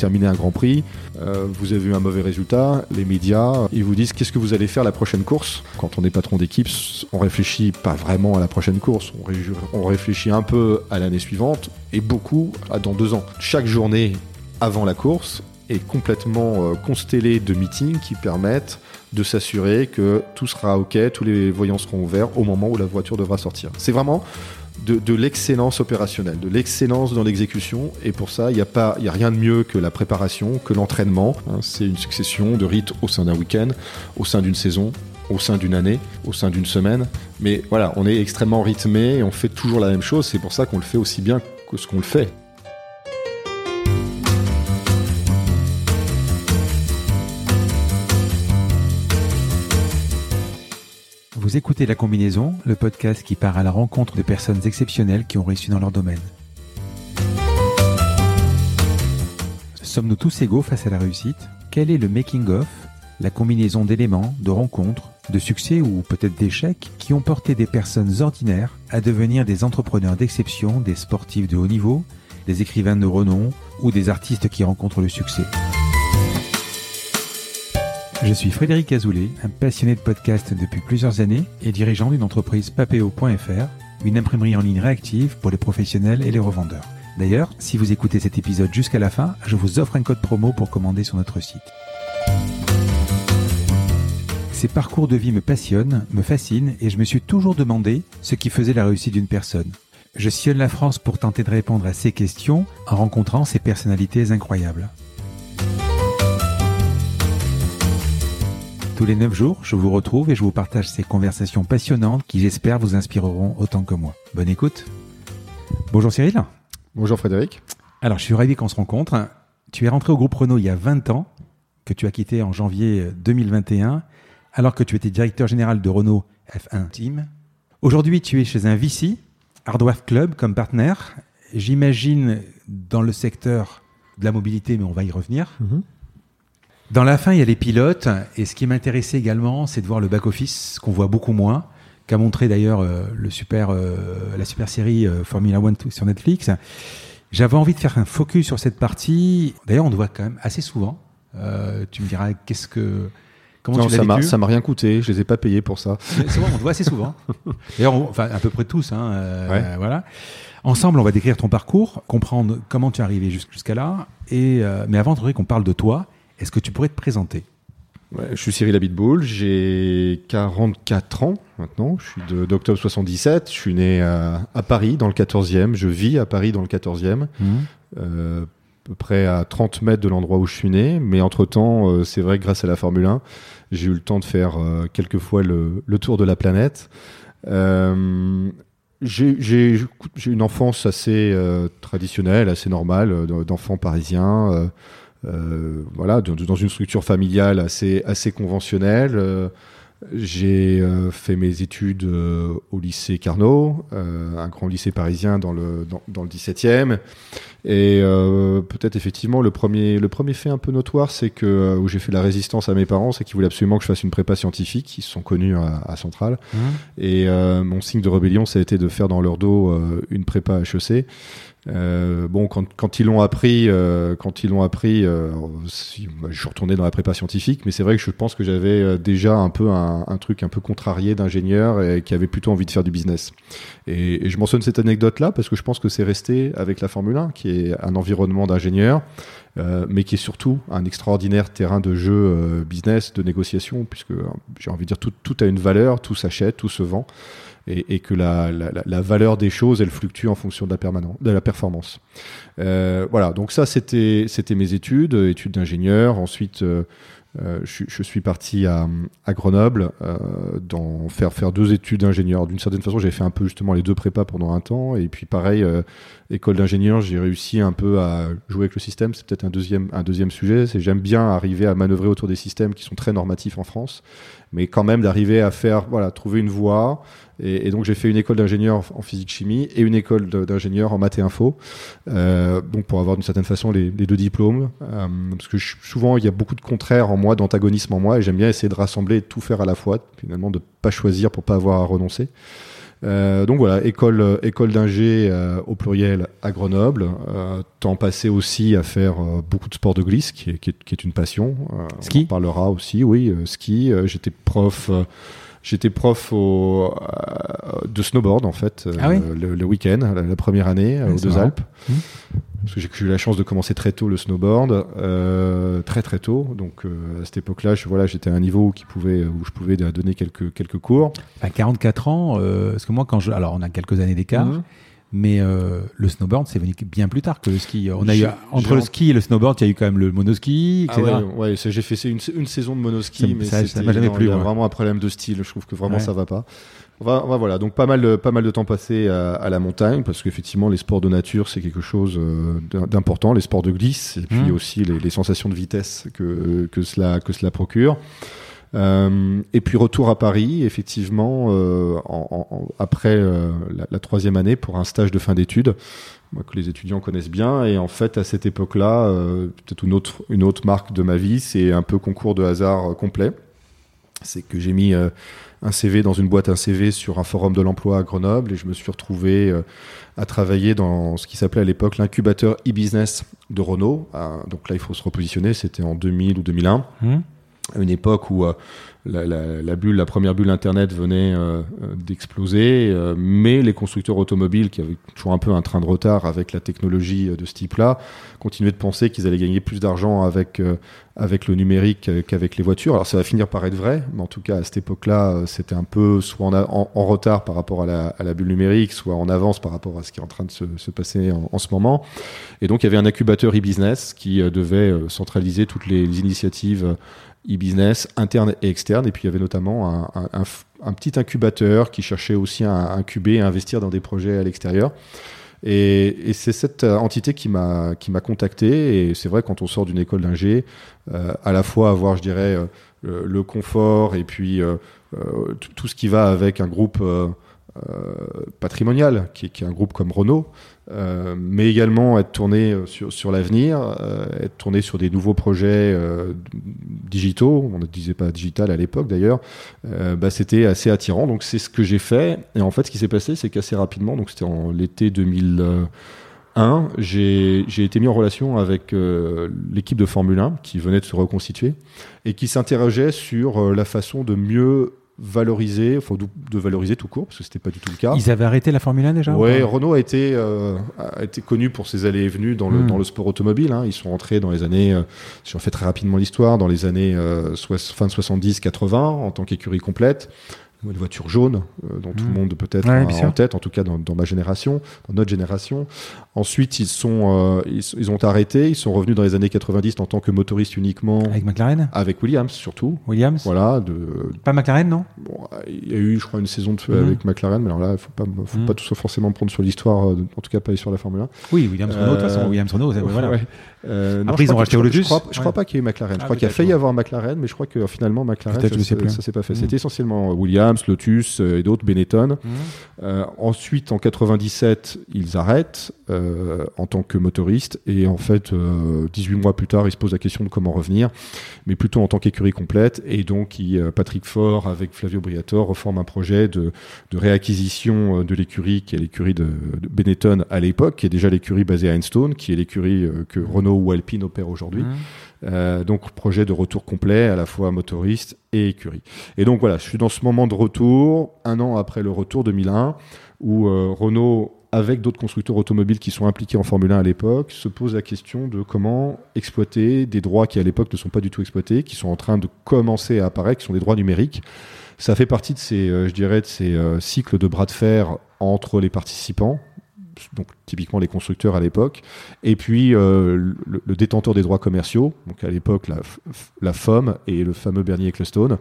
terminé un Grand Prix, vous avez eu un mauvais résultat, les médias, ils vous disent qu'est-ce que vous allez faire la prochaine course. Quand on est patron d'équipe, on réfléchit pas vraiment à la prochaine course, on réfléchit un peu à l'année suivante et beaucoup à dans 2 ans. Chaque journée avant la course est complètement constellée de meetings qui permettent de s'assurer que tout sera OK, tous les voyants seront ouverts au moment où la voiture devra sortir. C'est vraiment de l'excellence opérationnelle, de l'excellence dans l'exécution, et pour ça, il y a rien de mieux que la préparation, que l'entraînement. C'est une succession de rites au sein d'un week-end, au sein d'une saison, au sein d'une année, au sein d'une semaine. Mais voilà, on est extrêmement rythmé et on fait toujours la même chose. C'est pour ça qu'on le fait aussi bien que ce qu'on le fait. Vous écoutez La Combinaison, le podcast qui part à la rencontre de personnes exceptionnelles qui ont réussi dans leur domaine. Sommes-nous tous égaux face à la réussite ? Quel est le making-of, la combinaison d'éléments, de rencontres, de succès ou peut-être d'échecs qui ont porté des personnes ordinaires à devenir des entrepreneurs d'exception, des sportifs de haut niveau, des écrivains de renom ou des artistes qui rencontrent le succès ? Je suis Frédéric Azoulay, un passionné de podcast depuis plusieurs années et dirigeant d'une entreprise Papéo.fr, une imprimerie en ligne réactive pour les professionnels et les revendeurs. D'ailleurs, si vous écoutez cet épisode jusqu'à la fin, je vous offre un code promo pour commander sur notre site. Ces parcours de vie me passionnent, me fascinent et je me suis toujours demandé ce qui faisait la réussite d'une personne. Je sillonne la France pour tenter de répondre à ces questions en rencontrant ces personnalités incroyables. Tous les 9 jours, je vous retrouve et je vous partage ces conversations passionnantes qui, j'espère, vous inspireront autant que moi. Bonne écoute. Bonjour Cyril. Bonjour Frédéric. Alors, je suis ravi qu'on se rencontre. Tu es rentré au groupe Renault il y a 20 ans, que tu as quitté en janvier 2021, alors que tu étais directeur général de Renault F1 Team. Aujourd'hui, tu es chez un VC, Hardware Club, comme partenaire. J'imagine dans le secteur de la mobilité, mais on va y revenir. Dans la fin, il y a les pilotes, et ce qui m'intéressait également, c'est de voir le back-office, qu'on voit beaucoup moins, qu'a montré d'ailleurs la super série Formula One sur Netflix. J'avais envie de faire un focus sur cette partie. D'ailleurs, on te voit quand même assez souvent. Tu me diras, comment non, tu l'as vécu ? Ça m'a rien coûté, je les ai pas payés pour ça. Souvent, on te voit assez souvent. D'ailleurs, à peu près tous. Ouais. Voilà. Ensemble, on va décrire ton parcours, comprendre comment tu es arrivé jusqu'à là. Mais avant, je voudrais qu'on parle de toi. Est-ce que tu pourrais te présenter ? Ouais, je suis Cyril Abitboul, j'ai 44 ans maintenant, je suis d'octobre 77, je suis né à Paris dans le 14e, je vis à Paris dans le 14e, à peu près à 30 mètres de l'endroit où je suis né, mais entre-temps, c'est vrai que grâce à la Formule 1, j'ai eu le temps de faire quelques fois le tour de la planète. J'ai une enfance assez traditionnelle, assez normale, d'enfant parisien, voilà, dans une structure familiale assez conventionnelle. J'ai fait mes études au lycée Carnot, un grand lycée parisien dans le 17e. Et peut-être effectivement le premier fait un peu notoire, c'est que où j'ai fait la résistance à mes parents, c'est qu'ils voulaient absolument que je fasse une prépa scientifique. Ils se sont connus à Centrale. Et mon signe de rébellion, ça a été de faire dans leur dos une prépa HEC. Bon, quand ils l'ont appris, je suis retourné dans la prépa scientifique, mais c'est vrai que je pense que j'avais déjà un peu un truc un peu contrarié d'ingénieur et qui avait plutôt envie de faire du business. Et je mentionne cette anecdote-là parce que je pense que c'est resté avec la Formule 1, qui est un environnement d'ingénieur, mais qui est surtout un extraordinaire terrain de jeu business, de négociation, puisque j'ai envie de dire tout a une valeur, tout s'achète, tout se vend. Et que la valeur des choses, elle fluctue en fonction de la performance. Voilà, donc ça, c'était mes études d'ingénieur. Ensuite, je suis parti à Grenoble faire 2 études d'ingénieur. D'une certaine façon, j'avais fait un peu justement les 2 prépas pendant un temps. Et puis pareil, école d'ingénieur, j'ai réussi un peu à jouer avec le système. C'est peut-être un deuxième sujet. J'aime bien arriver à manœuvrer autour des systèmes qui sont très normatifs en France, mais quand même d'arriver à trouver une voie. Et donc j'ai fait une école d'ingénieur en physique-chimie et une école d'ingénieur en maths et info, donc pour avoir d'une certaine façon les 2 diplômes, parce que souvent il y a beaucoup de contraires en moi, d'antagonisme en moi, et j'aime bien essayer de rassembler et de tout faire à la fois, finalement de pas choisir pour pas avoir à renoncer. Donc voilà, école d'ingé au pluriel à Grenoble. Temps passé aussi à faire beaucoup de sport de glisse, qui est une passion. Ski. On en parlera aussi, oui, ski. J'étais prof de snowboard en fait, le week-end, la première année aux Deux Alpes. Parce que j'ai eu la chance de commencer très tôt le snowboard, très très tôt. Donc à cette époque-là, j'étais à un niveau où je pouvais donner quelques cours. À 44 ans, parce que moi, alors on a quelques années d'écart, mais le snowboard, c'est venu bien plus tard que le ski. Entre le ski et le snowboard, il y a eu quand même le monoski, etc. J'ai fait une saison de monoski, mais ça m'a jamais plu. Il y a vraiment un problème de style. Je trouve que vraiment ça va pas. Voilà, donc pas mal de temps passé à la montagne, parce qu'effectivement les sports de nature c'est quelque chose d'important, les sports de glisse et puis aussi les sensations de vitesse que cela procure. Et puis retour à Paris, effectivement, après la troisième année pour un stage de fin d'études que les étudiants connaissent bien. Et en fait, à cette époque-là, peut-être une autre marque de ma vie, c'est un peu concours de hasard complet. C'est que j'ai mis un CV dans une boîte, un CV sur un forum de l'emploi à Grenoble, et je me suis retrouvé à travailler dans ce qui s'appelait à l'époque l'incubateur e-business de Renault. Donc là, il faut se repositionner, c'était en 2000 ou 2001. À une époque où la première bulle Internet venait d'exploser, mais les constructeurs automobiles, qui avaient toujours un peu un train de retard avec la technologie de ce type-là, continuaient de penser qu'ils allaient gagner plus d'argent avec le numérique qu'avec les voitures. Alors ça va finir par être vrai, mais en tout cas à cette époque-là, c'était un peu soit en retard par rapport à la bulle numérique, soit en avance par rapport à ce qui est en train de se passer en ce moment. Et donc il y avait un incubateur e-business qui devait centraliser toutes les initiatives e-business interne et externe, et puis il y avait notamment un petit incubateur qui cherchait aussi à incuber et à investir dans des projets à l'extérieur. Et c'est cette entité qui m'a contacté, et c'est vrai, quand on sort d'une école d'ingé, à la fois avoir, je dirais, le confort et puis tout ce qui va avec un groupe patrimonial, qui est un groupe comme Renault, mais également être tourné sur l'avenir, être tourné sur des nouveaux projets digitaux, on ne disait pas digital à l'époque d'ailleurs, c'était assez attirant, donc c'est ce que j'ai fait. Et en fait ce qui s'est passé, c'est qu'assez rapidement, donc c'était en l'été 2001, j'ai été mis en relation avec l'équipe de Formule 1 qui venait de se reconstituer et qui s'interrogeait sur la façon de mieux valoriser tout court, parce que c'était pas du tout le cas. Ils avaient arrêté la Formule 1 déjà? Ouais, Renault a été connu pour ses allées et venues dans le sport automobile. Ils sont entrés dans les années, si on fait très rapidement l'histoire, dans les années fin de 70-80 en tant qu'écurie complète. Une voiture jaune dont tout le monde peut-être a en tête, en tout cas dans ma génération, dans notre génération. Ensuite, ils ont arrêté, ils sont revenus dans les années 90 en tant que motoristes uniquement. Avec McLaren? Avec Williams surtout. Williams? Voilà. Pas McLaren, non? Bon, il y a eu, je crois, une saison avec McLaren, mais alors là, il ne faut pas tout forcément prendre sur l'histoire, en tout cas pas sur la Formule 1. Oui, Williams-Renault, de toute façon, Williams-Renault, voilà. Ouais. Après, ils ont racheté au Lotus. Je crois pas qu'il y ait eu McLaren. Je crois qu'il y a failli y avoir McLaren, mais je crois que finalement McLaren, ça s'est pas fait. C'était essentiellement Williams, Lotus et d'autres, Benetton. Ensuite, en 97, ils arrêtent en tant que motoristes, et en fait, 18 mois plus tard, ils se posent la question de comment revenir, mais plutôt en tant qu'écurie complète. Et donc, Patrick Faure avec Flavio Briatore reforment un projet de réacquisition de l'écurie, qui est l'écurie de Benetton à l'époque, qui est déjà l'écurie basée à Enstone, qui est l'écurie que Renault ou Alpine opèrent aujourd'hui. Donc projet de retour complet, à la fois motoriste et écurie. Et donc voilà, je suis dans ce moment de retour, un an après le retour, 2001, où Renault, avec d'autres constructeurs automobiles qui sont impliqués en Formule 1 à l'époque, se pose la question de comment exploiter des droits qui à l'époque ne sont pas du tout exploités, qui sont en train de commencer à apparaître, qui sont des droits numériques. Ça fait partie de ces cycles de bras de fer entre les participants, donc typiquement les constructeurs à l'époque, et puis le détenteur des droits commerciaux, donc à l'époque la FOM et le fameux Bernier Ecclestone,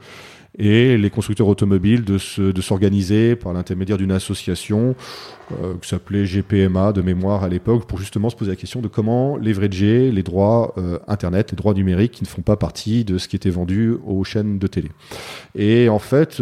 et les constructeurs automobiles de s'organiser par l'intermédiaire d'une association qui s'appelait GPMA de mémoire à l'époque, pour justement se poser la question de comment leverager les droits Internet, les droits numériques qui ne font pas partie de ce qui était vendu aux chaînes de télé. Et en fait,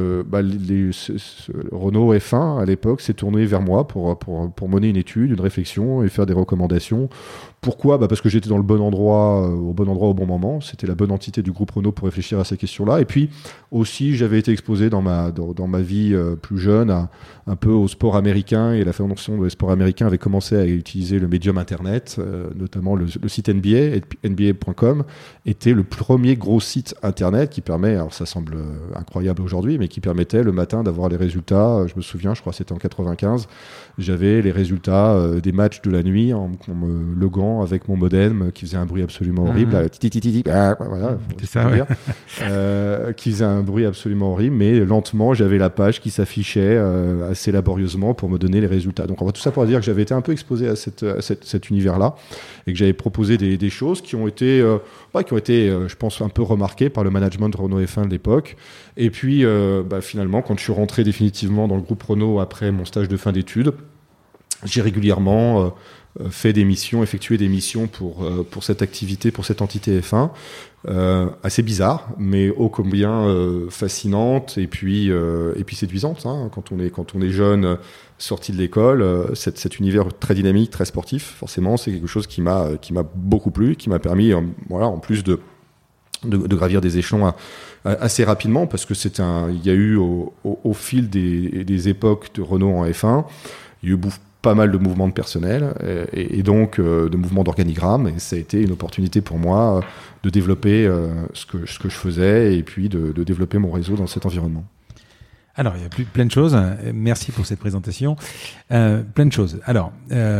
Renault F1 à l'époque s'est tourné vers moi pour mener une étude, une réflexion et faire des recommandations. Pourquoi ? Parce que j'étais dans le bon endroit, au bon endroit au bon moment. C'était la bonne entité du groupe Renault pour réfléchir à ces questions-là. Et puis, Aussi, j'avais été exposé dans ma vie plus jeune un peu au sport américain, et la Fédération des sports américains avait commencé à utiliser le médium Internet, notamment le site NBA, NBA.com, était le premier gros site Internet qui permet, alors ça semble incroyable aujourd'hui, mais qui permettait le matin d'avoir les résultats. Je me souviens, je crois que c'était en 95, j'avais les résultats des matchs de la nuit en me loguant avec mon modem qui faisait un bruit absolument horrible, voilà, c'est ça, ouais. qui faisait un bruit absolument horrible, mais lentement j'avais la page qui s'affichait assez laborieusement pour me donner les résultats. Donc on va tout ça pour dire que j'avais été un peu exposé à cet univers-là, et que j'avais proposé des choses qui ont été, je pense, un peu remarquées par le management de Renault F1 de l'époque. Et puis finalement, quand je suis rentré définitivement dans le groupe Renault après mon stage de fin d'études, j'ai régulièrement effectué des missions pour cette activité, pour cette entité F1, assez bizarre, mais ô combien fascinante, et puis séduisante, hein, quand on est jeune, sorti de l'école, cet univers très dynamique, très sportif, forcément, c'est quelque chose qui m'a beaucoup plu, qui m'a permis, en plus de gravir des échelons assez rapidement, parce que il y a eu au fil des époques de Renault en F1, il y a eu pas mal de mouvements de personnel et donc de mouvements d'organigramme, et ça a été une opportunité pour moi de développer ce que je faisais, et puis de développer mon réseau dans cet environnement. Alors, il y a plein de choses. Merci pour cette présentation. Plein de choses. Alors,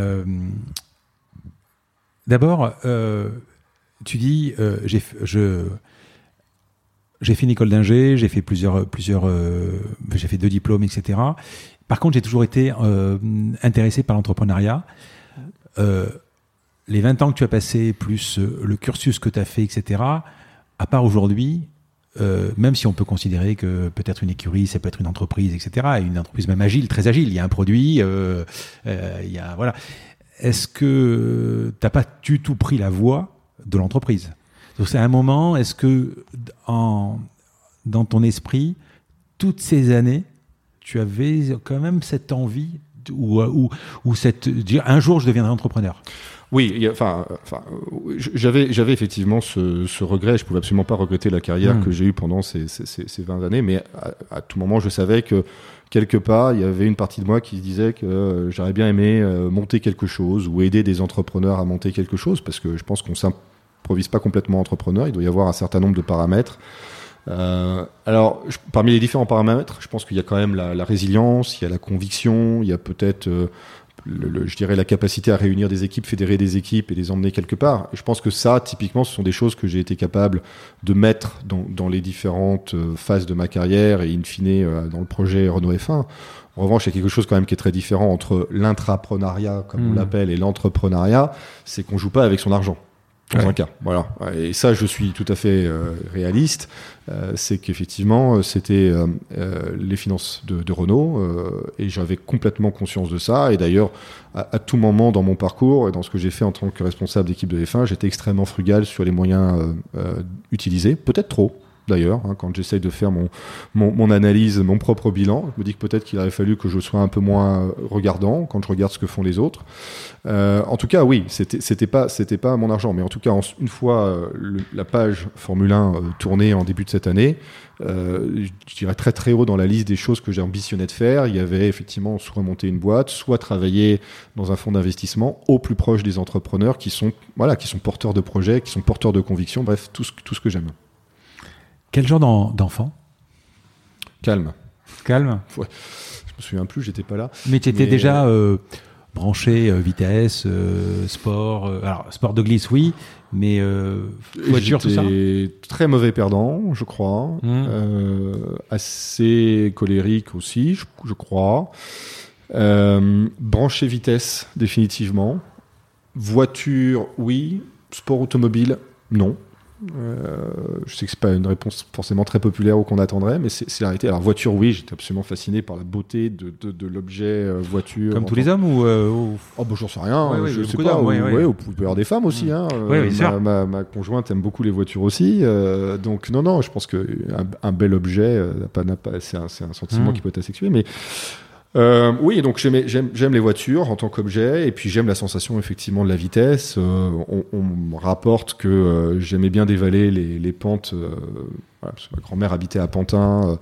d'abord, tu dis, j'ai fait une école d'ingé, j'ai fait j'ai fait 2 diplômes, etc. Par contre, j'ai toujours été intéressé par l'entrepreneuriat. Les 20 ans que tu as passé, plus le cursus que tu as fait, etc., à part aujourd'hui, même si on peut considérer que peut-être une écurie, ça peut être une entreprise, etc., et une entreprise même agile, très agile, il y a un produit, il y a, voilà. Est-ce que tu n'as pas du tout pris la voie de l'entreprise? Donc, c'est un moment, est-ce que dans ton esprit, toutes ces années, tu avais quand même cette envie ou dire un jour je deviendrai entrepreneur? Oui, j'avais effectivement ce regret. Je pouvais absolument pas regretter la carrière que j'ai eue pendant ces 20 années, mais à tout moment, je savais que quelque part, il y avait une partie de moi qui disait que j'aurais bien aimé monter quelque chose ou aider des entrepreneurs à monter quelque chose, parce que je pense qu'on s'improvise pas complètement entrepreneur. Il doit y avoir un certain nombre de paramètres. Alors, parmi les différents paramètres, je pense qu'il y a quand même la résilience, il y a la conviction, il y a peut-être je dirais la capacité à réunir des équipes, fédérer des équipes et les emmener quelque part. Et je pense que ça, typiquement, ce sont des choses que j'ai été capable de mettre dans les différentes phases de ma carrière, et in fine dans le projet Renault F1. En revanche, il y a quelque chose quand même qui est très différent entre l'intrapreneuriat, comme on l'appelle, et l'entrepreneuriat, c'est qu'on joue pas avec son argent. Dans un cas, voilà. Et ça, je suis tout à fait réaliste. C'est qu'effectivement, c'était les finances de Renault, et j'avais complètement conscience de ça. Et d'ailleurs, à tout moment dans mon parcours et dans ce que j'ai fait en tant que responsable d'équipe de F1, j'étais extrêmement frugal sur les moyens utilisés, peut-être trop. D'ailleurs, quand j'essaye de faire mon analyse, mon propre bilan, je me dis que peut-être qu'il aurait fallu que je sois un peu moins regardant quand je regarde ce que font les autres. En tout cas, oui, c'était pas mon argent, mais en tout cas, une fois la page Formule 1 tournée en début de cette année, je dirais très très haut dans la liste des choses que j'ai ambitionné de faire, il y avait effectivement soit monter une boîte, soit travailler dans un fonds d'investissement au plus proche des entrepreneurs qui sont porteurs de projets, qui sont porteurs de convictions, bref, tout ce que j'aime. Quel genre d'enfant? Calme. Calme? Ouais. Je me souviens plus, j'étais pas là. Mais tu étais déjà branché vitesse, sport. Alors, sport de glisse, oui, mais voiture, tout ça? J'étais très mauvais perdant, je crois. Assez colérique aussi, je crois. Branché vitesse, définitivement. Voiture, oui. Sport automobile, non. Je sais que c'est pas une réponse forcément très populaire ou qu'on attendrait, mais c'est la réalité. Alors voiture, oui, j'étais absolument fasciné par la beauté de l'objet voiture. Comme tous les hommes ou Oh bah j'en sais rien, je sais pas. Ou peut y avoir des femmes aussi. Ma conjointe aime beaucoup les voitures aussi, donc non, je pense que un bel objet c'est un sentiment qui peut être asexué, mais oui, donc j'aime les voitures en tant qu'objet, et puis j'aime la sensation effectivement de la vitesse. On me rapporte que j'aimais bien dévaler les pentes voilà, parce que ma grand-mère habitait à Pantin.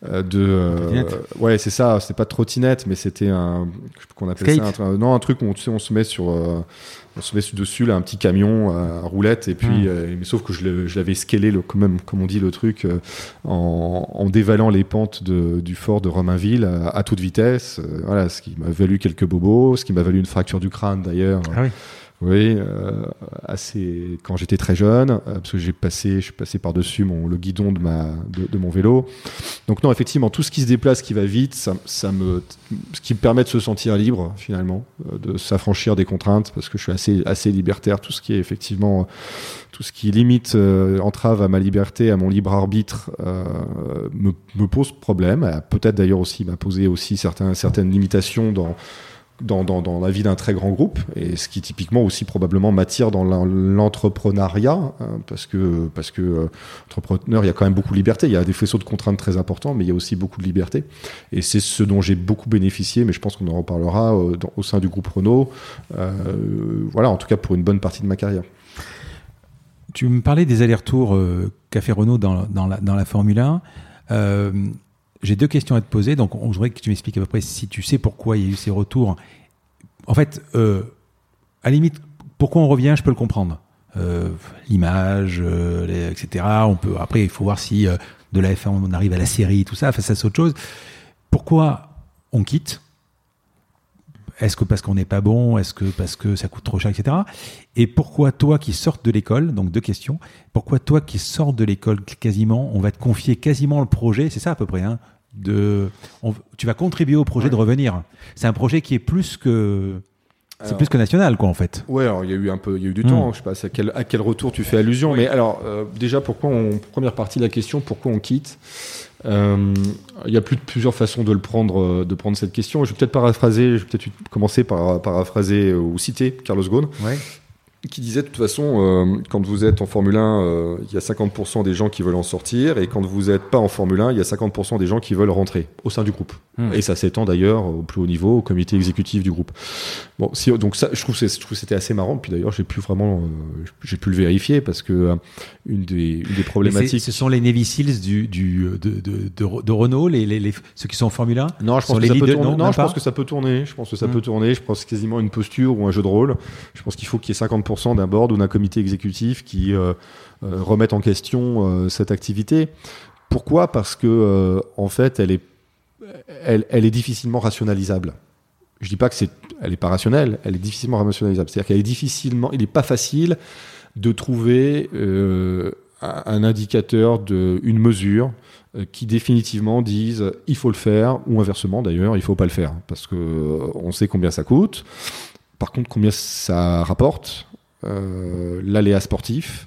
Ouais, c'est ça. C'était pas de trottinette, mais c'était qu'on appelle skate. ça un truc où on se met sur. On se met dessus là, un petit camion à roulette et puis mais sauf que je l'avais scalé quand même, comme on dit, le truc en dévalant les pentes du fort de Romainville à toute vitesse, voilà, ce qui m'a valu quelques bobos, ce qui m'a valu une fracture du crâne d'ailleurs. Ah oui. Oui, assez quand j'étais très jeune, parce que je suis passé par-dessus le guidon de mon vélo. Donc non, effectivement, tout ce qui se déplace, qui va vite, ce qui me permet de se sentir libre finalement, de s'affranchir des contraintes, parce que je suis assez libertaire. Tout ce qui est effectivement, tout ce qui limite, entrave à ma liberté, à mon libre arbitre, me pose problème. Peut-être d'ailleurs aussi m'a posé aussi certaines limitations dans la vie d'un très grand groupe, et ce qui typiquement aussi probablement m'attire dans l'entrepreneuriat, parce que entrepreneur, il y a quand même beaucoup de liberté, il y a des faisceaux de contraintes très importants, mais il y a aussi beaucoup de liberté, et c'est ce dont j'ai beaucoup bénéficié, mais je pense qu'on en reparlera au sein du groupe Renault, voilà, en tout cas pour une bonne partie de ma carrière. Tu me parlais des allers-retours qu'a fait Renault dans la Formule 1. J'ai 2 questions à te poser, donc je voudrais que tu m'expliques à peu près si tu sais pourquoi il y a eu ces retours. En fait, à la limite, pourquoi on revient, je peux le comprendre. L'image, etc. Après, il faut voir si de la F1 on arrive à la série, tout ça, enfin, ça c'est autre chose. Pourquoi on quitte ? Est-ce que parce qu'on n'est pas bon ? Est-ce que parce que ça coûte trop cher, etc. Et pourquoi toi qui sors de l'école, donc 2 questions, pourquoi toi qui sors de l'école quasiment, on va te confier quasiment le projet, c'est ça à peu près, hein, tu vas contribuer au projet de revenir. C'est un projet qui est plus que national, quoi, en fait. Ouais, alors il y a eu du temps, je sais pas à quel retour tu fais allusion, oui. Mais alors déjà première partie de la question, pourquoi on quitte ? Il y a plusieurs façons de prendre cette question. Je vais peut-être commencer par paraphraser ou citer Carlos Ghosn, ouais, qui disait de toute façon, quand vous êtes en Formule 1, il y a 50% des gens qui veulent en sortir, et quand vous n'êtes pas en Formule 1, il y a 50% des gens qui veulent rentrer au sein du groupe. Et ça s'étend d'ailleurs au plus haut niveau, au comité exécutif du groupe. Bon, donc ça, je trouve que c'était assez marrant. Puis d'ailleurs, j'ai pu le vérifier, parce que une des problématiques. Ce sont les Navy Seals de Renault, ceux qui sont en Formule 1. Non, je pense que ça peut tourner. Non, je pense que ça peut tourner. Je pense que ça peut tourner. Je pense quasiment une posture ou un jeu de rôle. Je pense qu'il faut qu'il y ait 50% d'un board ou d'un comité exécutif qui remettent en question cette activité. Pourquoi ? Parce que en fait, elle est difficilement rationalisable. Je dis pas que elle est pas rationnelle, elle est difficilement rationalisable. C'est-à-dire il n'est pas facile de trouver un indicateur, une mesure qui définitivement dise il faut le faire, ou inversement d'ailleurs il faut pas le faire, parce que on sait combien ça coûte. Par contre, combien ça rapporte, l'aléa sportif,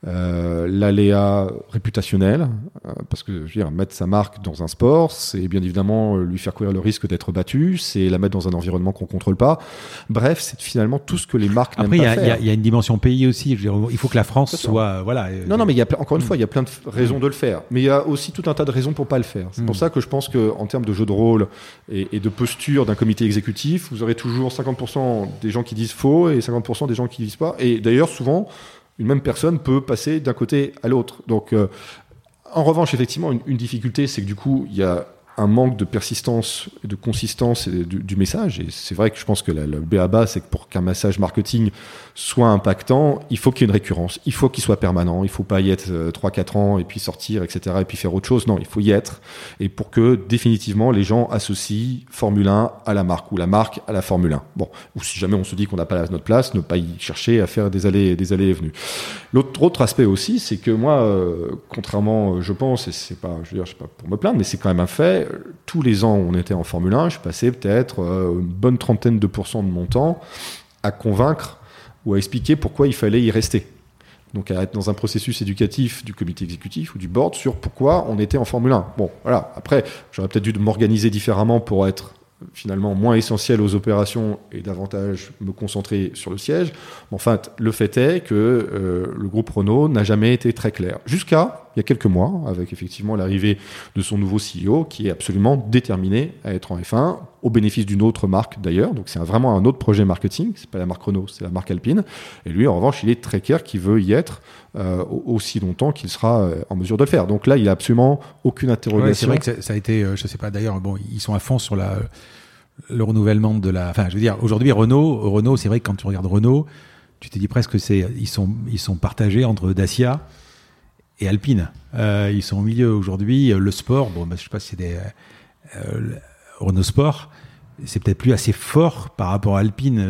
l'aléa réputationnel, parce que je veux dire, mettre sa marque dans un sport, c'est bien évidemment lui faire courir le risque d'être battu, c'est la mettre dans un environnement qu'on contrôle pas. Bref, c'est finalement tout ce que les marques n'aiment pas faire. Après, il y a une dimension pays aussi. Je veux dire, il faut que la France soit, voilà. Non, mais encore une fois, il y a plein de raisons de le faire, mais il y a aussi tout un tas de raisons pour pas le faire. C'est pour ça que je pense que en termes de jeu de rôle et de posture d'un comité exécutif, vous aurez toujours 50% des gens qui disent faux et 50% des gens qui disent pas. Et d'ailleurs, souvent, une même personne peut passer d'un côté à l'autre. Donc, en revanche, effectivement, une difficulté, c'est que du coup, il y a un manque de persistance, de consistance du message. Et c'est vrai que je pense que le b.a.-ba, c'est que pour qu'un message marketing soit impactant, il faut qu'il y ait une récurrence, il faut qu'il soit permanent, il ne faut pas y être 3-4 ans et puis sortir, etc., et puis faire autre chose. Non, il faut y être. Et pour que définitivement les gens associent Formule 1 à la marque, ou la marque à la Formule 1. Bon, ou si jamais on se dit qu'on n'a pas notre place, ne pas y chercher à faire des allées et venues. L'autre aspect aussi, c'est que moi, contrairement, je pense, et c'est pas pour me plaindre, mais c'est quand même un fait, tous les ans où on était en Formule 1, je passais peut-être une bonne trentaine de pourcents de mon temps à convaincre ou à expliquer pourquoi il fallait y rester. Donc à être dans un processus éducatif du comité exécutif ou du board sur pourquoi on était en Formule 1. Bon, voilà. Après, j'aurais peut-être dû m'organiser différemment pour être finalement moins essentiel aux opérations et davantage me concentrer sur le siège. Enfin, le fait est que le groupe Renault n'a jamais été très clair. Jusqu'à il y a quelques mois, avec effectivement l'arrivée de son nouveau CEO, qui est absolument déterminé à être en F1, au bénéfice d'une autre marque d'ailleurs. Donc c'est vraiment un autre projet marketing, c'est pas la marque Renault, c'est la marque Alpine. Et lui, en revanche, il est très clair qu'il veut y être aussi longtemps qu'il sera en mesure de le faire. Donc là, il n'y a absolument aucune interrogation. Ouais, c'est vrai que ça a été, je sais pas d'ailleurs, bon, ils sont à fond sur le renouvellement de la. Enfin, je veux dire, aujourd'hui, Renault, c'est vrai que quand tu regardes Renault, tu te dis presque que ils sont partagés entre Dacia et Alpine. Ils sont au milieu aujourd'hui. Le sport, bon, je sais pas si c'est des Renault Sport, c'est peut-être plus assez fort par rapport à Alpine.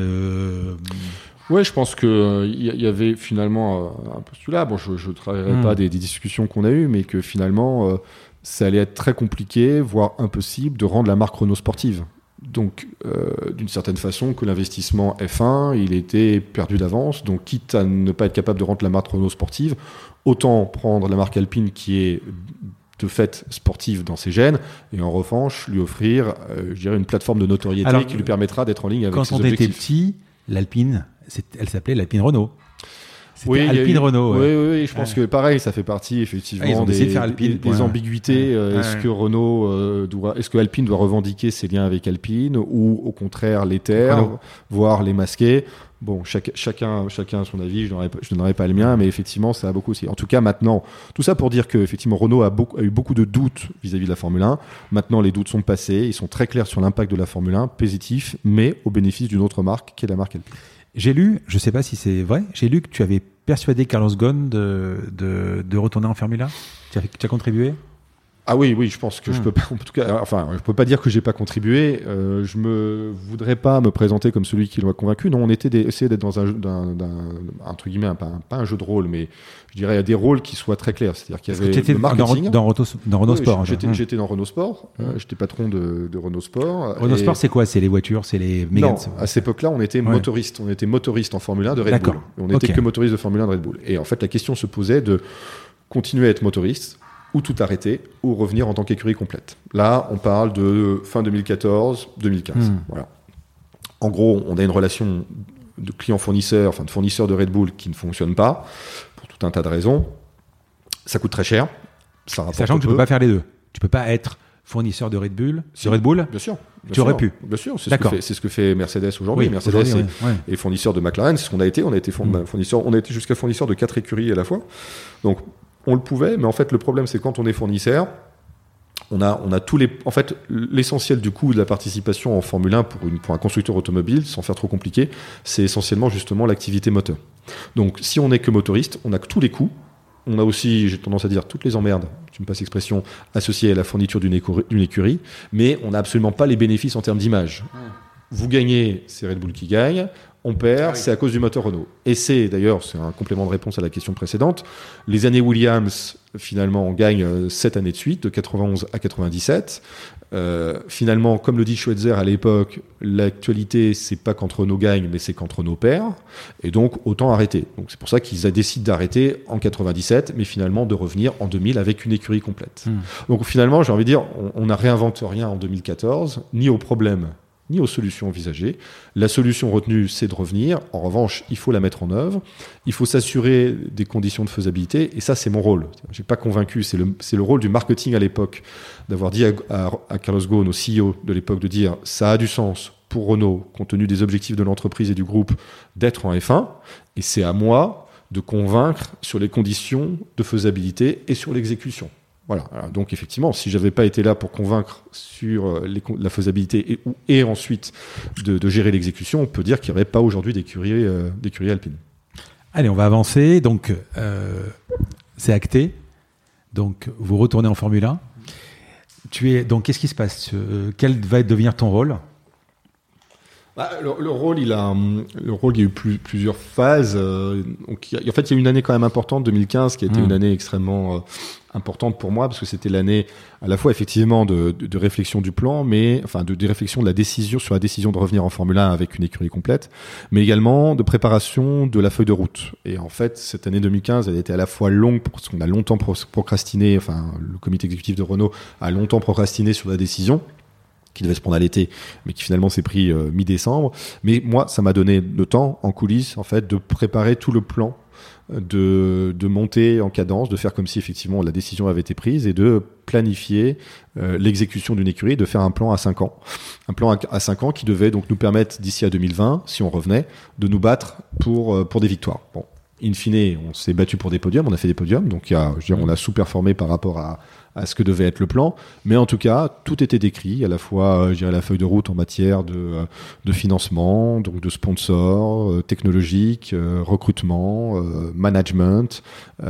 Ouais, je pense que il y avait finalement un postulat. Bon, je ne travaillerai pas des discussions qu'on a eues, mais que finalement, ça allait être très compliqué, voire impossible, de rendre la marque Renault sportive. Donc, d'une certaine façon, que l'investissement F1, il était perdu d'avance. Donc, quitte à ne pas être capable de rendre la marque Renault sportive, autant prendre la marque Alpine qui est de fait sportive dans ses gènes, et en revanche, lui offrir, je dirais, une plateforme de notoriété qui lui permettra d'être en ligne avec ses objectifs. Quand on était petit, l'Alpine, elle s'appelait l'Alpine Renault. C'était Alpine Renault. Oui, je pense que pareil, ça fait partie effectivement des ambiguïtés. Est-ce que Renault est-ce que Alpine doit revendiquer ses liens avec Alpine, ou au contraire les taire, voire les masquer? Bon, chacun a son avis, je ne donnerai pas le mien, mais effectivement, ça a beaucoup aussi. En tout cas, maintenant, tout ça pour dire que effectivement, Renault a eu beaucoup de doutes vis-à-vis de la Formule 1. Maintenant, les doutes sont passés, ils sont très clairs sur l'impact de la Formule 1, positif, mais au bénéfice d'une autre marque, qui est la marque Alpine. J'ai lu, je ne sais pas si c'est vrai, j'ai lu que tu avais persuadé Carlos Ghosn de retourner en Formule 1. Tu as contribué? Ah oui, je pense que je peux pas, en tout cas, enfin, je peux pas dire que j'ai pas contribué. Je me voudrais pas me présenter comme celui qui l'a convaincu. Non, on essayé d'être dans entre guillemets, pas un jeu de rôle, mais je dirais des rôles qui soient très clairs. C'est-à-dire qu'il y avait le marketing. Dans Renault Sport. J'étais dans Renault Sport. J'étais patron de Renault Sport. Renault Sport, c'est quoi? C'est les voitures, c'est les Mégane? Non, à cette époque-là, on était motoriste. On était motoriste en Formule 1 de Red Bull. On n'était que motoriste de Formule 1 de Red Bull. Et en fait, la question se posait de continuer à être motoriste, ou tout arrêter, ou revenir en tant qu'écurie complète. Là, on parle de fin 2014-2015. Voilà. En gros, on a une relation de client-fournisseur, enfin de fournisseur de Red Bull qui ne fonctionne pas, pour tout un tas de raisons. Ça coûte très cher. Ça rapporte Sachant que tu ne peux pas faire les deux. Tu ne peux pas être fournisseur de Red Bull. Bien sûr. Tu aurais pu. Bien sûr, c'est ce que fait Mercedes aujourd'hui. Mercedes est fournisseur de McLaren, c'est ce qu'on a été. On a été fournisseur, on a été jusqu'à fournisseur de 4 écuries à la fois. Donc, on le pouvait, mais en fait, le problème, c'est quand on est fournisseur, on a tous les. En fait, l'essentiel du coût de la participation en Formule 1 pour un constructeur automobile, sans faire trop compliqué, c'est essentiellement justement l'activité moteur. Donc, si on n'est que motoriste, on a que tous les coûts. On a aussi, j'ai tendance à dire, toutes les emmerdes, tu me passes l'expression, associées à la fourniture d'une écurie, mais on n'a absolument pas les bénéfices en termes d'image. Vous gagnez, c'est Red Bull qui gagne. On perd, c'est à cause du moteur Renault. Et c'est un complément de réponse à la question précédente. Les années Williams, finalement, on gagne 7 années de suite, de 91 à 97. Finalement, comme le dit Schweitzer à l'époque, l'actualité, c'est pas quand Renault gagne, mais c'est quand Renault perd. Et donc, autant arrêter. Donc, c'est pour ça qu'ils décident d'arrêter en 97, mais finalement de revenir en 2000 avec une écurie complète. Donc, finalement, j'ai envie de dire, on n'a réinventé rien en 2014, ni au problème, ni aux solutions envisagées. La solution retenue, c'est de revenir. En revanche, il faut la mettre en œuvre. Il faut s'assurer des conditions de faisabilité. Et ça, c'est mon rôle. Je n'ai pas convaincu. C'est le rôle du marketing à l'époque, d'avoir dit à Carlos Ghosn, au CEO de l'époque, de dire ça a du sens pour Renault, compte tenu des objectifs de l'entreprise et du groupe, d'être en F1. Et c'est à moi de convaincre sur les conditions de faisabilité et sur l'exécution. Voilà. Donc effectivement, si j'avais pas été là pour convaincre sur la faisabilité et ensuite de gérer l'exécution, on peut dire qu'il n'y aurait pas aujourd'hui d'écurie Alpine. Allez, on va avancer. Donc c'est acté. Donc vous retournez en Formule 1. Donc qu'est-ce qui se passe? Quel va devenir ton rôle? Le rôle, il y a eu plusieurs phases. En fait, il y a eu une année quand même importante, 2015, qui a été une année extrêmement importante pour moi, parce que c'était l'année à la fois effectivement de réflexion du plan, mais enfin de réflexion de la décision sur la décision de revenir en Formule 1 avec une écurie complète, mais également de préparation de la feuille de route. Et en fait, cette année 2015, elle a été à la fois longue parce qu'on a longtemps procrastiné. Enfin, le comité exécutif de Renault a longtemps procrastiné sur la décision, qui devait se prendre à l'été, mais qui finalement s'est pris mi-décembre. Mais moi, ça m'a donné le temps, en coulisses, en fait, de préparer tout le plan de monter en cadence, de faire comme si effectivement la décision avait été prise et de planifier l'exécution d'une écurie, de faire un plan à 5 ans. Un plan à 5 ans qui devait donc nous permettre d'ici à 2020, si on revenait, de nous battre pour des victoires. Bon, in fine, on s'est battu pour des podiums, on a fait des podiums, donc on a sous-performé par rapport à ce que devait être le plan, mais en tout cas, tout était décrit, à la fois, la feuille de route en matière de financement, donc de sponsors, technologique, recrutement, management,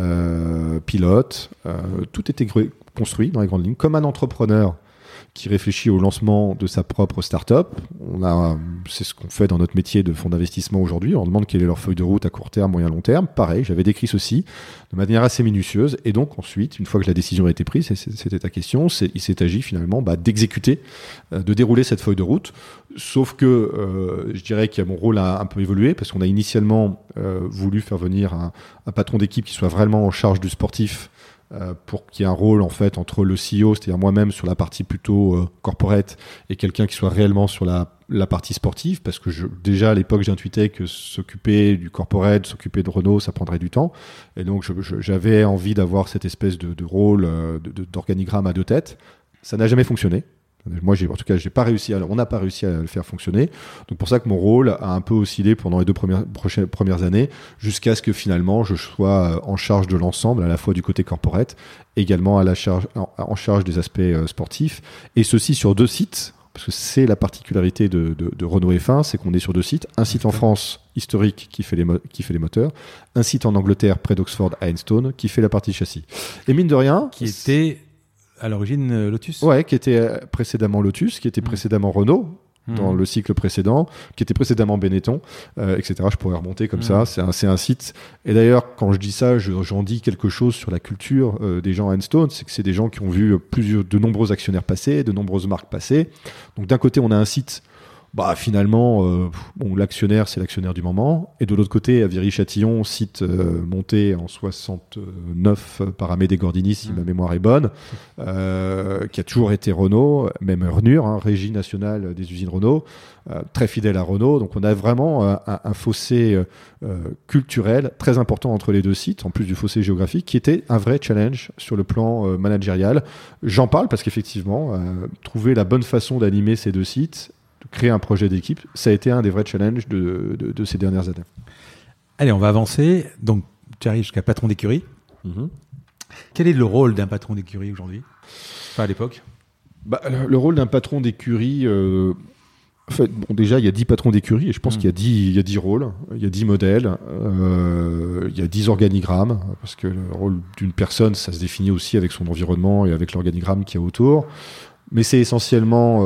pilote, tout était construit dans les grandes lignes, comme un entrepreneur qui réfléchit au lancement de sa propre start-up. C'est ce qu'on fait dans notre métier de fonds d'investissement aujourd'hui. On demande quelle est leur feuille de route à court terme, moyen, long terme. Pareil, j'avais décrit ceci de manière assez minutieuse. Et donc ensuite, une fois que la décision a été prise, c'était ta question, il s'est agi finalement d'exécuter, de dérouler cette feuille de route. Sauf que je dirais que mon rôle a un peu évolué parce qu'on a initialement voulu faire venir un patron d'équipe qui soit vraiment en charge du sportif, pour qu'il y ait un rôle en fait entre le CEO, c'est-à-dire moi-même sur la partie plutôt corporate, et quelqu'un qui soit réellement sur la partie sportive, parce que déjà à l'époque j'intuitais que s'occuper du corporate, s'occuper de Renault, ça prendrait du temps, et donc j'avais envie d'avoir cette espèce de rôle d'organigramme à 2 têtes. Ça n'a jamais fonctionné. Moi, en tout cas, on n'a pas réussi à le faire fonctionner. Donc, pour ça que mon rôle a un peu oscillé pendant les 2 premières années, jusqu'à ce que finalement, je sois en charge de l'ensemble, à la fois du côté corporate, également en charge des aspects sportifs, et ceci sur 2 sites. Parce que c'est la particularité de Renault F1, c'est qu'on est sur 2 sites. Un site en France, historique, qui fait les moteurs. Un site en Angleterre, près d'Oxford, à Enstone, qui fait la partie châssis. Et mine de rien... Qui était... à l'origine Lotus. Ouais, qui était précédemment Lotus, qui était précédemment Renault, dans le cycle précédent, qui était précédemment Benetton, etc. Je pourrais remonter comme ça. C'est un site. Et d'ailleurs, quand je dis ça, j'en dis quelque chose sur la culture des gens à Enstone. C'est que c'est des gens qui ont vu de nombreux actionnaires passer, de nombreuses marques passer. Donc d'un côté, on a un site. Finalement, l'actionnaire, c'est l'actionnaire du moment. Et de l'autre côté, à Viry-Châtillon, site monté en 69 par Amédée Gordini, si ma mémoire est bonne, qui a toujours été Renault, même Rnur, régie nationale des usines Renault, très fidèle à Renault. Donc on a vraiment un fossé culturel très important entre les 2 sites, en plus du fossé géographique, qui était un vrai challenge sur le plan managérial. J'en parle parce qu'effectivement, trouver la bonne façon d'animer ces 2 sites, créer un projet d'équipe, ça a été un des vrais challenges de ces dernières années. Allez, on va avancer. Donc, tu arrives jusqu'à patron d'écurie. Quel est le rôle d'un patron d'écurie aujourd'hui ? Enfin, à l'époque ? Le rôle d'un patron d'écurie... En fait, déjà, il y a 10 patrons d'écurie et je pense qu'il y a 10 rôles, il y a 10 modèles, il y a 10 organigrammes, parce que le rôle d'une personne, ça se définit aussi avec son environnement et avec l'organigramme qu'il y a autour. Mais c'est essentiellement...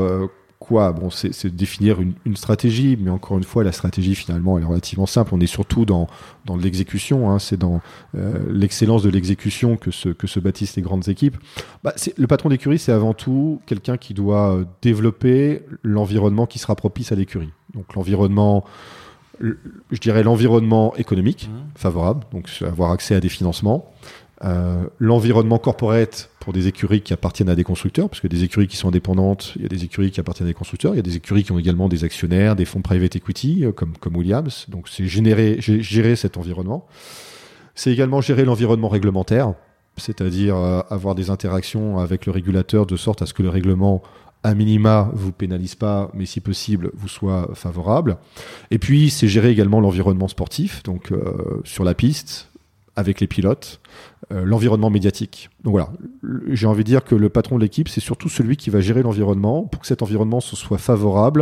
c'est définir une stratégie, mais encore une fois, la stratégie, finalement, elle est relativement simple. On est surtout dans l'exécution, c'est dans l'excellence de l'exécution que se bâtissent les grandes équipes. Le patron d'écurie, c'est avant tout quelqu'un qui doit développer l'environnement qui sera propice à l'écurie. Donc l'environnement, je dirais l'environnement économique favorable, donc avoir accès à des financements. L'environnement corporate pour des écuries qui appartiennent à des constructeurs, parce que des écuries qui sont indépendantes, il y a des écuries qui appartiennent à des constructeurs, il y a des écuries qui ont également des actionnaires, des fonds private equity comme Williams. Donc c'est gérer cet environnement. C'est également gérer l'environnement réglementaire, c'est-à-dire avoir des interactions avec le régulateur de sorte à ce que le règlement à minima vous pénalise pas, mais si possible vous soit favorable. Et puis c'est gérer également l'environnement sportif, donc sur la piste, avec les pilotes, l'environnement médiatique. Donc voilà, j'ai envie de dire que le patron de l'équipe, c'est surtout celui qui va gérer l'environnement pour que cet environnement soit favorable,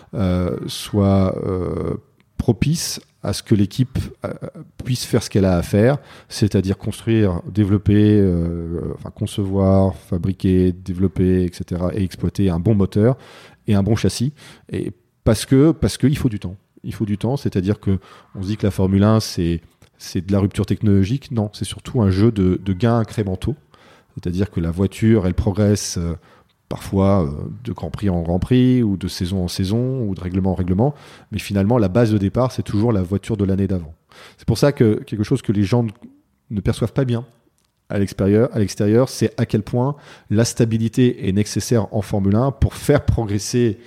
soit propice à ce que l'équipe puisse faire ce qu'elle a à faire, c'est-à-dire construire, développer, concevoir, fabriquer, développer, etc., et exploiter un bon moteur et un bon châssis. Et parce qu'il faut du temps. Il faut du temps, c'est-à-dire que on se dit que la Formule 1, c'est de la rupture technologique. Non, c'est surtout un jeu de gains incrémentaux. C'est-à-dire que la voiture, elle progresse parfois de Grand Prix en Grand Prix, ou de saison en saison, ou de règlement en règlement. Mais finalement, la base de départ, c'est toujours la voiture de l'année d'avant. C'est pour ça que quelque chose que les gens ne perçoivent pas bien à l'extérieur, c'est à quel point la stabilité est nécessaire en Formule 1 pour faire progresser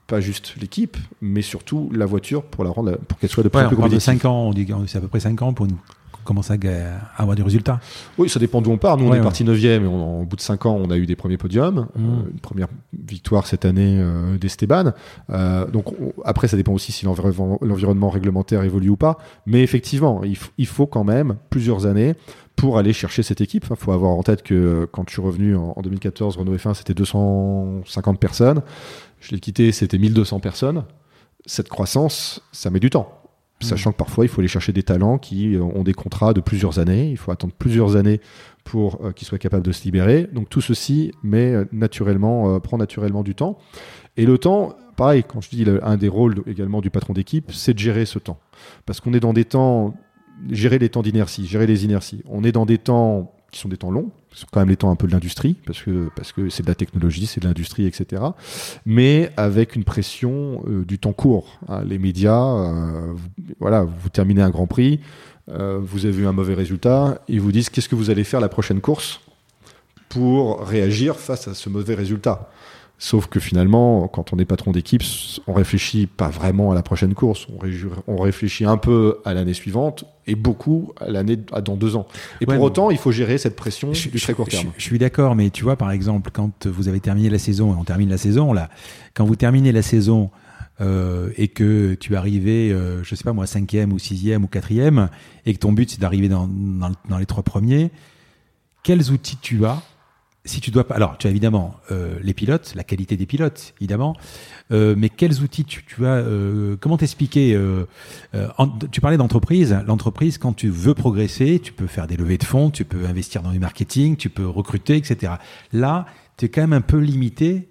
pas juste l'équipe, mais surtout la voiture pour qu'elle soit de plus Ouais, en plus on parle de compétitive. 5 ans, on dit que c'est à peu près 5 ans pour nous commencer à avoir du résultat. Oui, ça dépend d'où on part. Nous, on Ouais, est parti 9e et au bout de 5 ans, on a eu des premiers podiums. Une première victoire cette année d'Esteban. Donc, après, ça dépend aussi si l'environnement réglementaire évolue ou pas. Mais effectivement, il faut quand même plusieurs années pour aller chercher cette équipe. Il faut avoir en tête que quand je suis revenu en 2014, Renault F1, c'était 250 personnes. Je l'ai quitté, c'était 1200 personnes. Cette croissance, ça met du temps. Sachant que parfois, il faut aller chercher des talents qui ont des contrats de plusieurs années. Il faut attendre plusieurs années pour qu'ils soient capables de se libérer. Donc tout ceci prend naturellement du temps. Et le temps, pareil, quand je dis un des rôles également du patron d'équipe, c'est de gérer ce temps. Parce qu'on est dans des temps, gérer les temps d'inertie, gérer les inerties. On est dans des temps qui sont des temps longs, qui sont quand même les temps un peu de l'industrie, parce que c'est de la technologie, c'est de l'industrie, etc. Mais avec une pression du temps court. Hein. Les médias, vous terminez un Grand Prix, vous avez eu un mauvais résultat, ils vous disent qu'est-ce que vous allez faire la prochaine course pour réagir face à ce mauvais résultat. Sauf que finalement, quand on est patron d'équipe, on réfléchit pas vraiment à la prochaine course. On réfléchit un peu à l'année suivante et beaucoup à l'année dans 2 ans. Et pour autant, il faut gérer cette pression du très court terme. Je suis d'accord, mais tu vois, par exemple, quand vous avez terminé la saison, et on termine la saison, là, quand vous terminez la saison et que tu es arrivé, je sais pas moi, 5e ou 6e ou 4e, et que ton but c'est d'arriver dans les 3 premiers, quels outils tu as? Si tu dois pas, alors tu as évidemment les pilotes, la qualité des pilotes, évidemment, mais quels outils tu as comment t'expliquer tu parlais d'entreprise. L'entreprise, quand tu veux progresser, tu peux faire des levées de fonds, tu peux investir dans du marketing, tu peux recruter, etc. Là, tu es quand même un peu limité.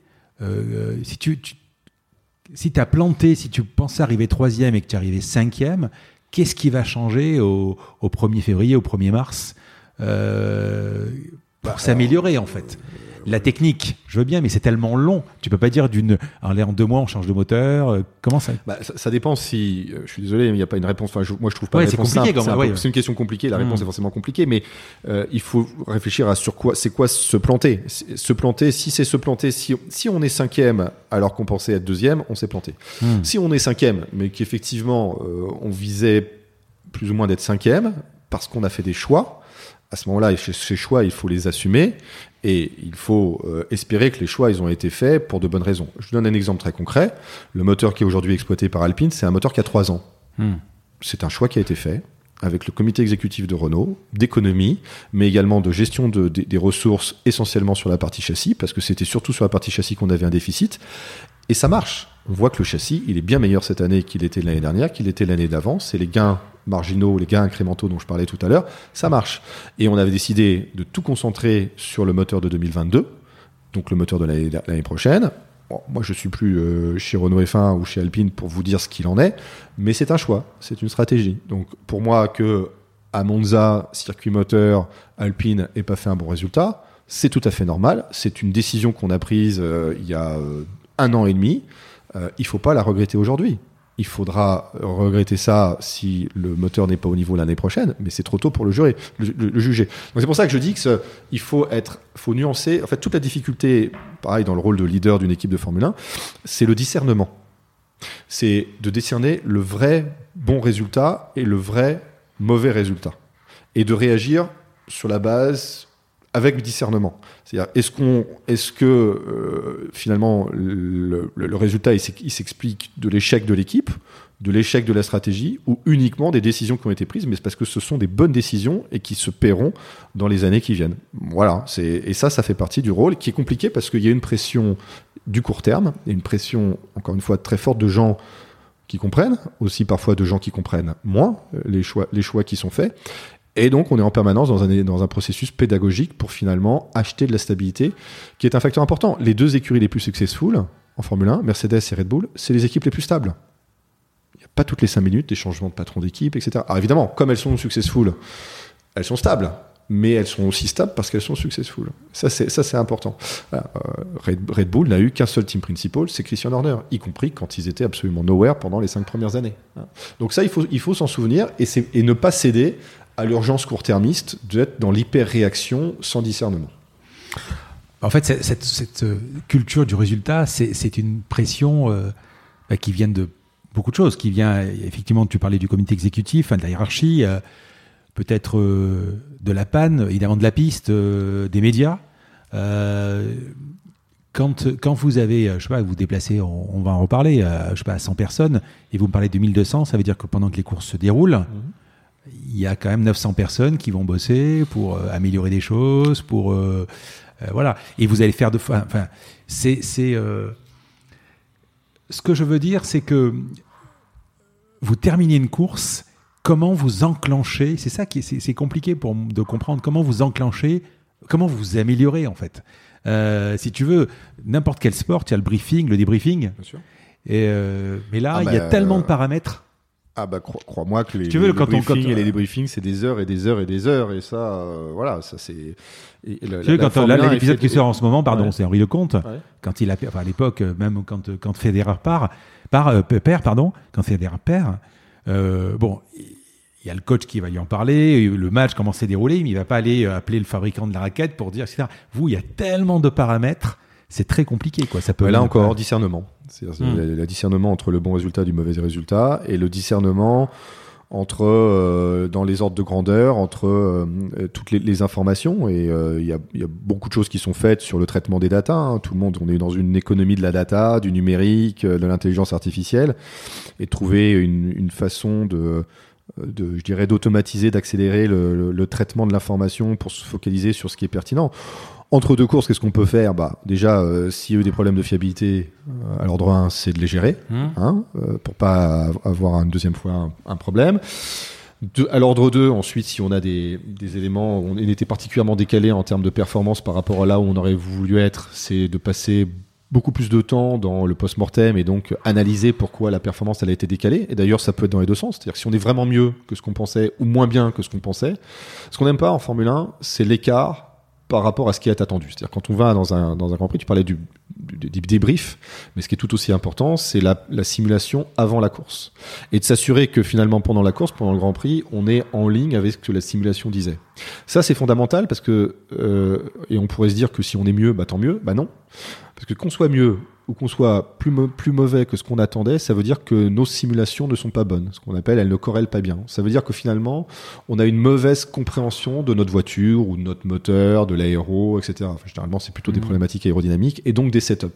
Si tu as planté, si tu pensais arriver 3e et que tu es arrivé 5e, qu'est-ce qui va changer au 1er février, au 1er mars pour s'améliorer en fait. La technique, je veux bien, mais c'est tellement long. Tu peux pas dire allez, en 2 mois on change de moteur. Comment ça ça dépend si. Je suis désolé, mais il n'y a pas une réponse. Enfin, moi je trouve pas. C'est compliqué. C'est une question compliquée. La réponse est forcément compliquée, mais il faut réfléchir à sur quoi. C'est quoi se planter. Se planter. Si c'est se planter, si on est 5e alors qu'on pensait être 2e, on s'est planté. Si on est 5e, mais qu'effectivement on visait plus ou moins d'être 5e parce qu'on a fait des choix. À ce moment-là, ces choix, il faut les assumer et il faut espérer que les choix, ils ont été faits pour de bonnes raisons. Je vous donne un exemple très concret. Le moteur qui est aujourd'hui exploité par Alpine, c'est un moteur qui a 3 ans. C'est un choix qui a été fait avec le comité exécutif de Renault, d'économie, mais également de gestion des ressources essentiellement sur la partie châssis, parce que c'était surtout sur la partie châssis qu'on avait un déficit. Et ça marche. On voit que le châssis, il est bien meilleur cette année qu'il était l'année dernière, qu'il était l'année d'avant. C'est les gains marginaux, les gains incrémentaux dont je parlais tout à l'heure. Ça marche. Et on avait décidé de tout concentrer sur le moteur de 2022, donc le moteur de l'année prochaine. Bon, moi, je ne suis plus chez Renault F1 ou chez Alpine pour vous dire ce qu'il en est, mais c'est un choix, c'est une stratégie. Donc pour moi, que à Monza, circuit moteur, Alpine n'ait pas fait un bon résultat, c'est tout à fait normal. C'est une décision qu'on a prise il y a 1 an et demi. Il ne faut pas la regretter aujourd'hui. Il faudra regretter ça si le moteur n'est pas au niveau l'année prochaine, mais c'est trop tôt pour le juger. Donc c'est pour ça que je dis qu'il faut nuancer. En fait, toute la difficulté, pareil dans le rôle de leader d'une équipe de Formule 1, c'est le discernement. C'est de décerner le vrai bon résultat et le vrai mauvais résultat. Et de réagir sur la base avec discernement. C'est-à-dire, est-ce que finalement le résultat il s'explique de l'échec de l'équipe, de l'échec de la stratégie, ou uniquement des décisions qui ont été prises, mais c'est parce que ce sont des bonnes décisions et qui se paieront dans les années qui viennent. Voilà. Et ça fait partie du rôle qui est compliqué parce qu'il y a une pression du court terme et une pression, encore une fois, très forte de gens qui comprennent, aussi parfois de gens qui comprennent moins les choix qui sont faits. Et donc, on est en permanence dans un processus pédagogique pour finalement acheter de la stabilité, qui est un facteur important. Les 2 écuries les plus successful en Formule 1, Mercedes et Red Bull, c'est les équipes les plus stables. Il n'y a pas toutes les 5 minutes des changements de patron d'équipe, etc. Alors évidemment, comme elles sont successful, elles sont stables, mais elles sont aussi stables parce qu'elles sont successful. Ça, c'est important. Voilà. Red Bull n'a eu qu'un seul team principal, c'est Christian Horner, y compris quand ils étaient absolument nowhere pendant les 5 premières années. Donc ça, il faut s'en souvenir et ne pas céder à l'urgence court-termiste d'être dans l'hyper-réaction sans discernement. En fait, cette culture du résultat, c'est une pression qui viennent de beaucoup de choses, qui vient, effectivement, tu parlais du comité exécutif, de la hiérarchie, peut-être de la panne, évidemment de la piste, des médias. Quand vous avez, je sais pas, vous déplacez, on va en reparler, je sais pas, à 100 personnes, et vous me parlez de 1200, ça veut dire que pendant que les courses se déroulent, il y a quand même 900 personnes qui vont bosser pour améliorer des choses, pour voilà. Et vous allez faire enfin, c'est ce que je veux dire, c'est que vous terminez une course, comment vous enclenchez, c'est ça qui c'est compliqué de comprendre, comment vous enclenchez, comment vous améliorez en fait. Si tu veux, n'importe quel sport, tu as le briefing, le débriefing. Bien sûr. Mais là, il y a tellement de paramètres. Crois-moi que les briefings et les débriefings, c'est des heures et des heures et des heures. Et ça, voilà, ça c'est... l'épisode qui sort en ce moment, c'est Henri Lecomte, quand il a... Enfin, à l'époque, même quand Federer perd, quand Federer perd, bon... Il y a le coach qui va lui en parler, le match commence à se dérouler, mais il ne va pas aller appeler le fabricant de la raquette pour dire, etc. Vous, il y a tellement de paramètres, c'est très compliqué, quoi. Ça peut là encore, discernement. C'est-à-dire le discernement entre le bon résultat et du mauvais résultat, et le discernement entre dans les ordres de grandeur, entre toutes les informations. Et il y a beaucoup de choses qui sont faites sur le traitement des datas. Hein. Tout le monde, on est dans une économie de la data, du numérique, de l'intelligence artificielle, et trouver une façon je dirais d'automatiser, d'accélérer le traitement de l'information pour se focaliser sur ce qui est pertinent. Entre deux courses, qu'est-ce qu'on peut faire ? Déjà, s'il y a eu des problèmes de fiabilité, à l'ordre 1, c'est de les gérer, pour pas avoir une deuxième fois un problème. À l'ordre 2, ensuite, si on a des éléments, on était particulièrement décalé en termes de performance par rapport à là où on aurait voulu être, c'est de passer beaucoup plus de temps dans le post-mortem et donc analyser pourquoi la performance elle a été décalée. Et d'ailleurs, ça peut être dans les deux sens. C'est-à-dire que si on est vraiment mieux que ce qu'on pensait ou moins bien que ce qu'on pensait, ce qu'on n'aime pas en Formule 1, c'est l'écart par rapport à ce qui est attendu. C'est-à-dire quand on va dans un Grand Prix, tu parlais du débrief, mais ce qui est tout aussi important, c'est la simulation avant la course. Et de s'assurer que finalement, pendant la course, pendant le Grand Prix, on est en ligne avec ce que la simulation disait. Ça, c'est fondamental parce que, et on pourrait se dire que si on est mieux, tant mieux. Non. Parce que qu'on soit mieux ou qu'on soit plus mauvais que ce qu'on attendait, ça veut dire que nos simulations ne sont pas bonnes. Ce qu'on appelle, elles ne corrèlent pas bien. Ça veut dire que finalement, on a une mauvaise compréhension de notre voiture ou de notre moteur, de l'aéro, etc. Enfin, généralement, c'est plutôt des problématiques aérodynamiques et donc des setups.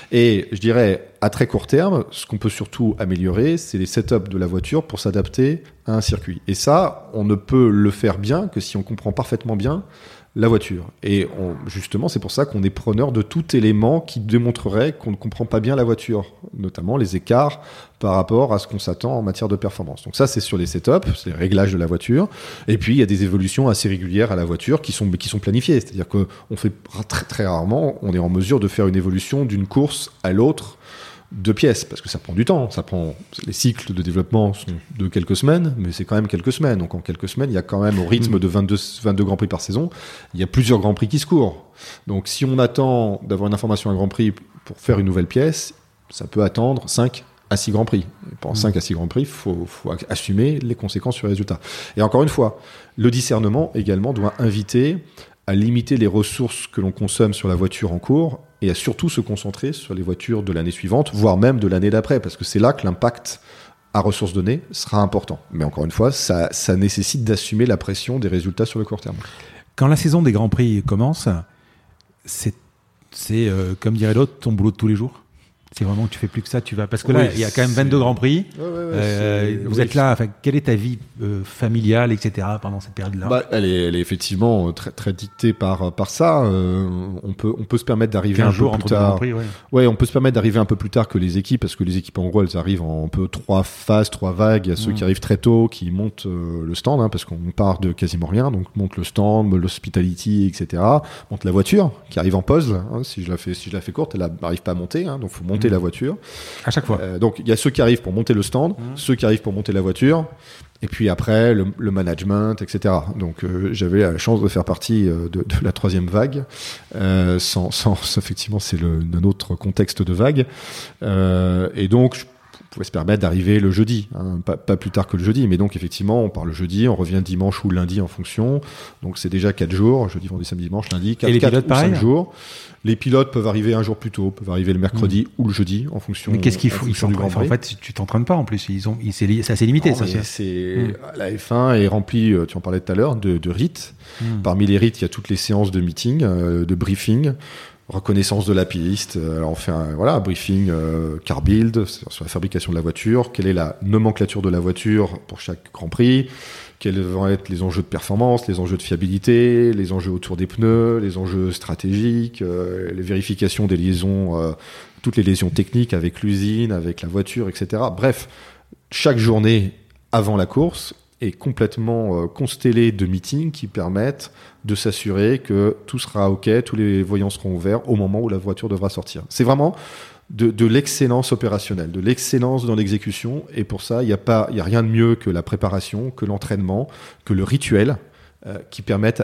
Et je dirais, à très court terme, ce qu'on peut surtout améliorer, c'est les setups de la voiture pour s'adapter à un circuit. Et ça, on ne peut le faire bien que si on comprend parfaitement bien la voiture. Et justement, c'est pour ça qu'on est preneur de tout élément qui démontrerait qu'on ne comprend pas bien la voiture, notamment les écarts par rapport à ce qu'on s'attend en matière de performance. Donc ça, c'est sur les setups, c'est les réglages de la voiture. Et puis, il y a des évolutions assez régulières à la voiture qui sont planifiées. C'est-à-dire qu'on fait très, très rarement, on est en mesure de faire une évolution d'une course à l'autre de pièces, parce que ça prend du temps. Les cycles de développement sont de quelques semaines, mais c'est quand même quelques semaines. Donc en quelques semaines, il y a quand même au rythme de 22 Grands Prix par saison, il y a plusieurs Grands Prix qui se courent. Donc si on attend d'avoir une information à un Grand Prix pour faire une nouvelle pièce, ça peut attendre 5 à 6 Grands Prix. Et pendant 5 à 6 Grands Prix, il faut assumer les conséquences sur les résultats. Et encore une fois, le discernement également doit inviter à limiter les ressources que l'on consomme sur la voiture en cours et à surtout se concentrer sur les voitures de l'année suivante, voire même de l'année d'après, parce que c'est là que l'impact à ressources données sera important. Mais encore une fois, ça nécessite d'assumer la pression des résultats sur le court terme. Quand la saison des Grands Prix commence, c'est comme dirait l'autre, ton boulot de tous les jours. C'est vraiment que tu fais plus que ça, tu vas parce que là il y a quand même 22 Grands Prix. Vous êtes là. Enfin, quelle est ta vie familiale, etc. pendant cette période-là ? Elle est effectivement très très dictée par ça. On peut se permettre d'arriver un peu plus tard. Prix, on peut se permettre d'arriver un peu plus tard que les équipes parce que les équipes en gros elles arrivent en un peu 3 phases, 3 vagues. Il y a ceux qui arrivent très tôt, qui montent le stand parce qu'on part de quasiment rien. Donc monte le stand, l'hospitality, etc. Monte la voiture qui arrive en pause. Si je la fais courte, elle n'arrive pas à monter. Donc faut monter la voiture à chaque fois. Donc il y a ceux qui arrivent pour monter le stand, ceux qui arrivent pour monter la voiture, et puis après le management, etc. Donc j'avais la chance de faire partie de la 3e vague, sans effectivement c'est un autre contexte de vague, et donc pouvait se permettre d'arriver le jeudi, pas plus tard que le jeudi. Mais donc effectivement, on part le jeudi, on revient dimanche ou lundi en fonction. Donc c'est déjà 4 jours, jeudi, vendredi, samedi, dimanche, lundi, 4 ou 5 jours. Les pilotes peuvent arriver un jour plus tôt, peuvent arriver le mercredi ou le jeudi en fonction. Mais qu'est-ce qu'il faut? En fait, tu t'entraînes pas en plus. C'est assez limité. La F1 est remplie, tu en parlais tout à l'heure, de rites. Parmi les rites, il y a toutes les séances de meeting, de briefing, reconnaissance de la piste. Alors on fait un briefing car build sur la fabrication de la voiture. Quelle est la nomenclature de la voiture pour chaque Grand Prix? Quels vont être les enjeux de performance, les enjeux de fiabilité, les enjeux autour des pneus, les enjeux stratégiques, les vérifications des liaisons, toutes les liaisons techniques avec l'usine, avec la voiture, etc. Bref, chaque journée avant la course est complètement constellée de meetings qui permettent de s'assurer que tout sera OK, tous les voyants seront ouverts au moment où la voiture devra sortir. C'est vraiment de l'excellence opérationnelle, de l'excellence dans l'exécution, et pour ça, il y a rien de mieux que la préparation, que l'entraînement, que le rituel qui permettent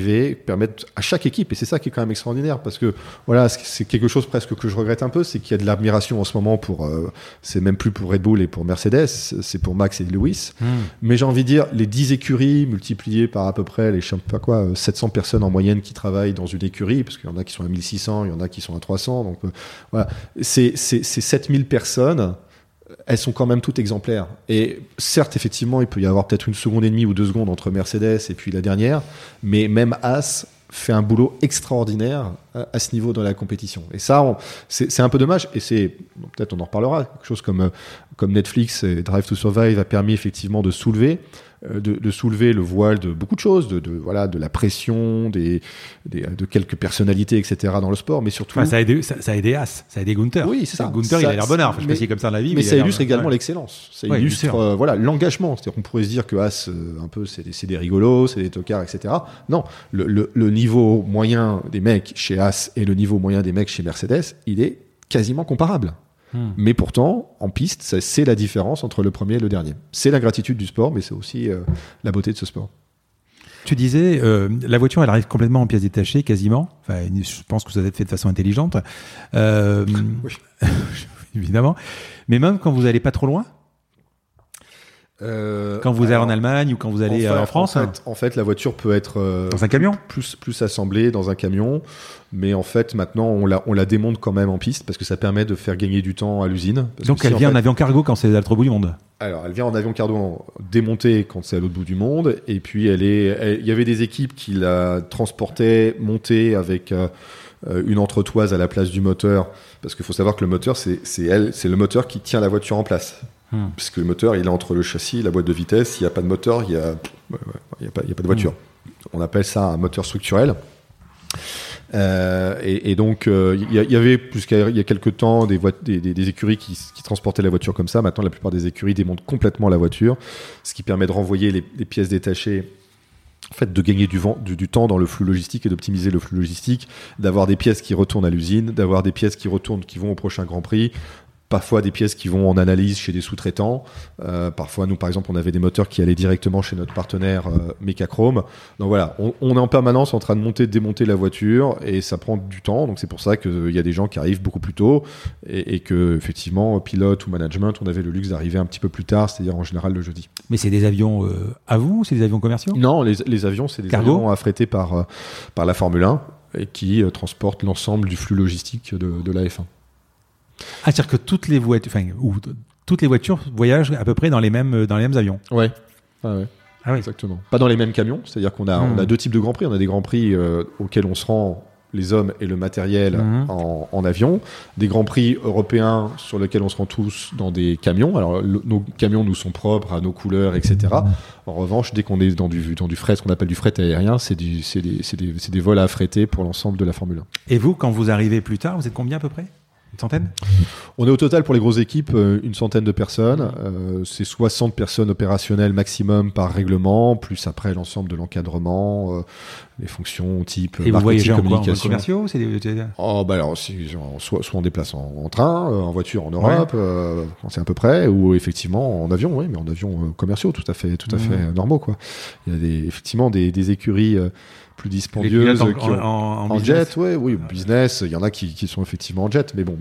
à chaque équipe, et c'est ça qui est quand même extraordinaire, parce que voilà, c'est quelque chose presque que je regrette un peu, c'est qu'il y a de l'admiration en ce moment pour, c'est même plus pour Red Bull et pour Mercedes, c'est pour Max et Lewis, mais j'ai envie de dire, les 10 écuries multipliées par à peu près 700 personnes en moyenne qui travaillent dans une écurie, parce qu'il y en a qui sont à 1600, il y en a qui sont à 300, donc voilà, c'est 7000 personnes. Elles sont quand même toutes exemplaires. Et certes, effectivement, il peut y avoir peut-être 1 seconde et demie ou 2 secondes entre Mercedes et puis la dernière, mais même Haas fait un boulot extraordinaire à ce niveau dans la compétition. Et ça, c'est un peu dommage. Et peut-être on en reparlera. Quelque chose comme Netflix et Drive to Survive a permis effectivement de soulever le voile de beaucoup de choses, de la pression, de quelques personnalités, etc. dans le sport, mais surtout. Enfin, ça a aidé Haas, ça a aidé Gunther. Oui, c'est ça. Gunther, il a l'air bonnard. Je sais pas si comme ça dans la vie. Mais ça illustre également l'excellence. Ça illustre, l'engagement. C'est-à-dire qu'on pourrait se dire que Haas, un peu, c'est des rigolos, c'est des tocards, etc. Non, le niveau moyen des mecs chez Haas et le niveau moyen des mecs chez Mercedes, il est quasiment comparable. Mais pourtant, en piste, c'est la différence entre le premier et le dernier. C'est la gratitude du sport, mais c'est aussi la beauté de ce sport. Tu disais, la voiture, elle arrive complètement en pièces détachées, quasiment. Enfin, je pense que ça doit être fait de façon intelligente. Oui. Évidemment. Mais même quand vous n'allez pas trop loin, quand vous allez en Allemagne ou quand vous allez en France, en fait, la voiture peut être dans un camion, plus assemblée dans un camion, mais en fait, maintenant, on la démonte quand même en piste parce que ça permet de faire gagner du temps à l'usine. Donc, elle vient en avion cargo quand c'est à l'autre bout du monde. Alors, elle vient en avion cargo démontée quand c'est à l'autre bout du monde, et puis il y avait des équipes qui la transportaient montée avec une entretoise à la place du moteur, parce qu'il faut savoir que le moteur, c'est le moteur qui tient la voiture en place. Parce que le moteur, il est entre le châssis et la boîte de vitesse. S'il n'y a pas de moteur, il n'y a pas de voiture. On appelle ça un moteur structurel. Et donc, il y avait, il y a quelques temps, des écuries qui transportaient la voiture comme ça. Maintenant, la plupart des écuries démontent complètement la voiture, ce qui permet de renvoyer les pièces détachées, en fait, de gagner du temps dans le flux logistique et d'optimiser le flux logistique, d'avoir des pièces qui retournent à l'usine, d'avoir des pièces qui vont au prochain Grand Prix. Parfois des pièces qui vont en analyse chez des sous-traitants. Parfois, nous, par exemple, on avait des moteurs qui allaient directement chez notre partenaire Mecachrome. Donc voilà, on est en permanence en train de monter, de démonter la voiture et ça prend du temps. Donc c'est pour ça qu'il y a des gens qui arrivent beaucoup plus tôt et que, effectivement, pilote ou management, on avait le luxe d'arriver un petit peu plus tard, c'est-à-dire en général le jeudi. Mais c'est des avions à vous ou c'est des avions commerciaux ? Non, les avions, c'est des avions affrétés par la Formule 1 et qui transportent l'ensemble du flux logistique de la F1. Ah, c'est-à-dire que toutes les voitures voyagent à peu près dans les mêmes avions. Ouais. Ah ouais. Ah oui. Exactement. Pas dans les mêmes camions, c'est-à-dire qu'on a 2 types de grands prix. On a des grands prix auxquels on se rend, les hommes et le matériel, en avion. Des grands prix européens sur lesquels on se rend tous dans des camions. Alors nos camions nous sont propres à nos couleurs, etc. En revanche, dès qu'on est dans du fret, ce qu'on appelle du fret aérien, c'est des vols à affréter pour l'ensemble de la Formule 1. Et vous, quand vous arrivez plus tard, vous êtes combien à peu près ? Une centaine ? On est au total pour les grosses équipes une centaine de personnes. C'est 60 personnes opérationnelles maximum par règlement, plus après l'ensemble de l'encadrement, les fonctions type et marketing, communication. Et vous commerciaux, alors soit on déplace en train, en voiture en Europe, quand c'est à peu près, ou effectivement en avion, mais en avion commerciaux, tout à fait normaux, quoi. Il y a effectivement des écuries plus dispendieuses en jet, oui, business. Il y en a qui sont effectivement en jet, mais bon,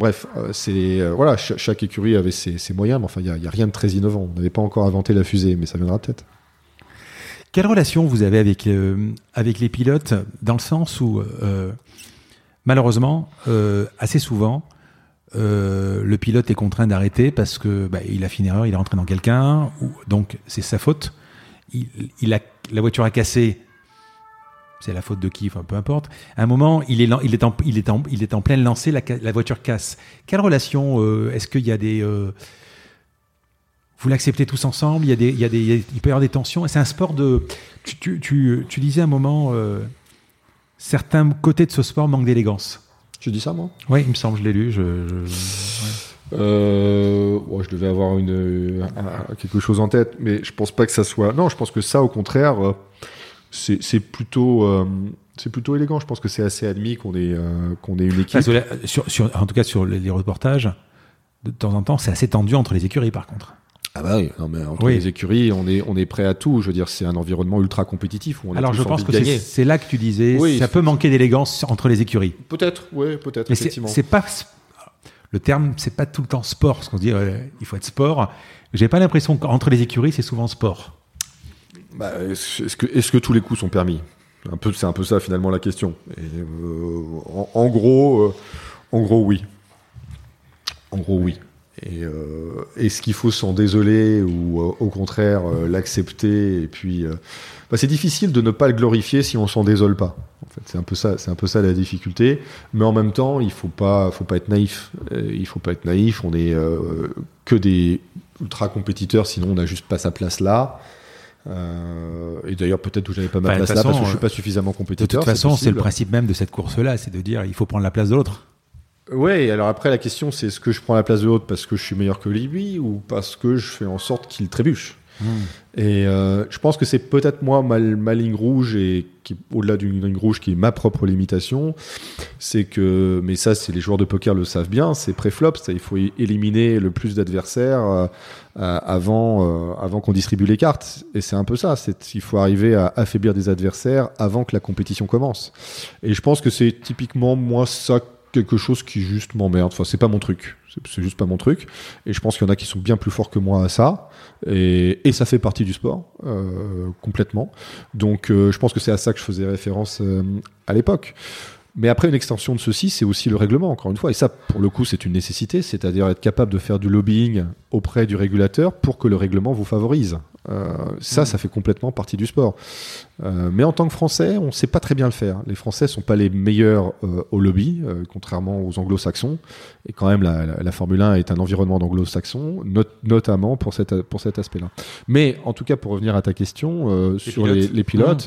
bref, chaque écurie avait ses moyens, mais enfin, il y a rien de très innovant. On n'avait pas encore inventé la fusée, mais ça viendra peut-être. Quelle relation vous avez avec les pilotes, dans le sens où, malheureusement, assez souvent, le pilote est contraint d'arrêter parce que il a fait une erreur, il est rentré dans quelqu'un, donc c'est sa faute. La voiture a cassé. C'est la faute de qui, enfin, peu importe. À un moment, il est en pleine lancée, la voiture casse. Quelle relation est-ce qu'il y a des... vous l'acceptez tous ensemble, il peut y avoir des tensions. C'est un sport de... Tu disais à un moment, certains côtés de ce sport manquent d'élégance. Tu dis ça, moi ? Oui, il me semble, je l'ai lu. Je devais avoir quelque chose en tête, mais je pense pas que ça soit... Non, je pense que ça, au contraire... C'est plutôt élégant. Je pense que c'est assez admis qu'on ait une équipe. En tout cas, sur les reportages, de temps en temps, c'est assez tendu entre les écuries, par contre. Ah bah oui, non, mais entre les écuries, on est prêt à tout. Je veux dire, c'est un environnement ultra compétitif où on a Alors, tous je pense envie que de gagner. c'est là que tu disais, ça peut manquer d'élégance entre les écuries. Peut-être, peut-être, mais effectivement. C'est pas... Le terme, c'est pas tout le temps sport, parce qu'on se dit, il faut être sport. J'ai pas l'impression qu'entre les écuries, c'est souvent sport. Est-ce que tous les coups sont permis ? C'est un peu ça finalement la question. Et, en gros, oui. En gros, oui. Et est-ce qu'il faut s'en désoler ou au contraire l'accepter ? Et puis, c'est difficile de ne pas le glorifier si on s'en désole pas. En fait, c'est un peu ça la difficulté. Mais en même temps, il faut pas être naïf. Il faut pas être naïf. On est que des ultra compétiteurs, sinon on n'a juste pas sa place là. Et d'ailleurs peut-être que je n'avais pas ma place là parce que je suis pas suffisamment compétiteur. De toute façon, c'est le principe même de cette course-là, c'est de dire il faut prendre la place de l'autre. Ouais, alors après la question c'est est-ce que je prends la place de l'autre parce que je suis meilleur que lui ou parce que je fais en sorte qu'il trébuche. Et je pense que c'est peut-être moi ma ligne rouge et qui au-delà d'une ligne rouge qui est ma propre limitation, c'est que mais ça c'est les joueurs de poker le savent bien, c'est pré-flop, il faut éliminer le plus d'adversaires avant qu'on distribue les cartes. Et c'est un peu ça, il faut arriver à affaiblir des adversaires avant que la compétition commence. Et je pense que c'est typiquement moi ça quelque chose qui juste m'emmerde. Enfin, c'est pas mon truc. C'est juste pas mon truc. Et je pense qu'il y en a qui sont bien plus forts que moi à ça. Et ça fait partie du sport, complètement. Donc, je pense que c'est à ça que je faisais référence à l'époque. Mais après, une extension de ceci, c'est aussi le règlement, encore une fois. Et ça, pour le coup, c'est une nécessité, c'est-à-dire être capable de faire du lobbying auprès du régulateur pour que le règlement vous favorise. Ça fait complètement partie du sport. Mais en tant que Français, on ne sait pas très bien le faire. Les Français ne sont pas les meilleurs au lobby, contrairement aux anglo-saxons. Et quand même, la Formule 1 est un environnement d'anglo-saxons, notamment pour cet aspect-là. Mais en tout cas, pour revenir à ta question sur les pilotes,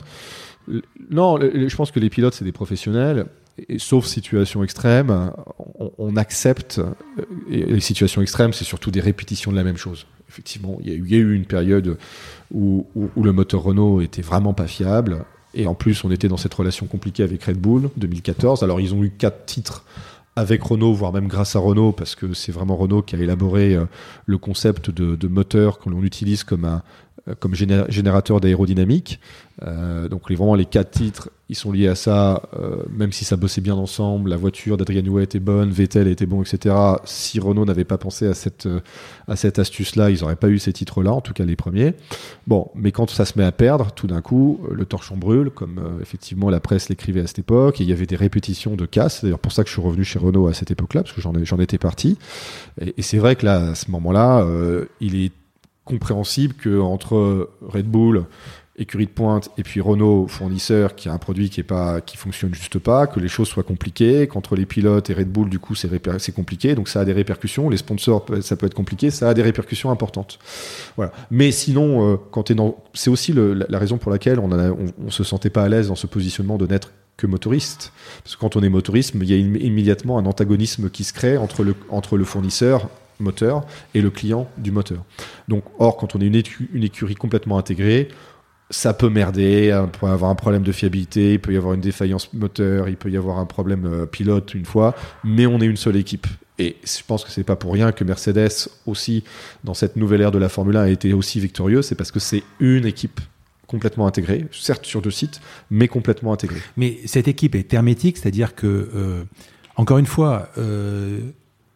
non, je pense que les pilotes, c'est des professionnels. Et sauf situation extrême, on accepte. Et les situations extrêmes, c'est surtout des répétitions de la même chose. Effectivement, il y a eu une période où le moteur Renault était vraiment pas fiable. Et en plus, on était dans cette relation compliquée avec Red Bull, 2014. Alors, ils ont eu 4 titres avec Renault, voire même grâce à Renault, parce que c'est vraiment Renault qui a élaboré le concept de moteur que l'on utilise comme générateur d'aérodynamique. Donc vraiment les 4 titres, ils sont liés à ça, même si ça bossait bien ensemble, la voiture d'Adrian Newey était bonne, Vettel était bon, etc. Si Renault n'avait pas pensé à cette astuce-là, ils n'auraient pas eu ces titres-là, en tout cas les premiers. Bon, mais quand ça se met à perdre, tout d'un coup, le torchon brûle, comme effectivement la presse l'écrivait à cette époque, et il y avait des répétitions de casse. C'est d'ailleurs pour ça que je suis revenu chez Renault à cette époque-là, parce que j'en étais parti. Et c'est vrai que là, à ce moment-là, il est compréhensible qu'entre Red Bull, écurie de pointe, et puis Renault, fournisseur, qui a un produit qui fonctionne juste pas, que les choses soient compliquées, qu'entre les pilotes et Red Bull, du coup, c'est compliqué, donc ça a des répercussions. Les sponsors, ça peut être compliqué, ça a des répercussions importantes. Voilà. Mais sinon, c'est aussi la raison pour laquelle on se sentait pas à l'aise dans ce positionnement de n'être que motoriste. Parce que quand on est motoriste, il y a immédiatement un antagonisme qui se crée entre le fournisseur moteur et le client du moteur. Donc, or, quand on est une écurie complètement intégrée, ça peut merder, on peut avoir un problème de fiabilité, il peut y avoir une défaillance moteur, il peut y avoir un problème pilote une fois, mais on est une seule équipe. Et je pense que c'est pas pour rien que Mercedes aussi, dans cette nouvelle ère de la Formule 1, a été aussi victorieux, c'est parce que c'est une équipe complètement intégrée, certes sur 2 sites, mais complètement intégrée. Mais cette équipe est hermétique, c'est-à-dire que, encore une fois,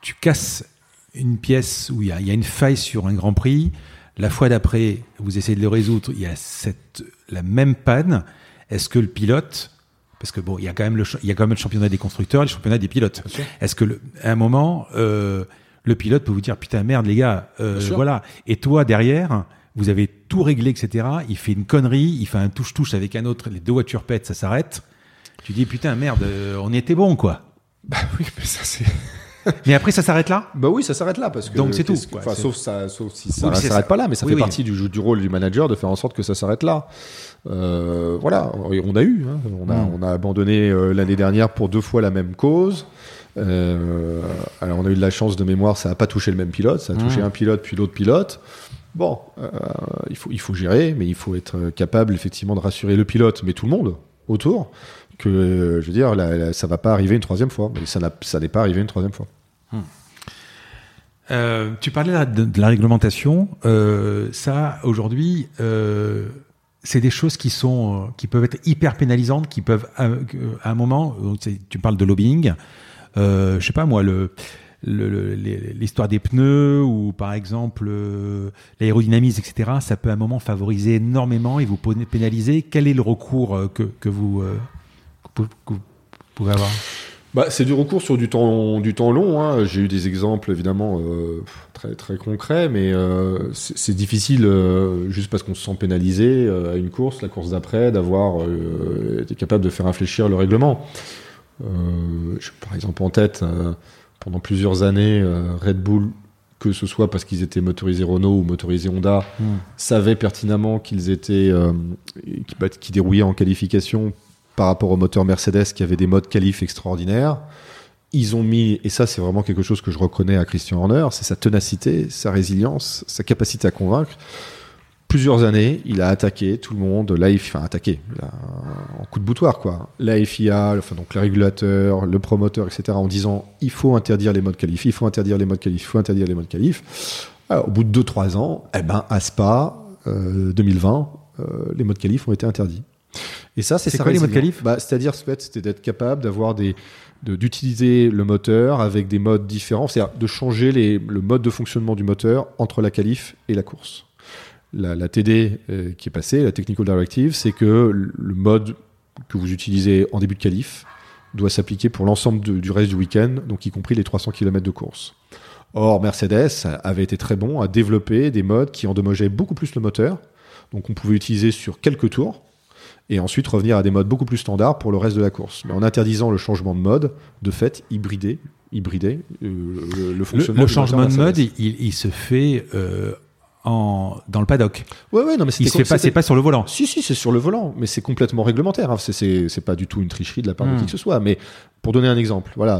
tu casses une pièce où il y a une faille sur un Grand Prix. La fois d'après, vous essayez de le résoudre, il y a la même panne. Est-ce que le pilote, parce que bon, il y a quand même le championnat des constructeurs, et le championnat des pilotes. Est-ce que à un moment, le pilote peut vous dire putain merde les gars, voilà. Et toi derrière, vous avez tout réglé, etc. Il fait une connerie, il fait un touche-touche avec un autre, les deux voitures pètent, ça s'arrête. Tu dis putain merde, on était bon quoi. Bah oui, mais ça c'est. Mais après, ça s'arrête là ? Bah oui, ça s'arrête là parce que. Donc c'est tout. Enfin, sauf si ça s'arrête pas là, mais ça fait partie du rôle du manager de faire en sorte que ça s'arrête là. Voilà, on a eu, hein, on a abandonné l'année dernière pour 2 fois la même cause. Alors on a eu de la chance de mémoire, ça n'a pas touché le même pilote, ça a touché un pilote puis l'autre pilote. Bon, il faut gérer, mais il faut être capable effectivement de rassurer le pilote, mais tout le monde autour. Que je veux dire, ça va pas arriver une 3e fois, mais ça n'est pas arrivé une 3e fois. Tu parlais de la réglementation. Ça, aujourd'hui, c'est des choses qui peuvent être hyper pénalisantes, qui peuvent, à un moment, tu parles de lobbying. Je sais pas moi, l'histoire des pneus ou par exemple l'aérodynamisme, etc. Ça peut à un moment favoriser énormément et vous pénaliser. Quel est le recours que vous pouvez avoir ? Bah, c'est du recours sur du temps long. Hein. J'ai eu des exemples évidemment très très concrets, mais c'est difficile juste parce qu'on se sent pénalisé à une course, la course d'après, d'avoir été capable de faire infléchir le règlement. J'ai par exemple en tête pendant plusieurs années Red Bull, que ce soit parce qu'ils étaient motorisés Renault ou motorisés Honda, savaient pertinemment qu'ils étaient qui dérouillaient en qualification par rapport au moteur Mercedes qui avait des modes qualif extraordinaires. Ils ont mis, et ça c'est vraiment quelque chose que je reconnais à Christian Horner, c'est sa ténacité, sa capacité à convaincre. Plusieurs années, il a attaqué tout le monde, en coup de boutoir quoi. La FIA, donc le régulateur, le promoteur, etc. en disant il faut interdire les modes qualif, il faut interdire les modes qualif, il faut interdire les modes qualif. Alors, au bout de 2-3 ans, à Spa 2020, les modes qualif ont été interdits. Et ça, c'est quoi les modes qualif ? C'est-à-dire, c'était d'être capable d'utiliser le moteur avec des modes différents, c'est-à-dire de changer le mode de fonctionnement du moteur entre la qualif et la course. La TD qui est passée, la Technical Directive, c'est que le mode que vous utilisez en début de qualif doit s'appliquer pour l'ensemble du reste du week-end, donc y compris les 300 km de course. Or, Mercedes avait été très bon à développer des modes qui endommageaient beaucoup plus le moteur, donc on pouvait utiliser sur quelques tours, et ensuite revenir à des modes beaucoup plus standards pour le reste de la course. Mais en interdisant le changement de mode, de fait, hybrider le fonctionnement le du changement de mode, Mercedes. il se fait dans le paddock. Ouais, non, mais c'est pas sur le volant. Si, c'est sur le volant, mais c'est complètement réglementaire. Hein. C'est pas du tout une tricherie de la part de qui que ce soit. Mais pour donner un exemple, voilà,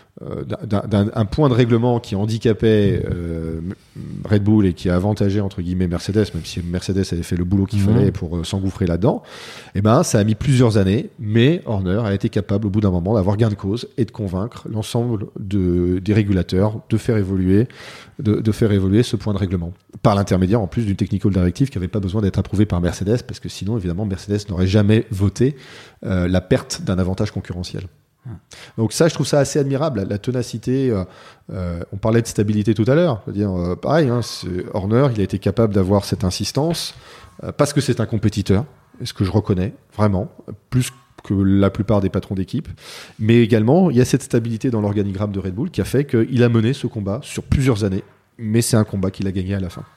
d'un point de règlement qui handicapait Red Bull et qui a avantagé entre guillemets Mercedes, même si Mercedes avait fait le boulot qu'il fallait pour s'engouffrer là-dedans, ça a mis plusieurs années, mais Horner a été capable au bout d'un moment d'avoir gain de cause et de convaincre l'ensemble des régulateurs de faire évoluer ce point de règlement par l'intermédiaire en plus d'une technical directive qui n'avait pas besoin d'être approuvée par Mercedes parce que sinon évidemment Mercedes n'aurait jamais voté la perte d'un avantage concurrentiel. Donc ça, je trouve ça assez admirable, la ténacité. On parlait de stabilité tout à l'heure. C'est-à-dire, pareil, Horner, il a été capable d'avoir cette insistance parce que c'est un compétiteur, et ce que je reconnais vraiment, plus que la plupart des patrons d'équipe. Mais également, il y a cette stabilité dans l'organigramme de Red Bull qui a fait qu'il a mené ce combat sur plusieurs années, mais c'est un combat qu'il a gagné à la fin.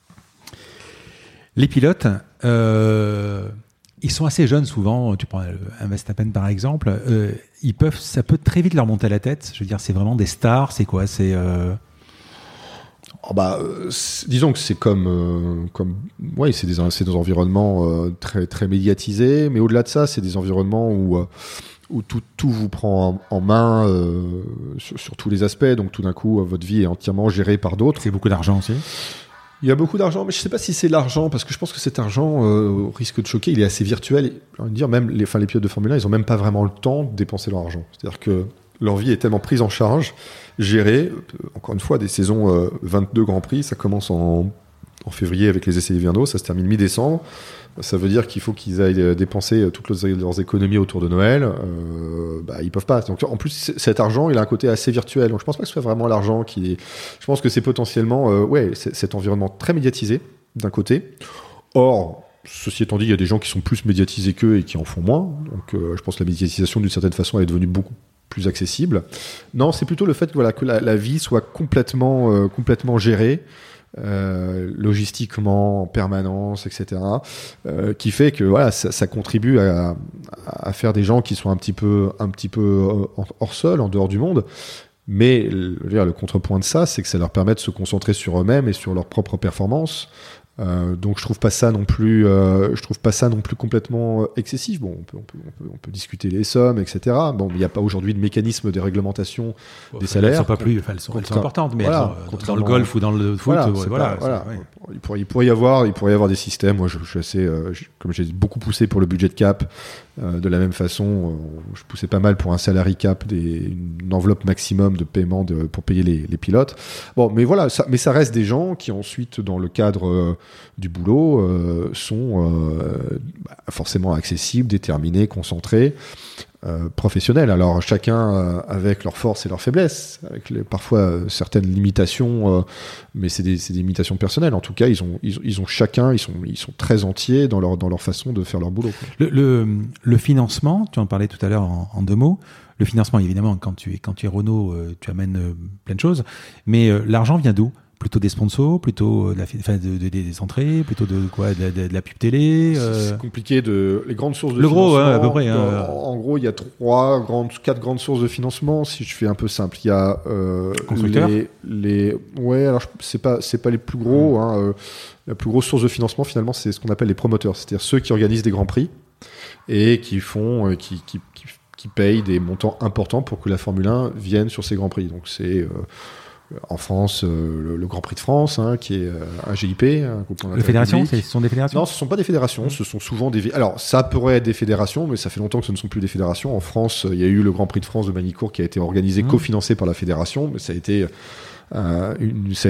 Les pilotes... ils sont assez jeunes souvent, tu prends un Verstappen par exemple, ça peut très vite leur monter à la tête. Je veux dire, c'est vraiment des stars, c'est quoi ? Disons que c'est c'est des environnements très très médiatisés, mais au-delà de ça, c'est des environnements où tout vous prend en main sur tous les aspects. Donc tout d'un coup, votre vie est entièrement gérée par d'autres. C'est beaucoup d'argent aussi. Il y a beaucoup d'argent, mais je ne sais pas si c'est l'argent, parce que je pense que cet argent, au risque de choquer, il est assez virtuel. J'ai envie de dire, même les pilotes de Formule 1, ils n'ont même pas vraiment le temps de dépenser leur argent. C'est-à-dire que leur vie est tellement prise en charge, gérée. Encore une fois, des saisons 22 Grands Prix, ça commence en février avec les essais hivernaux, ça se termine mi-décembre. Ça veut dire qu'il faut qu'ils aillent dépenser toutes leurs économies autour de Noël. Ils peuvent pas. Donc, en plus, cet argent, il a un côté assez virtuel. Donc, je pense pas que ce soit vraiment l'argent qui est. Je pense que c'est potentiellement, cet environnement très médiatisé d'un côté. Or, ceci étant dit, il y a des gens qui sont plus médiatisés qu'eux et qui en font moins. Donc, je pense que la médiatisation, d'une certaine façon, elle est devenue beaucoup plus accessible. Non, c'est plutôt le fait que la vie soit complètement gérée. Logistiquement, en permanence, etc., qui fait que ça contribue à faire des gens qui sont un petit peu hors sol, en dehors du monde. Mais le contrepoint de ça, c'est que ça leur permet de se concentrer sur eux-mêmes et sur leurs propres performances. Donc je trouve pas ça non plus complètement excessif. Bon, on peut discuter les sommes, etc. Bon, il n'y a pas aujourd'hui de mécanisme des réglementations des salaires. Elles sont pas plus, elles sont importantes, mais dans le golf ou dans le foot, Il pourrait y avoir des systèmes. Moi, comme j'ai beaucoup poussé pour le budget cap, de la même façon, je poussais pas mal pour un salary cap, une enveloppe maximum de paiement pour payer les pilotes. Bon, mais voilà, mais ça reste des gens qui ensuite, dans le cadre du boulot, sont forcément accessibles, déterminés, concentrés, professionnels. Alors chacun avec leurs forces et leurs faiblesses, avec parfois certaines limitations, mais c'est des limitations personnelles. En tout cas, ils ont chacun, ils sont très entiers dans leur façon de faire leur boulot. Le financement, tu en parlais tout à l'heure en deux mots. Le financement, évidemment, quand tu es Renault, tu amènes plein de choses, mais l'argent vient d'où ? Plutôt des sponsors, plutôt des entrées, plutôt de de la pub télé. C'est compliqué les grandes sources de le financement. Gros, à peu près. En gros, il y a 4 grandes sources de financement. Si je fais un peu simple, il y a constructeurs. Alors c'est pas les plus gros. La plus grosse source de financement, finalement, c'est ce qu'on appelle les promoteurs, c'est-à-dire ceux qui organisent des grands prix et qui font, qui payent des montants importants pour que la Formule 1 vienne sur ces grands prix. Donc c'est en France, le Grand Prix de France, qui est un GIP. Les fédérations, ce sont des fédérations ? Non, ce ne sont pas des fédérations, ce sont souvent des... Alors, ça pourrait être des fédérations, mais ça fait longtemps que ce ne sont plus des fédérations. En France, il y a eu le Grand Prix de France de Manicourt qui a été organisé, cofinancé par la fédération, mais ça a été... ça a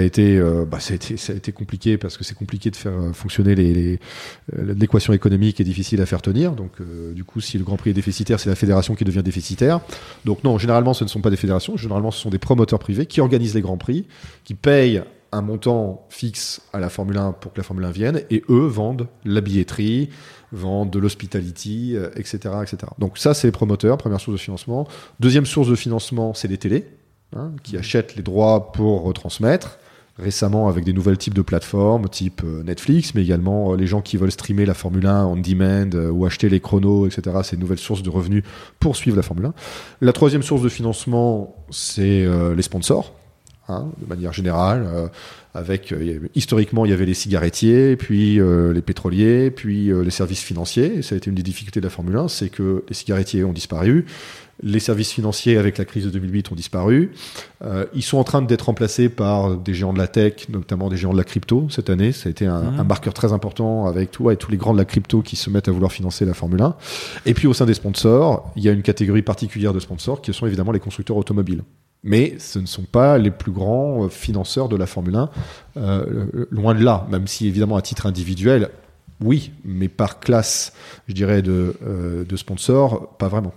été compliqué parce que c'est compliqué de faire fonctionner l'équation économique est difficile à faire tenir. Donc, du coup, si le Grand Prix est déficitaire, c'est la fédération qui devient déficitaire. Donc, non, généralement, ce ne sont pas des fédérations. Généralement, ce sont des promoteurs privés qui organisent les Grands Prix, qui payent un montant fixe à la Formule 1 pour que la Formule 1 vienne, et eux vendent la billetterie, vendent de l'hospitality, etc., etc. Donc, ça, c'est les promoteurs, première source de financement. Deuxième source de financement, c'est les télés. Qui achètent les droits pour retransmettre, récemment avec des nouvelles types de plateformes, type Netflix, mais également les gens qui veulent streamer la Formule 1 on demand ou acheter les chronos, etc. C'est une nouvelle source de revenus pour suivre la Formule 1. La troisième source de financement, c'est les sponsors, de manière générale. Historiquement, il y avait les cigarettiers, puis les pétroliers, puis les services financiers. Et ça a été une des difficultés de la Formule 1, c'est que les cigarettiers ont disparu. Les services financiers, avec la crise de 2008, ont disparu. Ils sont en train d'être remplacés par des géants de la tech, notamment des géants de la crypto cette année. Ça a été un marqueur très important avec tous les grands de la crypto qui se mettent à vouloir financer la Formule 1. Et puis au sein des sponsors, il y a une catégorie particulière de sponsors qui sont évidemment les constructeurs automobiles. Mais ce ne sont pas les plus grands financeurs de la Formule 1, loin de là, même si évidemment à titre individuel, oui, mais par classe, je dirais, de sponsors, pas vraiment.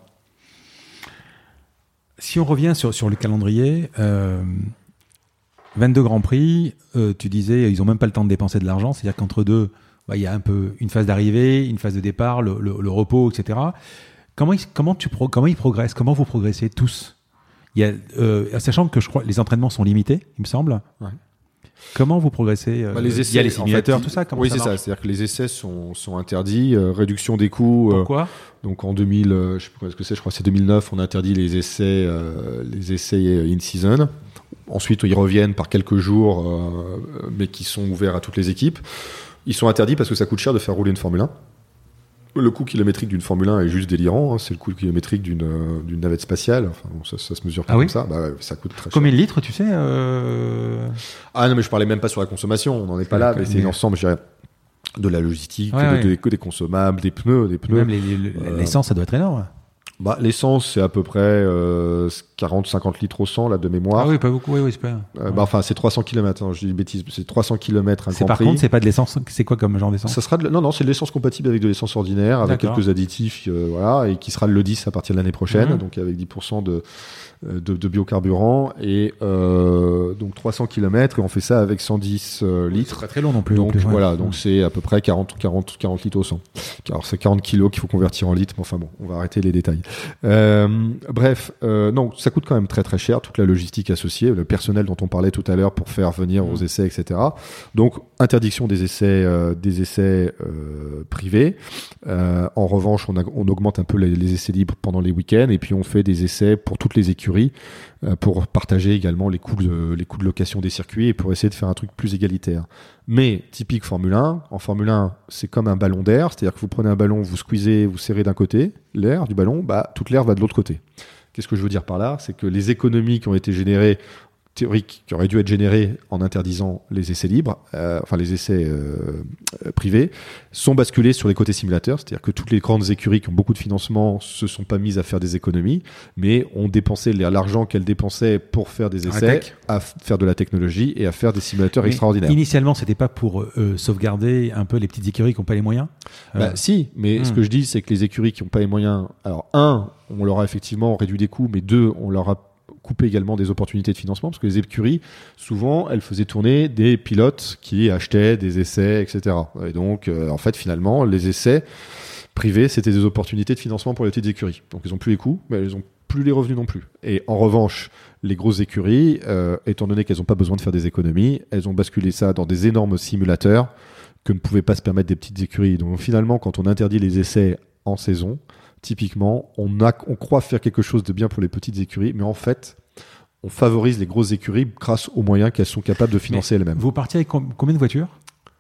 Si on revient sur le calendrier, 22 Grands Prix, tu disais, ils n'ont même pas le temps de dépenser de l'argent, c'est-à-dire qu'entre deux, il y a un peu une phase d'arrivée, une phase de départ, le repos, etc. Comment ils progressent ? Comment vous progressez tous ? Sachant que je crois les entraînements sont limités, il me semble. Ouais. Comment vous progressez les essais, il y a les simulateurs, tout ça. Oui, c'est ça. C'est-à-dire que les essais sont interdits. Réduction des coûts. Pourquoi ? Donc en 2000, je sais pas ce que c'est. Je crois que c'est 2009. On a interdit les essais in season. Ensuite, ils reviennent par quelques jours, mais qui sont ouverts à toutes les équipes. Ils sont interdits parce que ça coûte cher de faire rouler une Formule 1. Le coût kilométrique d'une Formule 1 est juste délirant. C'est le coût kilométrique d'une navette spatiale. Enfin, ça se mesure pas comme ça. Ça coûte très cher. Combien de litres, tu sais Ah non, mais je parlais même pas sur la consommation. On n'en est pas là. Mais c'est l'ensemble, je dirais, de la logistique, des consommables, des pneus. Même l'essence, ça doit être énorme. L'essence, c'est à peu près 40-50 litres au 100 là, de mémoire. Ah oui, pas beaucoup, oui, c'est pas... Enfin, c'est 300 km, hein, je dis une bêtise, c'est 300 km un Grand Prix. Par contre, c'est pas de l'essence, c'est quoi comme genre d'essence? Ça sera non, c'est de l'essence compatible avec de l'essence ordinaire, avec quelques additifs, voilà, et qui sera le 10 à partir de l'année prochaine, donc avec 10% de biocarburant, et donc 300 km, et on fait ça avec 110 litres. C'est pas très long non plus. Donc voilà, donc c'est à peu près 40 litres au 100. Alors c'est 40 kilos qu'il faut convertir en litres, mais enfin bon, on va arrêter les détails. Bref, non, ça coûte quand même très très cher, toute la logistique associée, le personnel dont on parlait tout à l'heure pour faire venir aux essais, etc. Donc interdiction des essais privés. En revanche, on augmente un peu les essais libres pendant les week-ends, et puis on fait des essais pour toutes les écuries, pour partager également les coûts de location des circuits et pour essayer de faire un truc plus égalitaire. Mais typique Formule 1, en Formule 1, c'est comme un ballon d'air, c'est-à-dire que vous prenez un ballon, vous squeezez, vous serrez d'un côté l'air du ballon, toute l'air va de l'autre côté. Qu'est-ce que je veux dire par là? C'est que les économies qui ont été générées, théoriques, qui auraient dû être générées en interdisant les essais libres, les essais privés, sont basculés sur les côtés simulateurs, c'est-à-dire que toutes les grandes écuries qui ont beaucoup de financement se sont pas mises à faire des économies, mais ont dépensé l'argent qu'elles dépensaient pour faire des essais à faire de la technologie et à faire des simulateurs extraordinaires. Initialement, c'était pas pour sauvegarder un peu les petites écuries qui n'ont pas les moyens? Si, mais ce que je dis, c'est que les écuries qui n'ont pas les moyens, alors on leur a effectivement réduit des coûts, mais on leur a couper également des opportunités de financement, parce que les écuries, souvent, elles faisaient tourner des pilotes qui achetaient des essais, etc. Et donc, en fait, finalement, les essais privés, c'était des opportunités de financement pour les petites écuries. Donc, ils n'ont plus les coûts, mais elles n'ont plus les revenus non plus. Et en revanche, les grosses écuries, étant donné qu'elles n'ont pas besoin de faire des économies, elles ont basculé ça dans des énormes simulateurs que ne pouvaient pas se permettre des petites écuries. Donc, finalement, quand on interdit les essais en saison, typiquement, on croit faire quelque chose de bien pour les petites écuries, mais en fait, on favorise les grosses écuries grâce aux moyens qu'elles sont capables de financer elles-mêmes. Vous partiez avec combien de voitures?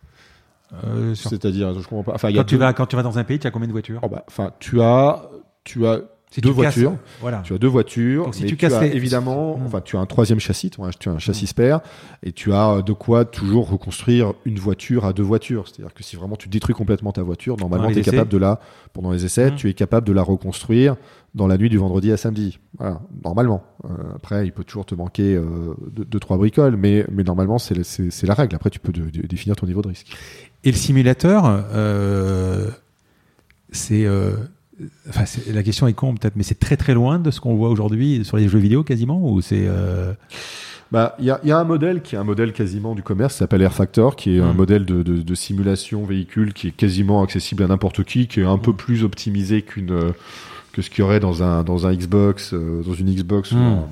C'est-à-dire, je comprends pas. Enfin, quand tu vas dans un pays, tu as combien de voitures? Tu as deux voitures. Voilà. Tu as deux voitures. Donc, si mais tu casses évidemment, tu as un troisième châssis, tu as un châssis spare, et tu as de quoi toujours reconstruire une voiture à deux voitures. C'est-à-dire que si vraiment tu détruis complètement ta voiture, normalement, tu es capable pendant les essais, tu es capable de la reconstruire dans la nuit du vendredi à samedi. Voilà, normalement. Après, il peut toujours te manquer deux, trois bricoles, mais normalement, c'est la règle. Après, tu peux définir ton niveau de risque. Et le simulateur, la question est con peut-être, mais c'est très très loin de ce qu'on voit aujourd'hui sur les jeux vidéo quasiment, ou c'est il y a un modèle qui est un modèle quasiment du commerce, qui s'appelle Air Factor, qui est un modèle de simulation véhicule qui est quasiment accessible à n'importe qui est un peu plus optimisé que ce qu'il y aurait dans un Xbox, dans une Xbox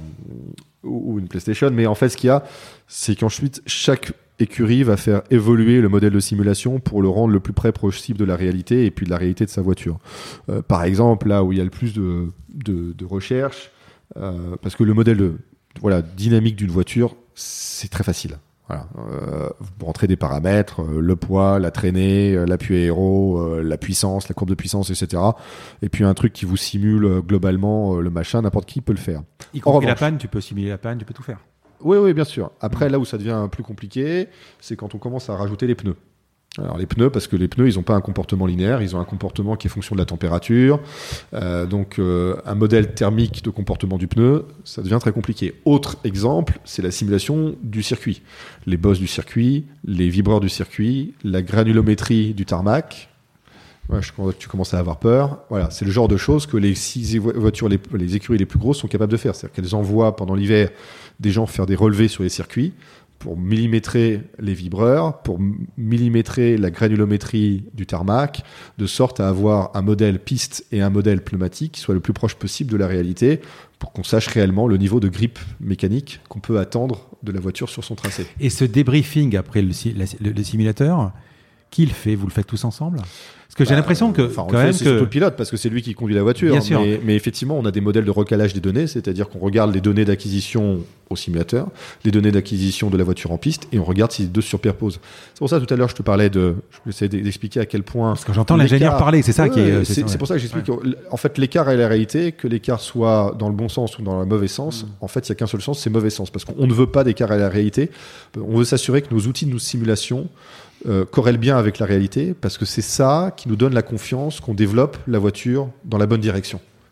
ou une PlayStation. Mais en fait, ce qu'il y a, c'est qu'ensuite chaque écurie va faire évoluer le modèle de simulation pour le rendre le plus près possible de la réalité et puis de la réalité de sa voiture. Par exemple, là où il y a le plus de recherche, parce que le modèle dynamique d'une voiture, c'est très facile. Voilà. Vous rentrez des paramètres, le poids, la traînée, l'appui aéro, la puissance, la courbe de puissance, etc. Et puis un truc qui vous simule globalement le machin, n'importe qui peut le faire. Y compris la panne, tu peux simuler la panne, tu peux tout faire. Oui, bien sûr. Après, là où ça devient plus compliqué, c'est quand on commence à rajouter les pneus. Alors les pneus, parce que les pneus, ils n'ont pas un comportement linéaire, ils ont un comportement qui est fonction de la température. Donc un modèle thermique de comportement du pneu, ça devient très compliqué. Autre exemple, c'est la simulation du circuit. Les bosses du circuit, les vibreurs du circuit, la granulométrie du tarmac. Ouais, tu commences à avoir peur. Voilà, c'est le genre de choses que les les écuries les plus grosses sont capables de faire. C'est-à-dire qu'elles envoient pendant l'hiver des gens faire des relevés sur les circuits pour millimétrer les vibreurs, pour millimétrer la granulométrie du tarmac, de sorte à avoir un modèle piste et un modèle pneumatique qui soit le plus proche possible de la réalité, pour qu'on sache réellement le niveau de grippe mécanique qu'on peut attendre de la voiture sur son tracé. Et ce débriefing après le simulateur, qui le fait? Vous le faites tous ensemble? Parce que j'ai l'impression que c'est surtout le pilote, parce que c'est lui qui conduit la voiture. Bien sûr. Mais effectivement, on a des modèles de recalage des données, c'est-à-dire qu'on regarde les données d'acquisition au simulateur, les données d'acquisition de la voiture en piste, et on regarde si les deux se superposent. C'est pour ça tout à l'heure je te parlais je vais essayer d'expliquer à quel point. Parce que j'entends l'ingénieur parler, c'est ça qui est. C'est pour ça que j'explique. En fait, l'écart est la réalité, que l'écart soit dans le bon sens ou dans le mauvais sens. En fait, il n'y a qu'un seul sens, c'est mauvais sens, parce qu'on ne veut pas d'écart à la réalité. On veut s'assurer que nos outils de simulation corrèle bien avec la réalité, parce que c'est ça qui nous donne la confiance qu'on développe la voiture dans la bonne direction.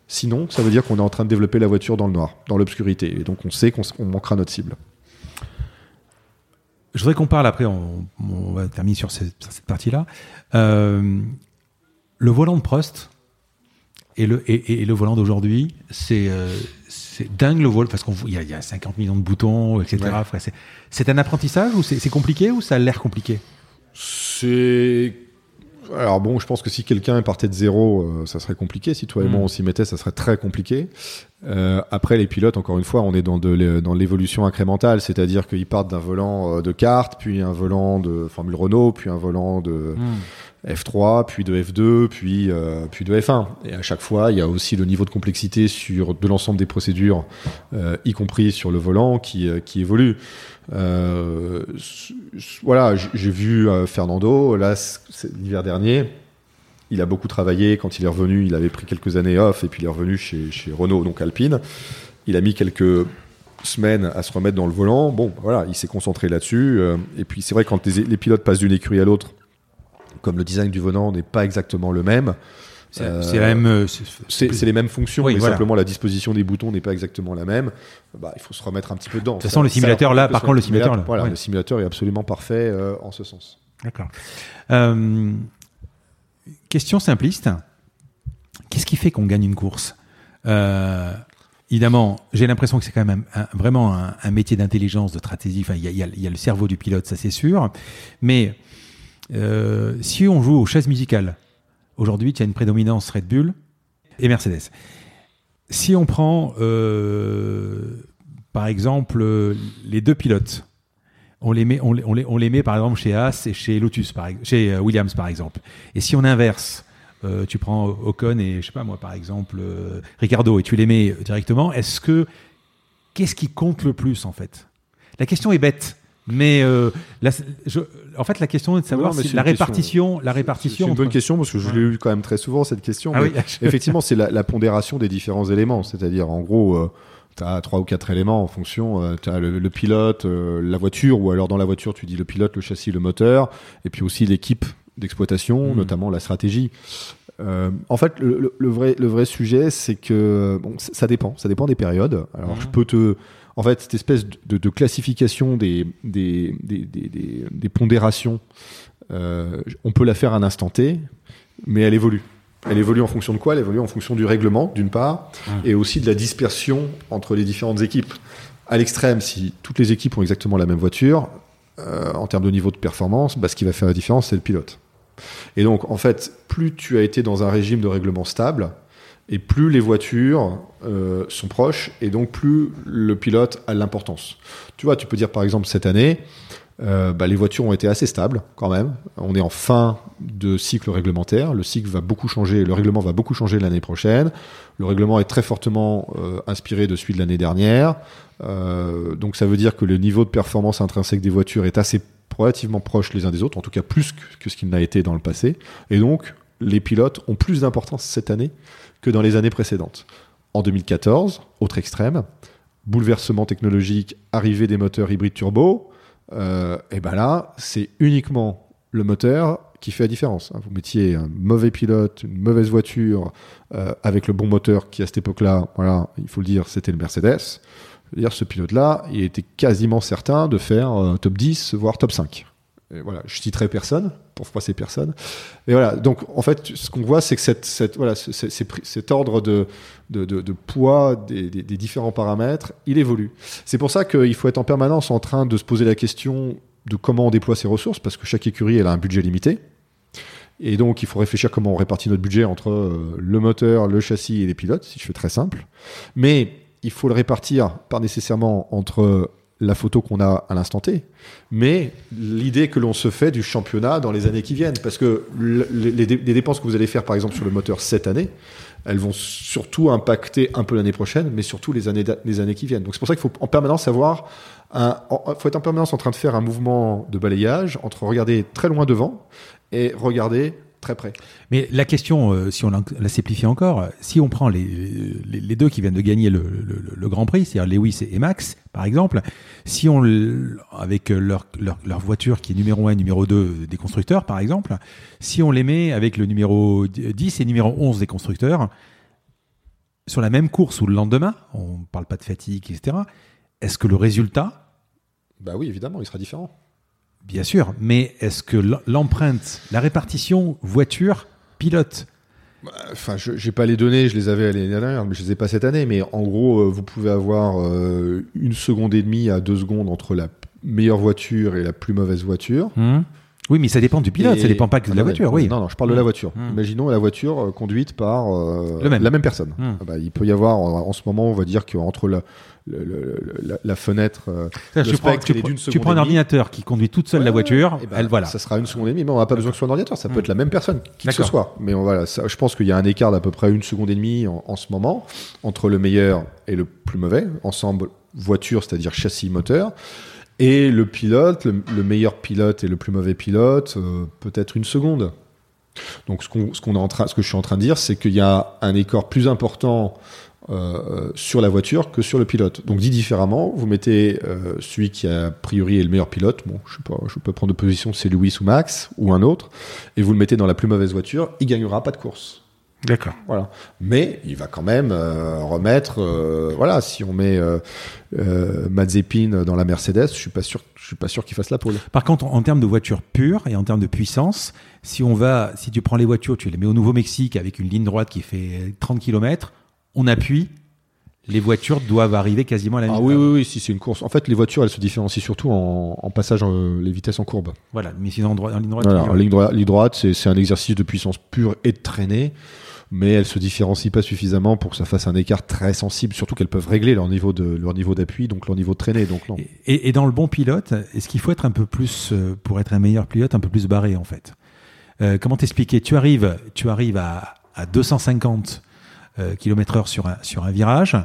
Sinon, ça veut dire qu'on est en train de développer la voiture dans le noir, dans l'obscurité. Et donc, on sait qu'on manquera notre cible. Je voudrais qu'on parle après, on va terminer sur cette partie-là. Le volant de Prost et le volant d'aujourd'hui, c'est dingue le volant, parce qu'il y a 50 millions de boutons, etc. Ouais. C'est un apprentissage ou c'est compliqué ou ça a l'air compliqué? Alors bon, je pense que si quelqu'un partait de zéro, ça serait compliqué. Si toi et moi on s'y mettait, ça serait très compliqué. Après, les pilotes, encore une fois, on est dans l'évolution incrémentale, c'est-à-dire qu'ils partent d'un volant de kart, puis un volant de Formule Renault, puis un volant de F3, puis de F2, puis de F1. Et à chaque fois, il y a aussi le niveau de complexité de l'ensemble des procédures, y compris sur le volant, qui évolue. Voilà, j'ai vu Fernando, là, l'hiver dernier. Il a beaucoup travaillé. Quand il est revenu, il avait pris quelques années off et puis il est revenu chez Renault, donc Alpine. Il a mis quelques semaines à se remettre dans le volant. Bon, voilà, il s'est concentré là-dessus. Et puis c'est vrai, quand les pilotes passent d'une écurie à l'autre, comme le design du volant n'est pas exactement le même, c'est la même. C'est les mêmes fonctions, oui, mais voilà. Simplement la disposition des boutons n'est pas exactement la même. Il faut se remettre un petit peu dedans. De toute façon, le simulateur là, par contre, le simulateur là, voilà, ouais. Le simulateur est absolument parfait en ce sens. D'accord. Question simpliste. Qu'est-ce qui fait qu'on gagne une course? Évidemment, j'ai l'impression que c'est quand même vraiment un métier d'intelligence, de stratégie. Enfin, il y a le cerveau du pilote, ça c'est sûr. Mais si on joue aux chaises musicales, aujourd'hui, il y a une prédominance Red Bull et Mercedes. Si on prend, par exemple, les deux pilotes, on les met par exemple chez Haas et chez Lotus, chez Williams par exemple. Et si on inverse, tu prends Ocon et je sais pas moi par exemple Ricardo et tu les mets directement, qu'est-ce qui compte le plus en fait? La question est bête. Mais en fait, la question est de savoir si la répartition. C'est une bonne question parce que je l'ai eu quand même très souvent cette question. Ah mais oui. Effectivement, c'est la pondération des différents éléments. C'est-à-dire, en gros, tu as 3 ou 4 éléments en fonction. Tu as le pilote, la voiture, ou alors dans la voiture, tu dis le pilote, le châssis, le moteur, et puis aussi l'équipe d'exploitation, notamment la stratégie. En fait, le vrai sujet, c'est que ça dépend des périodes. Alors, je peux en fait, cette espèce de classification des pondérations, on peut la faire à un instant T, mais elle évolue. Elle évolue en fonction de quoi? Elle évolue en fonction du règlement, d'une part, et aussi de la dispersion entre les différentes équipes. À l'extrême, si toutes les équipes ont exactement la même voiture, en termes de niveau de performance, ce qui va faire la différence, c'est le pilote. Et donc, en fait, plus tu as été dans un régime de règlement stable, et plus les voitures sont proches, et donc plus le pilote a l'importance. Tu vois, tu peux dire par exemple cette année, les voitures ont été assez stables quand même. On est en fin de cycle réglementaire. Le cycle va beaucoup changer, le règlement va beaucoup changer l'année prochaine. Le règlement est très fortement inspiré de celui de l'année dernière. Donc ça veut dire que le niveau de performance intrinsèque des voitures est assez relativement proche les uns des autres, en tout cas plus que ce qu'il n'a été dans le passé. Et donc les pilotes ont plus d'importance cette année que dans les années précédentes. En 2014, autre extrême, bouleversement technologique, arrivée des moteurs hybrides turbo, et là, c'est uniquement le moteur qui fait la différence. Vous mettiez un mauvais pilote, une mauvaise voiture, avec le bon moteur qui, à cette époque-là, voilà, il faut le dire, c'était le Mercedes. C'est-à-dire, ce pilote-là, il était quasiment certain de faire top 10, voire top 5. Et voilà, je citerai personne pour froisser personne. Et voilà, donc en fait, ce qu'on voit, c'est que cet ordre de poids des différents paramètres, il évolue. C'est pour ça qu'il faut être en permanence en train de se poser la question de comment on déploie ses ressources, parce que chaque écurie, elle a un budget limité. Et donc, il faut réfléchir comment on répartit notre budget entre le moteur, le châssis et les pilotes, si je fais très simple. Mais il faut le répartir, pas nécessairement entre la photo qu'on a à l'instant T, mais l'idée que l'on se fait du championnat dans les années qui viennent. Parce que les dépenses que vous allez faire, par exemple, sur le moteur cette année, elles vont surtout impacter un peu l'année prochaine, mais surtout les années qui viennent. Donc c'est pour ça qu'il faut en permanence être en permanence en train de faire un mouvement de balayage entre regarder très loin devant et regarder très près. Mais la question, si on la simplifie encore, si on prend les deux qui viennent de gagner le Grand Prix, c'est-à-dire Lewis et Max, par exemple, si on, avec leur voiture qui est numéro 1 et numéro 2 des constructeurs, par exemple, si on les met avec le numéro 10 et numéro 11 des constructeurs, sur la même course ou le lendemain, on ne parle pas de fatigue, etc., est-ce que le résultat... Bah oui, évidemment, il sera différent. Bien sûr, mais est-ce que l'empreinte, la répartition voiture-pilote... Enfin, je n'ai pas les données, je les avais l'année dernière, mais je les ai pas cette année. Mais en gros, vous pouvez avoir 1 seconde et demie à 2 secondes entre la meilleure voiture et la plus mauvaise voiture. Oui, mais ça dépend du pilote, ça dépend pas que de la voiture. Oui. Non, je parle de la voiture. Imaginons la voiture conduite par la même personne. Il peut y avoir, en ce moment, on va dire qu'entre la fenêtre, le spectre, tu prends un ordinateur qui conduit toute seule la voiture, voilà. Ça sera 1 seconde et demie, mais on n'a pas besoin que ce soit un ordinateur, ça peut être la même personne, qui que ce soit. Mais voilà, je pense qu'il y a un écart d'à peu près 1 seconde et demie en ce moment, entre le meilleur et le plus mauvais, ensemble voiture, c'est-à-dire châssis moteur. Et le pilote, le meilleur pilote et le plus mauvais pilote, peut-être 1 seconde. Donc ce que je suis en train de dire, c'est qu'il y a un écart plus important sur la voiture que sur le pilote. Donc dit différemment, vous mettez celui qui a priori est le meilleur pilote, bon, je peux prendre de position, c'est Lewis ou Max ou un autre, et vous le mettez dans la plus mauvaise voiture, il gagnera pas de course. D'accord. Voilà. Mais il va quand même remettre. Voilà, si on met Mazepin dans la Mercedes, je suis pas sûr qu'il fasse la pole. Par contre, en termes de voiture pure et en termes de puissance, si tu prends les voitures, tu les mets au Nouveau-Mexique avec une ligne droite qui fait 30 km, on appuie. Les voitures doivent arriver quasiment à la ligne. Oui, si c'est une course. En fait, les voitures, elles se différencient surtout en passage, les vitesses en courbe. Voilà, mais sinon en ligne droite. Voilà, en ligne droite, c'est un exercice de puissance pure et de traînée. Mais elles se différencient pas suffisamment pour que ça fasse un écart très sensible, surtout qu'elles peuvent régler leur niveau d'appui, donc leur niveau de traînée. Donc non. Et dans le bon pilote, est-ce qu'il faut être un peu plus, pour être un meilleur pilote, un peu plus barré en fait? Comment t'expliquer? Tu arrives à 250 km/h sur un virage,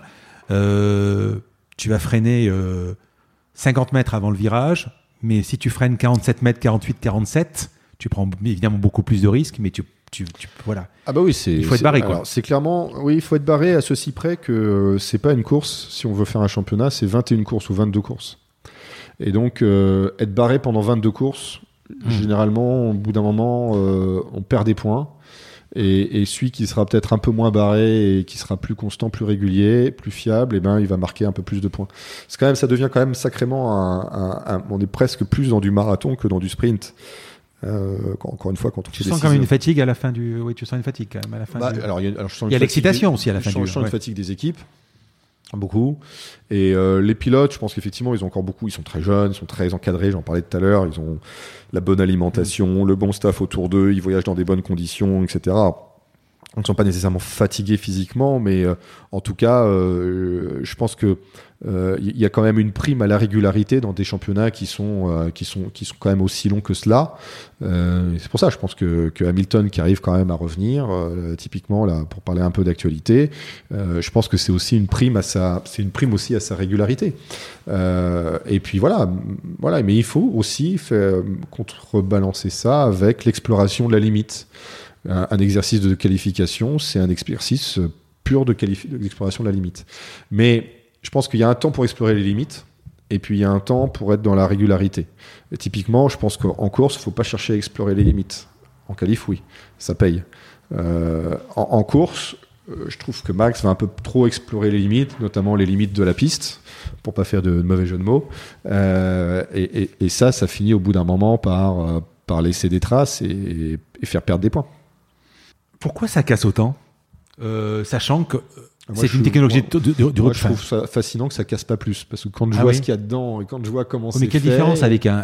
tu vas freiner 50 mètres avant le virage, mais si tu freines 47 mètres, 48, 47, tu prends évidemment beaucoup plus de risques, mais voilà. Ah bah oui, il faut être barré, quoi. Alors, c'est clairement, oui, il faut être barré à ceci près que c'est pas une course. Si on veut faire un championnat, c'est 21 courses ou 22 courses. Et donc, être barré pendant 22 courses, généralement, au bout d'un moment, on perd des points. Et celui qui sera peut-être un peu moins barré et qui sera plus constant, plus régulier, plus fiable, il va marquer un peu plus de points. Ça devient quand même sacrément on est presque plus dans du marathon que dans du sprint. Encore une fois, quand on tu sens quand même une fatigue à la fin du. Oui, tu sens une fatigue quand même à la fin. Il y a l'excitation aussi à la fin du. Je sens une fatigue des équipes, beaucoup. Et les pilotes, je pense qu'effectivement, ils sont très jeunes, ils sont très encadrés. J'en parlais tout à l'heure. Ils ont la bonne alimentation, le bon staff autour d'eux, ils voyagent dans des bonnes conditions, etc. Ils ne sont pas nécessairement fatigués physiquement, mais en tout cas, je pense que y a quand même une prime à la régularité dans des championnats qui sont quand même aussi longs que cela. C'est pour ça, je pense que Hamilton qui arrive quand même à revenir, typiquement là, pour parler un peu d'actualité, je pense que c'est aussi une prime aussi à sa régularité. Et puis voilà, mais il faut aussi contrebalancer ça avec l'exploration de la limite. Un exercice de qualification, c'est un exercice pur d'exploration de la limite. Mais je pense qu'il y a un temps pour explorer les limites, et puis il y a un temps pour être dans la régularité. Et typiquement, je pense qu'en course, il ne faut pas chercher à explorer les limites. En qualif, oui, ça paye. En course, je trouve que Max va un peu trop explorer les limites, notamment les limites de la piste, pour pas faire de mauvais jeu de mots. Et ça finit au bout d'un moment par laisser des traces et faire perdre des points. Pourquoi ça casse autant, sachant que c'est une technologie du Moi, je trouve ça fascinant que ça casse pas plus, parce que quand je vois ce qu'il y a dedans et quand je vois comment c'est fait. Mais quelle différence avec un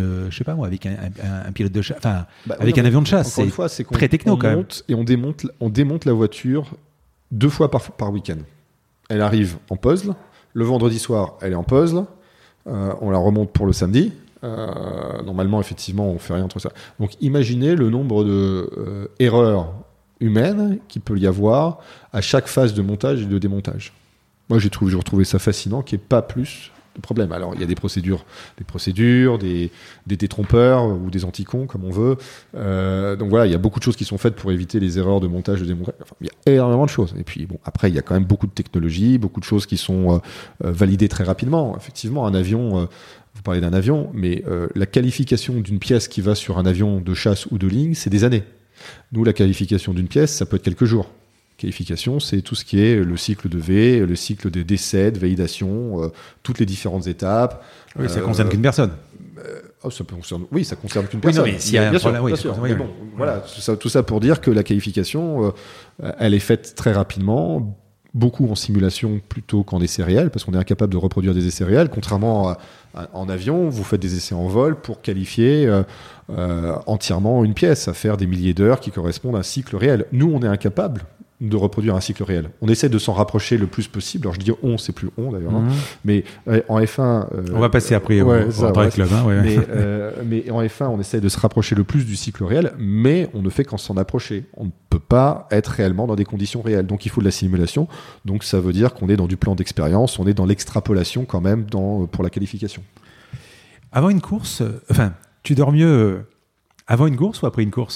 pilote de chasse, avec un avion de chasse? Encore une fois, c'est très techno quand même. Et on démonte la voiture 2 fois par week-end. Elle arrive en puzzle. Le vendredi soir, elle est en puzzle. On la remonte pour le samedi. Normalement, effectivement, on fait rien entre ça. Donc, imaginez le nombre de erreurs humaines qu'il peut y avoir à chaque phase de montage et de démontage. Moi, j'ai retrouvé ça fascinant, qu'il n'y ait pas plus de problème. Alors, il y a des procédures, des détrompeurs ou des anticons, comme on veut. Donc voilà, il y a beaucoup de choses qui sont faites pour éviter les erreurs de montage, de démontage. Enfin, il y a énormément de choses. Et puis, bon, après, il y a quand même beaucoup de technologies, beaucoup de choses qui sont validées très rapidement. Effectivement, un avion... vous parlez d'un avion, mais la qualification d'une pièce qui va sur un avion de chasse ou de ligne, c'est des années. Nous, la qualification d'une pièce, ça peut être quelques jours. Qualification, c'est tout ce qui est le cycle de V, le cycle des décès, de validation, toutes les différentes étapes. Oui, ça concerne qu'une personne. Ça concerne qu'une personne. Oui, mais s'il y a un problème, bien sûr. Mais bon, voilà, tout ça pour dire que la qualification, elle est faite très rapidement, beaucoup en simulation plutôt qu'en essai réel, parce qu'on est incapable de reproduire des essais réels. Contrairement en avion, vous faites des essais en vol pour qualifier entièrement une pièce, à faire des milliers d'heures qui correspondent à un cycle réel. Nous, on est incapable de reproduire un cycle réel. On essaie de s'en rapprocher le plus possible. Alors je dis on, c'est plus on d'ailleurs, mais en F1... on va passer après au club. Mais en F1, on essaie de se rapprocher le plus du cycle réel, mais on ne fait qu'en s'en approcher. On ne peut pas être réellement dans des conditions réelles. Donc il faut de la simulation. Donc ça veut dire qu'on est dans du plan d'expérience, on est dans l'extrapolation quand même pour la qualification. Avant une course, tu dors mieux avant une course ou après une course ?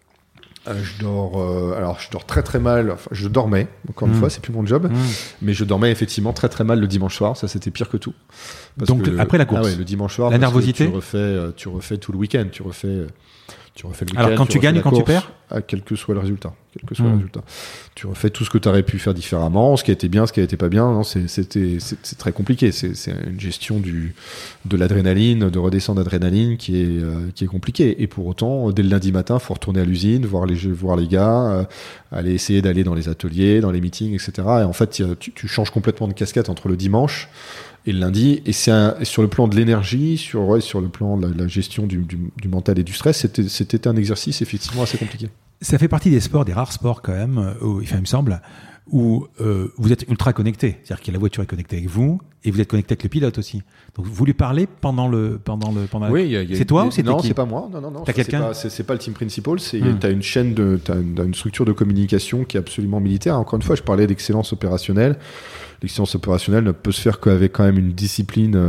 Je dors très très mal. Enfin, je dormais, encore une fois, c'est plus mon job, mais je dormais effectivement très très mal le dimanche soir. Ça, c'était pire que tout. Donc après la course, le dimanche soir, la nervosité. Tu refais tout le week-end. Tu refais le week-end. Alors quand tu gagnes, quand tu perds, quel que soit le résultat, tu refais tout ce que tu aurais pu faire différemment, ce qui a été bien, ce qui a été pas bien. Non, c'est très compliqué. C'est une gestion de l'adrénaline, de redescendre d'adrénaline qui est compliquée. Et pour autant, dès le lundi matin, faut retourner à l'usine, voir les gars, aller essayer d'aller dans les ateliers, dans les meetings, etc. Et en fait, tu changes complètement de casquette entre le dimanche et le lundi, et sur le plan de l'énergie, sur le plan de la gestion du mental et du stress, c'était un exercice effectivement assez compliqué. Ça fait partie des rares sports quand même, il me semble, où vous êtes ultra connecté. C'est-à-dire que la voiture est connectée avec vous, et vous êtes connecté avec le pilote aussi. Donc vous lui parlez pendant Oui, c'est toi ou c'est non, qui ? C'est pas moi. Non. T'as quelqu'un ? C'est pas le team principal. T'as une chaîne t'as une structure de communication qui est absolument militaire. Encore une fois, je parlais d'excellence opérationnelle. L'excellence opérationnelle ne peut se faire qu'avec quand même une discipline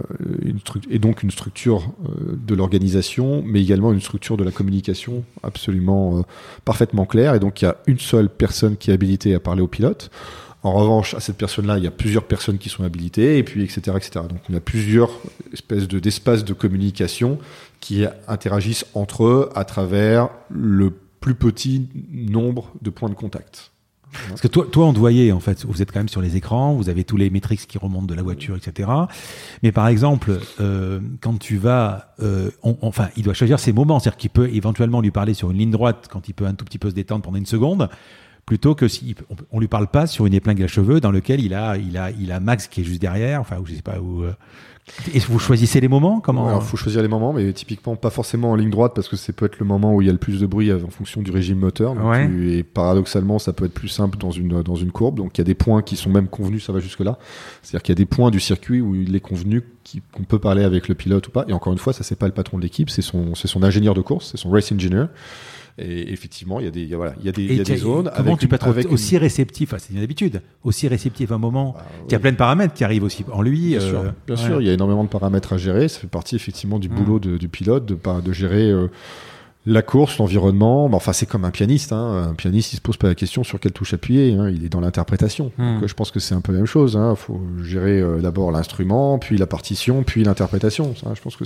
et donc une structure de l'organisation, mais également une structure de la communication absolument parfaitement claire. Et donc il y a une seule personne qui est habilitée à parler au pilote. En revanche, à cette personne-là, il y a plusieurs personnes qui sont habilitées, et puis etc. Donc on a plusieurs espèces d'espaces de communication qui interagissent entre eux à travers le plus petit nombre de points de contact. Parce que toi, on te voyait, en fait, vous êtes quand même sur les écrans, vous avez tous les métriques qui remontent de la voiture, etc. Mais par exemple, quand tu vas, il doit choisir ses moments, c'est-à-dire qu'il peut éventuellement lui parler sur une ligne droite quand il peut un tout petit peu se détendre pendant une seconde, plutôt que si on lui parle pas sur une épingle à cheveux dans lequel il a Max qui est juste derrière, ou je sais pas où. Et vous choisissez les moments ? Comment ? Alors, faut choisir les moments, mais typiquement pas forcément en ligne droite, parce que ça peut être le moment où il y a le plus de bruit en fonction du régime moteur. Donc et paradoxalement, ça peut être plus simple dans une courbe. Donc il y a des points qui sont même convenus, ça va jusque là. C'est-à-dire qu'il y a des points du circuit où il est convenu qu'on peut parler avec le pilote ou pas. Et encore une fois, ça c'est pas le patron de l'équipe, c'est son ingénieur de course, c'est son race engineer. Et effectivement, il y a des zones. Comment tu peux être aussi réceptif ? C'est une habitude. Aussi réceptif à un moment. Il y a plein de paramètres qui arrivent aussi en lui. Bien sûr, il y a énormément de paramètres à gérer. Ça fait partie effectivement du boulot du pilote de gérer la course, l'environnement. Enfin, c'est comme un pianiste. Un pianiste, il se pose pas la question sur quelle touche appuyer. Il est dans l'interprétation. Donc, je pense que c'est un peu la même chose. Il faut gérer d'abord l'instrument, puis la partition, puis l'interprétation. Je pense que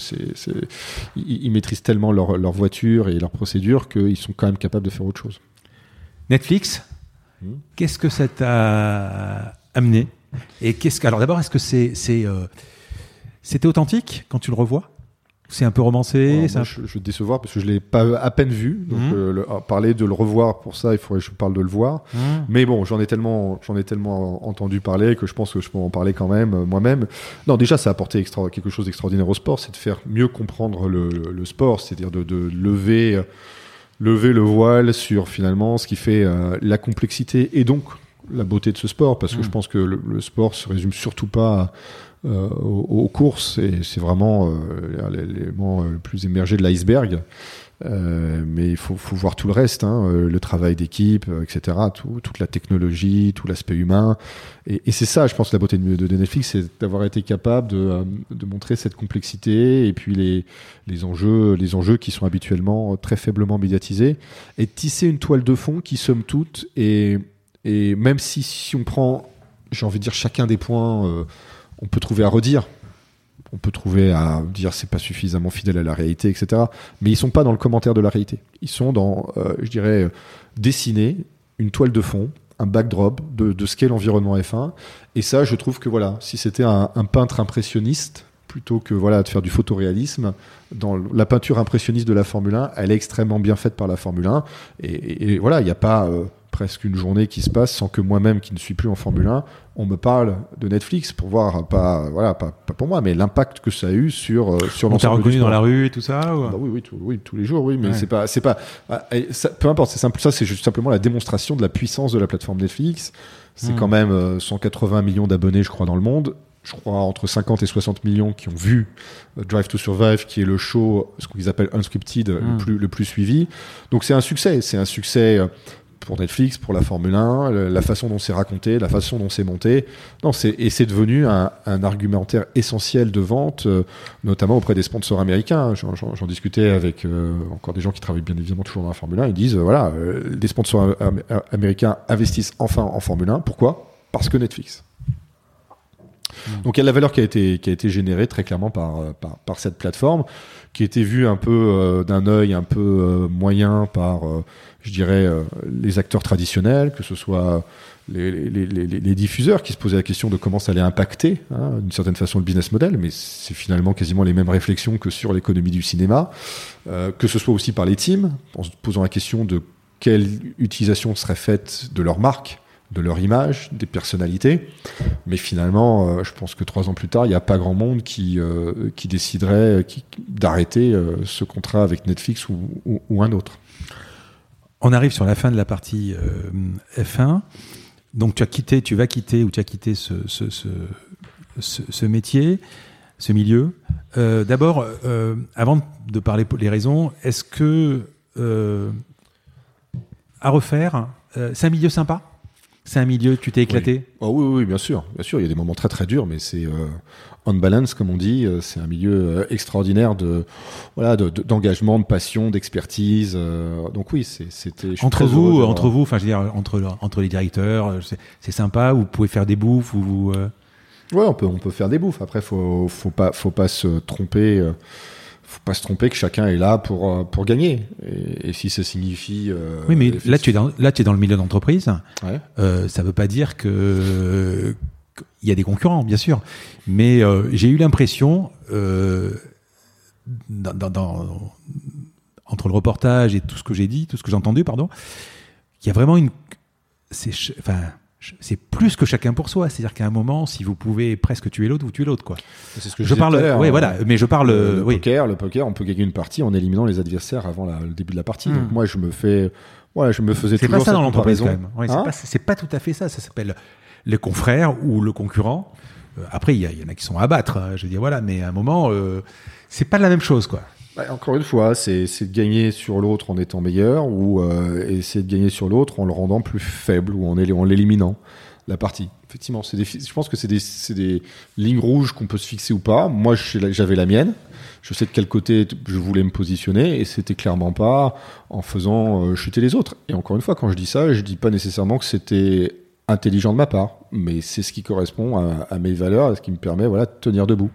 ils maîtrisent tellement leur voiture et leur procédure qu'ils sont quand même capables de faire autre chose. Netflix, qu'est-ce que ça t'a amené ? Et alors d'abord, est-ce que c'était authentique quand tu le revois ? C'est un peu romancé. Moi, je vais te décevoir parce que je l'ai pas à peine vu. Donc parler de le revoir pour ça, il faudrait que je parle de le voir. Mais bon, j'en ai tellement entendu parler que je pense que je peux en parler quand même moi-même. Non, déjà, ça a apporté quelque chose d'extraordinaire au sport, c'est de faire mieux comprendre le sport, c'est-à-dire de lever le voile sur finalement ce qui fait la complexité et donc la beauté de ce sport, parce que je pense que le sport se résume surtout pas aux courses, et c'est vraiment l'élément le plus émergé de l'iceberg. Mais il faut voir tout le reste, le travail d'équipe, etc., toute la technologie, tout l'aspect humain. Et c'est ça, je pense, la beauté de Netflix, c'est d'avoir été capable de montrer cette complexité et puis les enjeux qui sont habituellement très faiblement médiatisés, et tisser une toile de fond qui, somme toute, et même si on prend, j'ai envie de dire, chacun des points, on peut trouver à redire. On peut trouver à dire c'est pas suffisamment fidèle à la réalité, etc. Mais ils sont pas dans le commentaire de la réalité. Ils sont dans, je dirais, dessiner une toile de fond un backdrop de ce qu'est l'environnement F1. Et ça, je trouve que voilà, si c'était un peintre impressionniste, plutôt que voilà, de faire du photoréalisme, dans la peinture impressionniste de la Formule 1, elle est extrêmement bien faite par la Formule 1. Et voilà, il n'y a pas presque une journée qui se passe sans que moi-même, qui ne suis plus en Formule 1, on me parle de Netflix pour voir, pas pour moi, mais l'impact que ça a eu sur l'ensemble. On t'a reconnu dans la rue et tout ça ou... Bah oui, tous les jours, oui, mais c'est pas, peu importe, c'est simple, ça c'est juste simplement la démonstration de la puissance de la plateforme Netflix. C'est quand même 180 millions d'abonnés, je crois, dans le monde. Je crois entre 50 et 60 millions qui ont vu Drive to Survive, qui est le show, ce qu'ils appellent unscripted, le plus suivi. Donc c'est un succès pour Netflix, pour la Formule 1, la façon dont c'est raconté, la façon dont c'est monté. Non, c'est devenu un argumentaire essentiel de vente, notamment auprès des sponsors américains. J'en discutais avec encore des gens qui travaillent bien évidemment toujours dans la Formule 1. Ils disent, des sponsors américains investissent enfin en Formule 1. Pourquoi ? Parce que Netflix. Donc il y a de la valeur qui a été générée très clairement par cette plateforme, qui a été vue un peu d'un œil un peu moyen par, je dirais, les acteurs traditionnels, que ce soit les diffuseurs qui se posaient la question de comment ça allait impacter, d'une certaine façon, le business model, mais c'est finalement quasiment les mêmes réflexions que sur l'économie du cinéma, que ce soit aussi par les teams, en se posant la question de quelle utilisation serait faite de leur marque, de leur image, des personnalités. Mais finalement, je pense que 3 ans plus tard, il n'y a pas grand monde qui déciderait d'arrêter ce contrat avec Netflix ou un autre. On arrive sur la fin de la partie F1. Donc tu vas quitter ce métier, ce milieu. D'abord, avant de parler les raisons, est-ce que à refaire, c'est un milieu sympa ? C'est un milieu, tu t'es éclaté ? Oui. Oh oui, bien sûr. Bien sûr, il y a des moments très très durs, mais c'est on balance, comme on dit. C'est un milieu extraordinaire d'engagement, de passion, d'expertise. Donc oui, c'était. Entre vous, enfin, je veux dire, entre les directeurs, c'est sympa. Vous pouvez faire des bouffes ou. Ouais, on peut faire des bouffes. Après, faut pas se tromper. Faut pas se tromper que chacun est là pour gagner. Et si ça signifie... oui, mais là, tu es dans le milieu d'entreprise. Ouais. Ça veut pas dire qu'il y a des concurrents, bien sûr. Mais j'ai eu l'impression, entre le reportage et tout ce que j'ai entendu, qu'il y a vraiment c'est plus que chacun pour soi. C'est-à-dire qu'à un moment, si vous pouvez presque tuer l'autre, vous tuez l'autre, quoi. C'est ce que je parle. Oui, voilà. Mais je parle. Le poker, on peut gagner une partie en éliminant les adversaires avant le début de la partie. Donc moi, je me faisais c'est toujours. C'est pas ça dans l'entreprise quand même. Ouais, c'est pas tout à fait ça. Ça s'appelle les confrères ou le concurrent. Après, il y en a qui sont à abattre. Je veux dire, voilà. Mais à un moment, c'est pas la même chose, quoi. Encore une fois, c'est de gagner sur l'autre en étant meilleur ou essayer de gagner sur l'autre en le rendant plus faible ou en l'éliminant la partie. Effectivement, je pense que c'est des lignes rouges qu'on peut se fixer ou pas. Moi, j'avais la mienne. Je sais de quel côté je voulais me positionner et c'était clairement pas en faisant chuter les autres. Et encore une fois, quand je dis ça, je dis pas nécessairement que c'était intelligent de ma part, mais c'est ce qui correspond à mes valeurs, à ce qui me permet de tenir debout.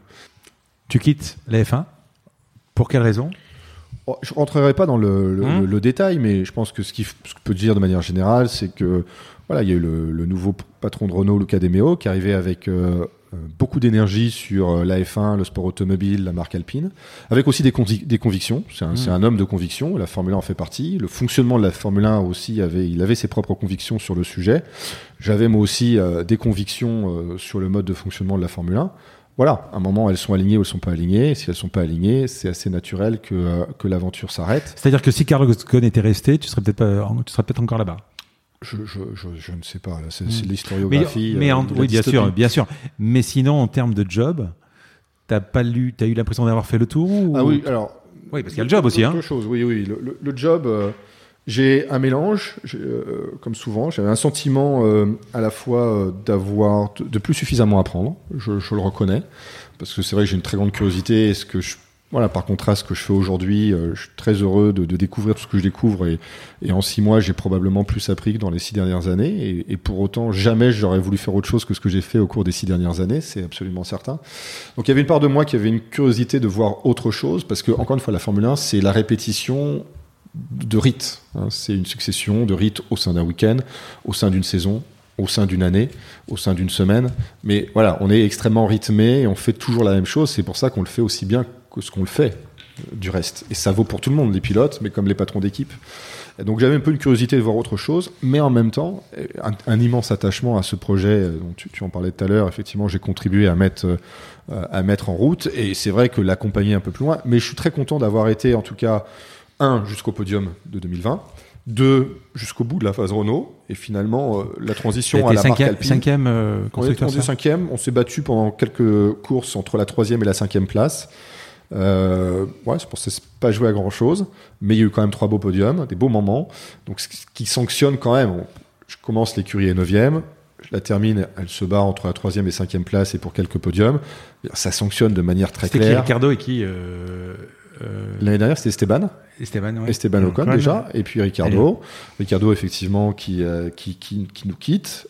Tu quittes la F1 ? Pour quelle raison ? Je ne rentrerai pas dans le détail, mais je pense que ce que peut dire de manière générale, c'est que il y a eu le nouveau patron de Renault, Luca De Meo, qui arrivait avec beaucoup d'énergie sur la F1, le sport automobile, la marque Alpine, avec aussi des convictions. C'est un homme de conviction, la Formule 1 en fait partie. Le fonctionnement de la Formule 1 aussi, il avait ses propres convictions sur le sujet. J'avais moi aussi des convictions sur le mode de fonctionnement de la Formule 1. Voilà, à un moment, elles sont alignées ou elles ne sont pas alignées. Si elles ne sont pas alignées, c'est assez naturel que l'aventure s'arrête. C'est-à-dire que si Carlos Ghosn était resté, tu serais peut-être encore là-bas. Je ne sais pas. C'est l'historiographie. Oui, bien sûr. Mais sinon, en termes de job, t'as eu l'impression d'avoir fait le tour ou... Ah oui, alors. Oui, parce qu'il y a le job aussi. Autre chose, oui. Le job. J'ai un mélange, comme souvent. J'avais un sentiment à la fois de plus suffisamment apprendre, je le reconnais, parce que c'est vrai que j'ai une très grande curiosité. Par contraste, ce que je fais aujourd'hui, je suis très heureux de découvrir tout ce que je découvre. Et en 6 mois, j'ai probablement plus appris que dans les 6 dernières années. Et pour autant, jamais j'aurais voulu faire autre chose que ce que j'ai fait au cours des 6 dernières années. C'est absolument certain. Donc il y avait une part de moi qui avait une curiosité de voir autre chose, parce que, encore une fois, la Formule 1, c'est la répétition de rites. Hein. C'est une succession de rites au sein d'un week-end, au sein d'une saison, au sein d'une année, au sein d'une semaine. Mais voilà, on est extrêmement rythmé et on fait toujours la même chose. C'est pour ça qu'on le fait aussi bien que ce qu'on le fait du reste. Et ça vaut pour tout le monde, les pilotes, mais comme les patrons d'équipe. Et donc j'avais un peu une curiosité de voir autre chose, mais en même temps, un immense attachement à ce projet dont tu en parlais tout à l'heure. Effectivement, j'ai contribué à mettre en route. Et c'est vrai que l'accompagner un peu plus loin. Mais je suis très content d'avoir été, en tout cas, jusqu'au podium de 2020. 2 jusqu'au bout de la phase Renault, et finalement la transition à la marque Alpine. Cinquième constructeur. On est cinquième. On s'est battu pendant quelques courses entre la 3e et la 5e place. Je pensais pas jouer à grand chose, mais il y a eu quand même 3 beaux podiums, des beaux moments. Donc ce qui sanctionne quand même. Je commence l'écurie est 9e. Je la termine, elle se bat entre la 3e et 5e place et pour quelques podiums. Ça sanctionne de manière très claire. C'était qui, Ricardo et qui L'année dernière, c'était Esteban. Esteban Ocon, déjà. Et puis Ricardo. Ricardo, effectivement, qui nous quitte.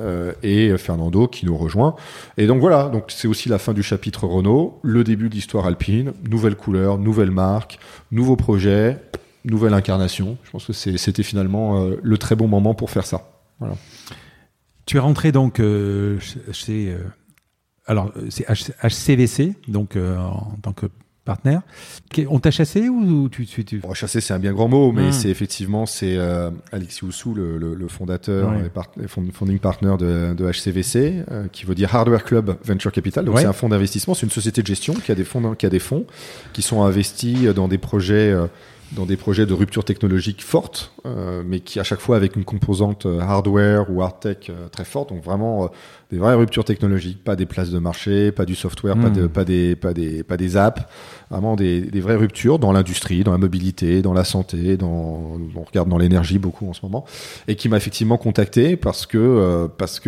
Et Fernando qui nous rejoint. Et donc voilà, donc c'est aussi la fin du chapitre Renault, le début de l'histoire Alpine, nouvelle couleur, nouvelle marque, nouveau projet, nouvelle incarnation. Je pense que c'était finalement le très bon moment pour faire ça. Voilà. Tu es rentré donc chez c'est HCVC, donc en tant que partenaire. On t'a chassé ou tu... Chasser, c'est un bien grand mot, mais c'est Alexis Oussou, le fondateur et founding partner de HCVC, qui veut dire Hardware Club Venture Capital. Donc c'est un fonds d'investissement, c'est une société de gestion qui a des fonds qui sont investis dans des projets de rupture technologique forte, mais qui à chaque fois avec une composante hardware ou hard tech très forte. Donc vraiment des vraies ruptures technologiques, pas des places de marché, pas du software, pas des apps, vraiment des vraies ruptures dans l'industrie, dans la mobilité, dans la santé, on regarde dans l'énergie beaucoup en ce moment, et qui m'a effectivement contacté parce que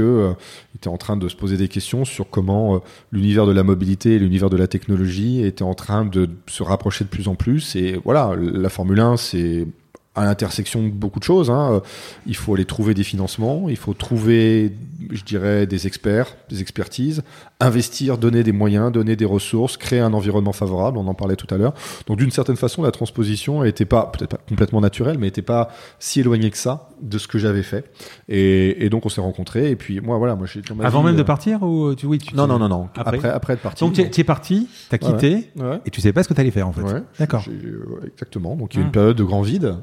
il était en train de se poser des questions sur comment l'univers de la mobilité et l'univers de la technologie étaient en train de se rapprocher de plus en plus. Et voilà, la Formule 1, c'est à l'intersection de beaucoup de choses. Hein. Il faut aller trouver des financements, il faut trouver, je dirais, des experts, des expertises, investir, donner des moyens, donner des ressources, créer un environnement favorable, on en parlait tout à l'heure. Donc d'une certaine façon, la transposition n'était pas, peut-être pas complètement naturelle, mais n'était pas si éloignée que ça de ce que j'avais fait. Et donc on s'est rencontrés, et puis moi j'ai dans ma Avant vie, même de partir ou Non. Après être parti. Donc tu es parti, tu as quitté, et tu savais pas ce que tu allais faire en fait. Ouais. D'accord. Exactement. Donc il y a eu une période de grand vide.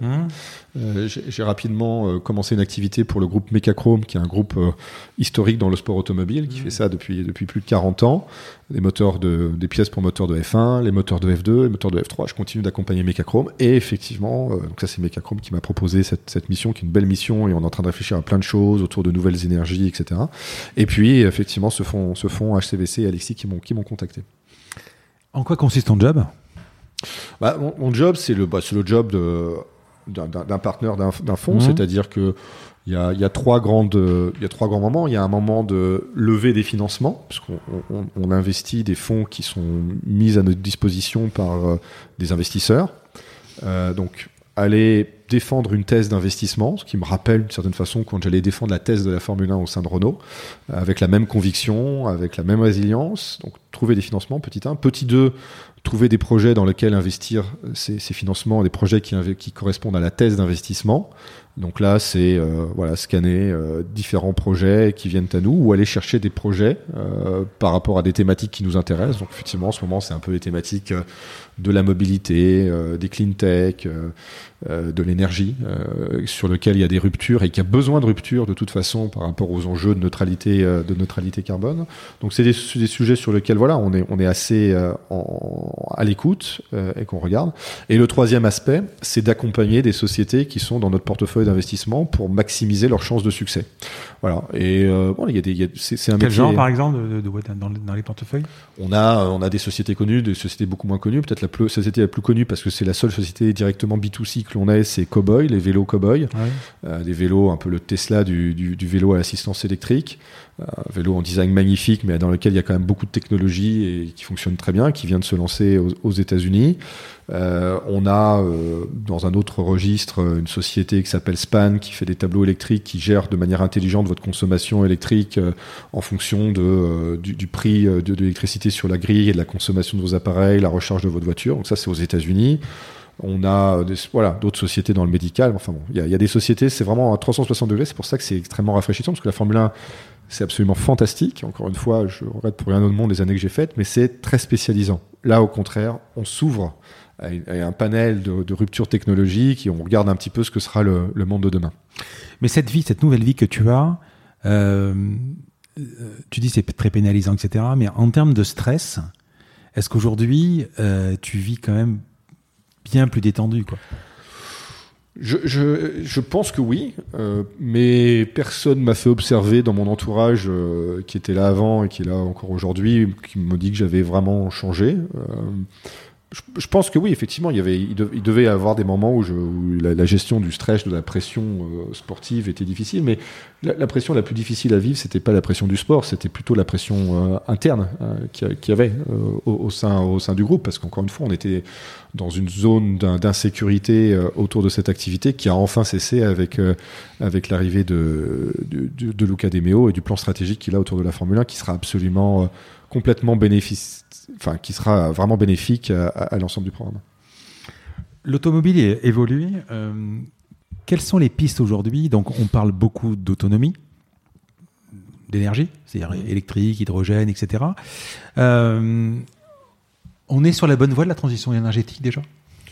J'ai rapidement commencé une activité pour le groupe Mecachrome, qui est un groupe historique dans le sport automobile, qui fait ça depuis plus de 40 ans. Des pièces pour moteurs de F1, les moteurs de F2, les moteurs de F3. Je continue d'accompagner Mecachrome. Et effectivement, donc ça c'est Mecachrome qui m'a proposé cette mission, qui est une belle mission, et on est en train de réfléchir à plein de choses autour de nouvelles énergies, etc. Et puis effectivement, ce fonds HCVC et Alexis qui m'ont contacté. En quoi consiste ton job ? Mon job, c'est le job d'un partenaire d'un fonds, c'est-à-dire que il y a 3 grands moments. Il y a un moment de lever des financements, parce qu'on investit des fonds qui sont mis à notre disposition par des investisseurs. Donc aller défendre une thèse d'investissement, ce qui me rappelle d'une certaine façon quand j'allais défendre la thèse de la Formule 1 au sein de Renault, avec la même conviction, avec la même résilience. Donc trouver des financements, petit 1. Petit 2, trouver des projets dans lesquels investir ces financements, des projets qui correspondent à la thèse d'investissement. Donc là, c'est scanner différents projets qui viennent à nous, ou aller chercher des projets par rapport à des thématiques qui nous intéressent. Donc effectivement, en ce moment, c'est un peu les thématiques de la mobilité, des clean tech, de l'énergie, sur lequel il y a des ruptures et qui a besoin de ruptures de toute façon par rapport aux enjeux de neutralité carbone. Donc c'est des sujets sur lesquels on est assez à l'écoute et qu'on regarde. Et le 3e aspect, c'est d'accompagner des sociétés qui sont dans notre portefeuille d'investissement pour maximiser leurs chances de succès. Voilà. Et c'est un Quel métier. genre, par exemple, dans les portefeuilles ? On a des sociétés connues, des sociétés beaucoup moins connues. Peut-être la société la plus connue, parce que c'est la seule société directement B2C que l'on ait, c'est Cowboy, les vélos Cowboy. Des vélos, un peu le Tesla du vélo à assistance électrique. Vélo en design magnifique, mais dans lequel il y a quand même beaucoup de technologie et qui fonctionne très bien, qui vient de se lancer aux États-Unis. On a dans un autre registre une société qui s'appelle Span, qui fait des tableaux électriques, qui gère de manière intelligente votre consommation électrique en fonction du prix de l'électricité sur la grille et de la consommation de vos appareils, la recharge de votre voiture. Donc ça, c'est aux États-Unis. On a d'autres sociétés dans le médical. Enfin bon, il y a des sociétés, c'est vraiment à 360 degrés. C'est pour ça que c'est extrêmement rafraîchissant, parce que la Formule 1, c'est absolument fantastique. Encore une fois, je regrette pour rien au monde les années que j'ai faites, mais c'est très spécialisant. Là, au contraire, on s'ouvre à un panel de ruptures technologiques et on regarde un petit peu ce que sera le monde de demain. Mais cette nouvelle vie que tu as, tu dis c'est très pénalisant, etc. Mais en termes de stress, est-ce qu'aujourd'hui, tu vis quand même bien plus détendu, quoi? Je pense que oui, mais personne m'a fait observer dans mon entourage qui était là avant et qui est là encore aujourd'hui, qui me dit que j'avais vraiment changé. Je pense que oui, effectivement, il devait y avoir des moments où la gestion du stress, de la pression sportive était difficile, mais la pression la plus difficile à vivre, c'était pas la pression du sport, c'était plutôt la pression interne qu'il y avait au sein du groupe, parce qu'encore une fois, on était dans une zone d'insécurité autour de cette activité qui a enfin cessé avec l'arrivée de Luca De Meo et du plan stratégique qu'il a autour de la Formule 1, qui sera absolument complètement qui sera vraiment bénéfique à l'ensemble du programme. L'automobile évolue. Quelles sont les pistes aujourd'hui? Donc, on parle beaucoup d'autonomie, d'énergie, c'est-à-dire électrique, hydrogène, etc. On est sur la bonne voie de la transition énergétique déjà?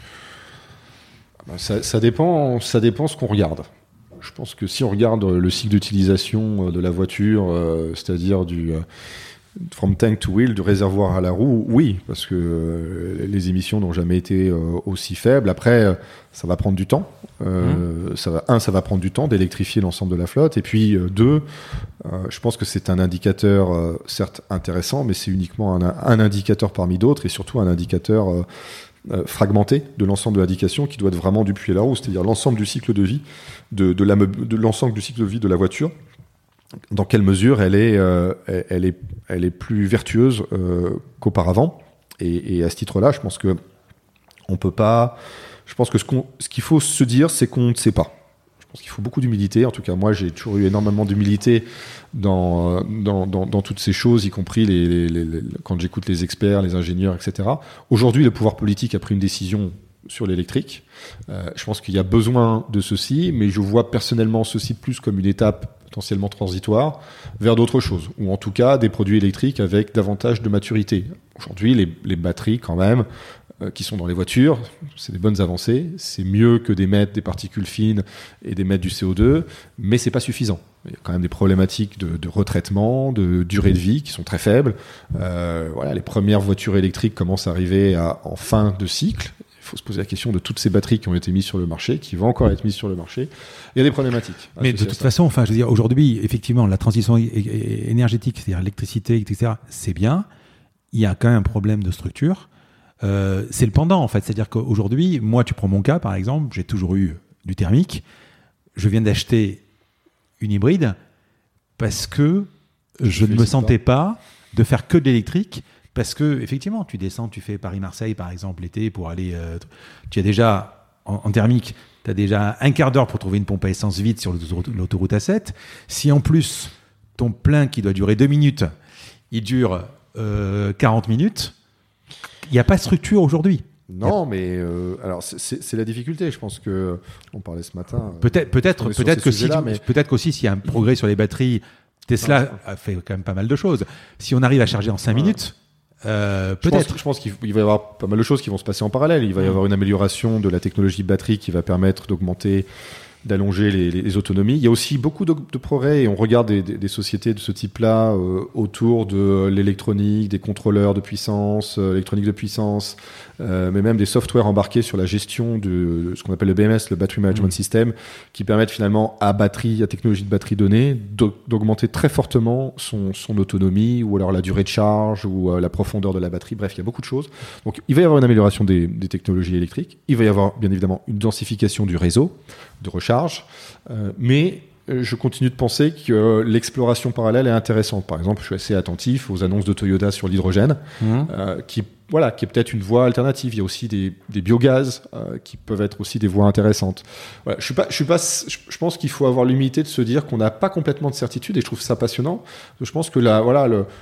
Ça dépend ce qu'on regarde. Je pense que si on regarde le cycle d'utilisation de la voiture, c'est-à-dire du from tank to wheel, du réservoir à la roue, oui, parce que les émissions n'ont jamais été aussi faibles. Après, ça va prendre du temps. Ça va prendre du temps d'électrifier l'ensemble de la flotte. Et puis, deux, je pense que c'est un indicateur, certes intéressant, mais c'est uniquement un indicateur parmi d'autres, et surtout un indicateur fragmenté de l'ensemble de l'indication qui doit être vraiment du puits à la roue, c'est-à-dire l'ensemble du cycle de vie de l'ensemble du cycle de vie de la voiture. Dans quelle mesure elle est plus vertueuse qu'auparavant, et à ce titre-là, je pense que on peut pas. Je pense que ce qu'il faut se dire, c'est qu'on ne sait pas. Je pense qu'il faut beaucoup d'humilité. En tout cas, moi, j'ai toujours eu énormément d'humilité dans toutes ces choses, y compris quand j'écoute les experts, les ingénieurs, etc. Aujourd'hui, le pouvoir politique a pris une décision sur l'électrique. Je pense qu'il y a besoin de ceci, mais je vois personnellement ceci plus comme une étape potentiellement transitoire vers d'autres choses, ou en tout cas des produits électriques avec davantage de maturité. Aujourd'hui, les batteries, quand même, qui sont dans les voitures, c'est des bonnes avancées. C'est mieux que d'émettre des particules fines et d'émettre du CO2, mais c'est pas suffisant. Il y a quand même des problématiques de retraitement, de durée de vie qui sont très faibles. Les premières voitures électriques commencent à arriver en fin de cycle. Il faut se poser la question de toutes ces batteries qui ont été mises sur le marché, qui vont encore être mises sur le marché. Il y a des problématiques. Mais de toute façon, je veux dire, aujourd'hui, effectivement, la transition énergétique, c'est-à-dire l'électricité, etc., c'est bien. Il y a quand même un problème de structure. C'est le pendant, en fait. C'est-à-dire qu'aujourd'hui, moi, tu prends mon cas, par exemple, j'ai toujours eu du thermique. Je viens d'acheter une hybride parce que je ne me sentais pas de faire que de l'électrique. Parce que, effectivement, tu descends, tu fais Paris-Marseille, par exemple, l'été, pour aller. Tu as déjà, en thermique, tu as déjà un quart d'heure pour trouver une pompe à essence vide sur l'autoroute A7. Si en plus, ton plein qui doit durer 2 minutes, il dure 40 minutes, il n'y a pas de structure aujourd'hui. Non, mais alors c'est la difficulté. Je pense que on parlait ce matin. Peut-être qu'aussi s'il y a un progrès sur les batteries, Tesla a fait quand même pas mal de choses. Si on arrive à charger en 5 minutes. Peut-être. Je pense qu'il va y avoir pas mal de choses qui vont se passer en parallèle. Il va y avoir une amélioration de la technologie batterie qui va permettre d'allonger les autonomies. Il y a aussi beaucoup de progrès, et on regarde des sociétés de ce type-là autour de l'électronique, des contrôleurs de puissance, électronique de puissance, mais même des softwares embarqués sur la gestion de ce qu'on appelle le BMS, le Battery Management System, qui permettent finalement à technologie de batterie donnée d'augmenter très fortement son autonomie, ou alors la durée de charge, ou la profondeur de la batterie. Bref, il y a beaucoup de choses. Donc il va y avoir une amélioration des technologies électriques. Il va y avoir bien évidemment une densification du réseau de recharge, mais je continue de penser que l'exploration parallèle est intéressante. Par exemple, je suis assez attentif aux annonces de Toyota sur l'hydrogène, qui voilà, qui est peut-être une voie alternative. Il y a aussi des biogaz qui peuvent être aussi des voies intéressantes. Voilà, je pense qu'il faut avoir l'humilité de se dire qu'on n'a pas complètement de certitude, et je trouve ça passionnant. Je pense que la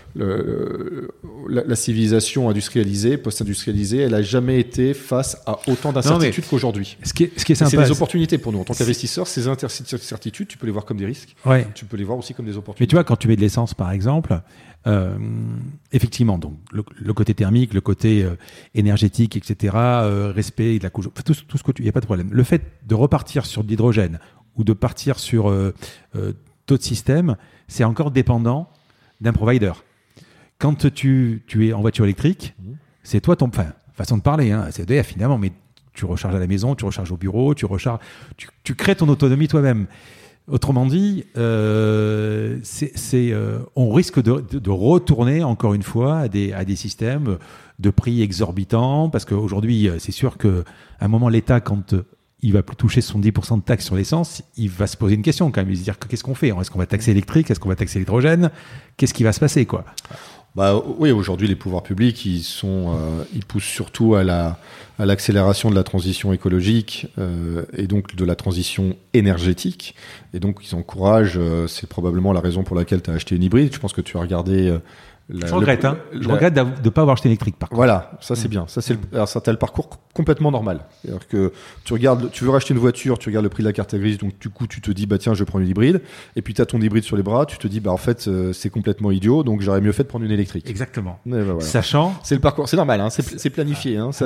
civilisation industrialisée, post-industrialisée, elle n'a jamais été face à autant d'incertitudes qu'aujourd'hui. Ce qui est sympa, c'est des opportunités pour nous en tant qu'investisseurs. Ces incertitudes, tu peux les voir comme des risques. Ouais. Tu peux les voir aussi comme des opportunités. Mais tu vois, quand tu mets de l'essence, par exemple, effectivement, donc le côté thermique, le côté énergétique, etc., respect de la couche, tout ce que il n'y a pas de problème. Le fait de repartir sur de l'hydrogène ou de partir sur d'autres systèmes, c'est encore dépendant d'un provider. Quand tu es en voiture électrique, c'est toi façon de parler, hein, c'est EDF finalement, mais tu recharges à la maison, tu recharges au bureau, tu crées ton autonomie toi-même. Autrement dit, on risque de retourner encore une fois à des systèmes de prix exorbitants, parce qu'aujourd'hui, c'est sûr qu'à un moment, l'État, quand il va plus toucher 70% de taxes sur l'essence, il va se poser une question quand même. Il va se dire qu'est-ce qu'on fait ? Est-ce qu'on va taxer l'électrique ? Est-ce qu'on va taxer l'hydrogène ? Qu'est-ce qui va se passer, quoi ? Oui, aujourd'hui, les pouvoirs publics, ils poussent surtout à l'accélération de la transition écologique et donc de la transition énergétique. Et donc, ils encouragent, c'est probablement la raison pour laquelle tu as acheté une hybride. Je pense que tu as regardé... Je regrette de ne pas avoir acheté électrique, par contre. Voilà, ça c'est bien. Alors ça, t'as le parcours complètement normal. C'est-à-dire que tu veux racheter une voiture, tu regardes le prix de la carte grise, donc du coup tu te dis tiens, je prends une hybride, et puis tu as ton hybride sur les bras, tu te dis en fait c'est complètement idiot, donc j'aurais mieux fait de prendre une électrique. Exactement. Voilà. Sachant, c'est le parcours, c'est normal, hein, c'est planifié. Hein,